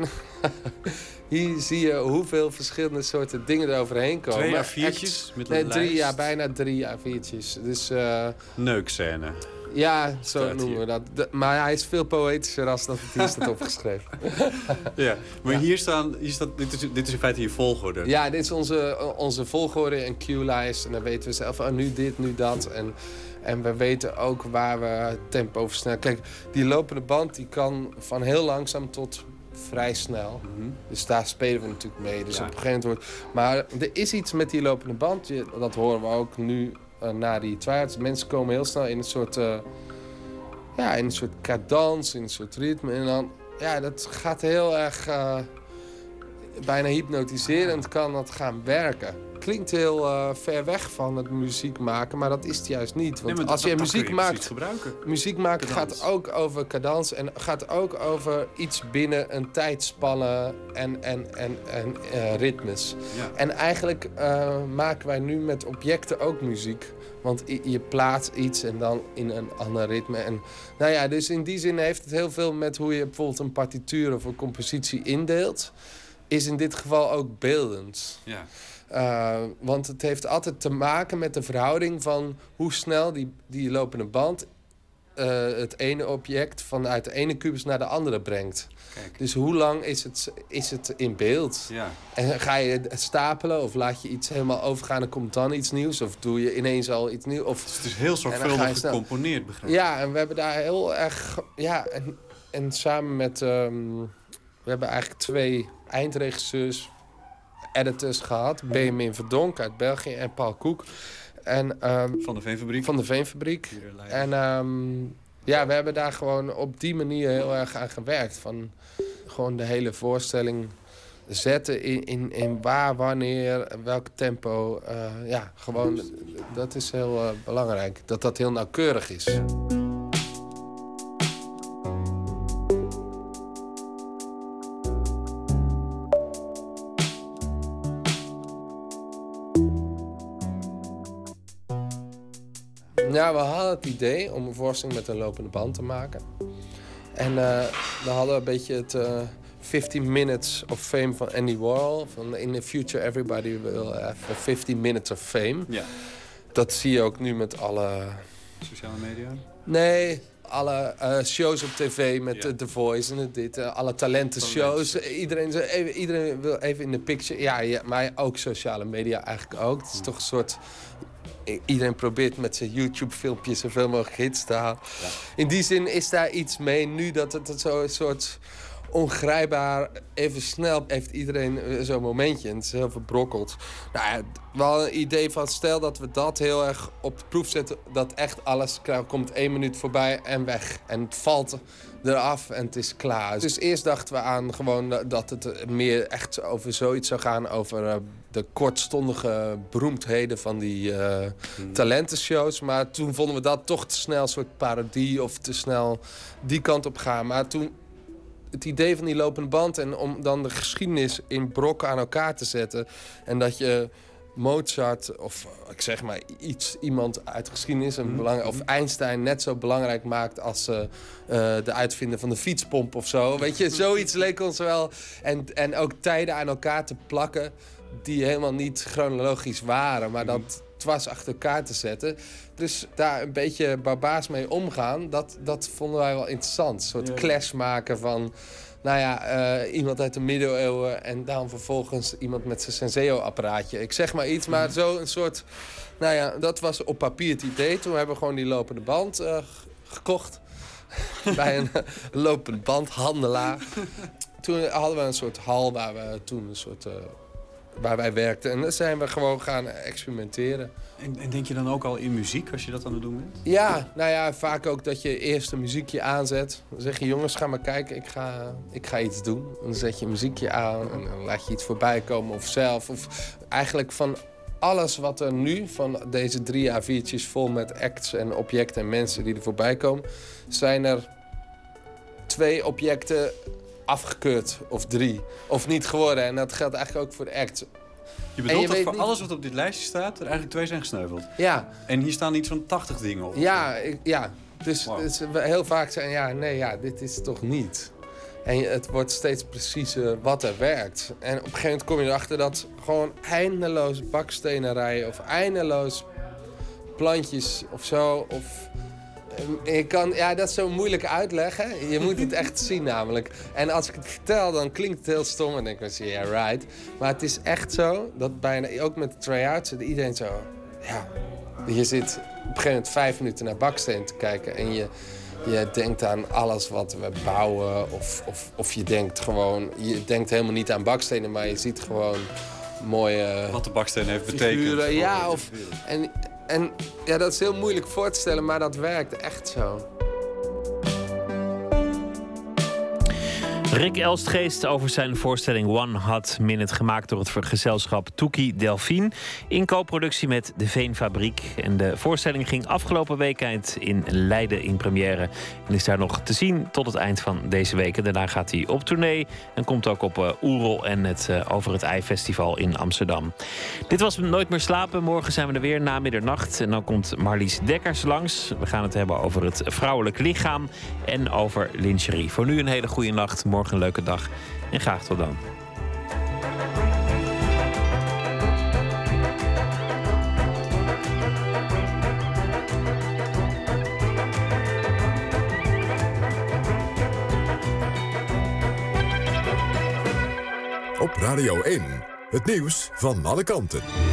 Hier zie je hoeveel verschillende soorten dingen eroverheen komen. 2 A4'tjes met een lijst? Bijna 3 A4'tjes. Dus, neukscène. Ja, zo noemen we dat. Maar hij is veel poëtischer als dat het hier staat opgeschreven. Ja, maar hier staat... Dit is in feite je volgorde. Ja, dit is onze volgorde en cue-lijst. En dan weten we zelf, nu dit, nu dat. En we weten ook waar we het tempo versnellen. Kijk, die lopende band die kan van heel langzaam tot vrij snel. Dus daar spelen we natuurlijk mee. Dus op een gegeven moment maar er is iets met die lopende band. Dat horen we ook nu na die twijfels. Mensen komen heel snel in een soort... in een soort cadans, in een soort ritme. En dan... Ja, dat gaat heel erg... bijna hypnotiserend kan dat gaan werken. Klinkt heel ver weg van het muziek maken, maar dat is het juist niet. Want als je muziek maakt gaat ook over cadans en gaat ook over iets binnen een tijdspanne en ritmes. Ja. En eigenlijk maken wij nu met objecten ook muziek. Want je plaatst iets en dan in een ander ritme. En, dus in die zin heeft het heel veel met hoe je bijvoorbeeld een partituur of een compositie indeelt. Is in dit geval ook beeldend. Ja. Want het heeft altijd te maken met de verhouding van hoe snel die lopende band het ene object vanuit de ene kubus naar de andere brengt. Kijk. Dus hoe lang is het in beeld? Ja. En ga je het stapelen of laat je iets helemaal overgaan en komt dan iets nieuws? Of doe je ineens al iets nieuws? Of, dus het is heel zorgvuldig gecomponeerd, begrijp ik. Ja, en we hebben daar heel erg... Ja, en samen met... we hebben eigenlijk 2 eindregisseurs, editors gehad. Benjamin Verdonk uit België en Paul Koek. En, van de Veenfabriek. Van de Veenfabriek. En we hebben daar gewoon op die manier heel erg aan gewerkt. Van gewoon de hele voorstelling zetten in waar, wanneer, welk tempo. Gewoon, dat is heel belangrijk. Dat heel nauwkeurig is. Ja, we hadden het idee om een voorstelling met een lopende band te maken. En we hadden een beetje het 15 Minutes of Fame van Andy Warhol. Van in the future everybody will have 15 minutes of fame. Ja. Dat zie je ook nu met alle... Sociale media? Nee, alle shows op tv met The Voice en dit. Alle talentenshows. Iedereen wil even in de picture. Ja, maar ook sociale media eigenlijk ook. Het is toch een soort... Iedereen probeert met zijn YouTube-filmpjes zoveel mogelijk hits te halen. Ja. In die zin is daar iets mee nu dat het zo'n soort ongrijpbaar... Even snel heeft iedereen zo'n momentje en het is heel verbrokkeld. Nou ja, wel een idee van stel dat we dat heel erg op de proef zetten... dat echt alles komt 1 minuut voorbij en weg. En het valt eraf en het is klaar. Dus eerst dachten we aan gewoon dat het meer echt over zoiets zou gaan... over de kortstondige beroemdheden van die talentenshows. Maar toen vonden we dat toch te snel een soort parodie... of te snel die kant op gaan. Maar toen... Het idee van die lopende band en om dan de geschiedenis in brokken aan elkaar te zetten... en dat je Mozart of ik zeg maar iemand uit de geschiedenis... of Einstein net zo belangrijk maakt als de uitvinder van de fietspomp of zo. Weet je, zoiets leek ons wel. En ook tijden aan elkaar te plakken die helemaal niet chronologisch waren... maar dat dwars achter elkaar te zetten. Dus daar een beetje barbaars mee omgaan, dat vonden wij wel interessant. Een soort clash maken van, iemand uit de middeleeuwen... en dan vervolgens iemand met zijn Senseo-apparaatje. Ik zeg maar iets, maar zo een soort... dat was op papier het idee. Toen hebben we gewoon die lopende band gekocht. Bij een lopende bandhandelaar. Toen hadden we een soort hal waar we toen een soort... waar wij werkten. En dan zijn we gewoon gaan experimenteren. En denk je dan ook al in muziek als je dat aan het doen bent? Ja, nou ja, vaak ook dat je eerst een muziekje aanzet. Dan zeg je, jongens, ga maar kijken, ik ga iets doen. Dan zet je een muziekje aan en dan laat je iets voorbij komen of zelf. Of eigenlijk van alles wat er nu, van deze 3 A4'tjes vol met acts en objecten en mensen die er voorbij komen, zijn er 2 objecten afgekeurd of 3. Of niet geworden. En dat geldt eigenlijk ook voor de acts. Je bedoelt dat voor alles wat op dit lijstje staat, er eigenlijk 2 zijn gesneuveld? Ja. En hier staan iets van 80 dingen op? Ja. Dus heel vaak zijn, dit is toch niet. En het wordt steeds preciezer wat er werkt. En op een gegeven moment kom je erachter dat gewoon eindeloos bakstenen rijden of eindeloos plantjes of zo. Of dat is zo moeilijk uitleggen. Je moet het echt zien namelijk. En als ik het vertel, dan klinkt het heel stom. En dan denk ik, yeah, right. Maar het is echt zo, dat bijna, ook met de try-outs, dat iedereen zo, je zit op een gegeven moment 5 minuten naar baksteen te kijken. En je denkt aan alles wat we bouwen. Of je denkt helemaal niet aan bakstenen, maar je ziet gewoon mooie wat de baksteen heeft betekend. Figuren. Ja, en dat is heel moeilijk voor te stellen, maar dat werkt echt zo. Rick Elstgeest over zijn voorstelling One Hot Minute, gemaakt door het gezelschap Toekie Delphine, in co-productie met de Veenfabriek. En de voorstelling ging afgelopen weekend in Leiden in première en is daar nog te zien tot het eind van deze week. En daarna gaat hij op tournee en komt ook op Oerol en het Over het IJ Festival in Amsterdam. Dit was Nooit meer slapen. Morgen zijn we er weer na middernacht en dan komt Marlies Dekkers langs. We gaan het hebben over het vrouwelijk lichaam en over lingerie. Voor nu een hele goede nacht. Morgen een leuke dag en graag tot dan. Op Radio 1, het nieuws van alle kanten.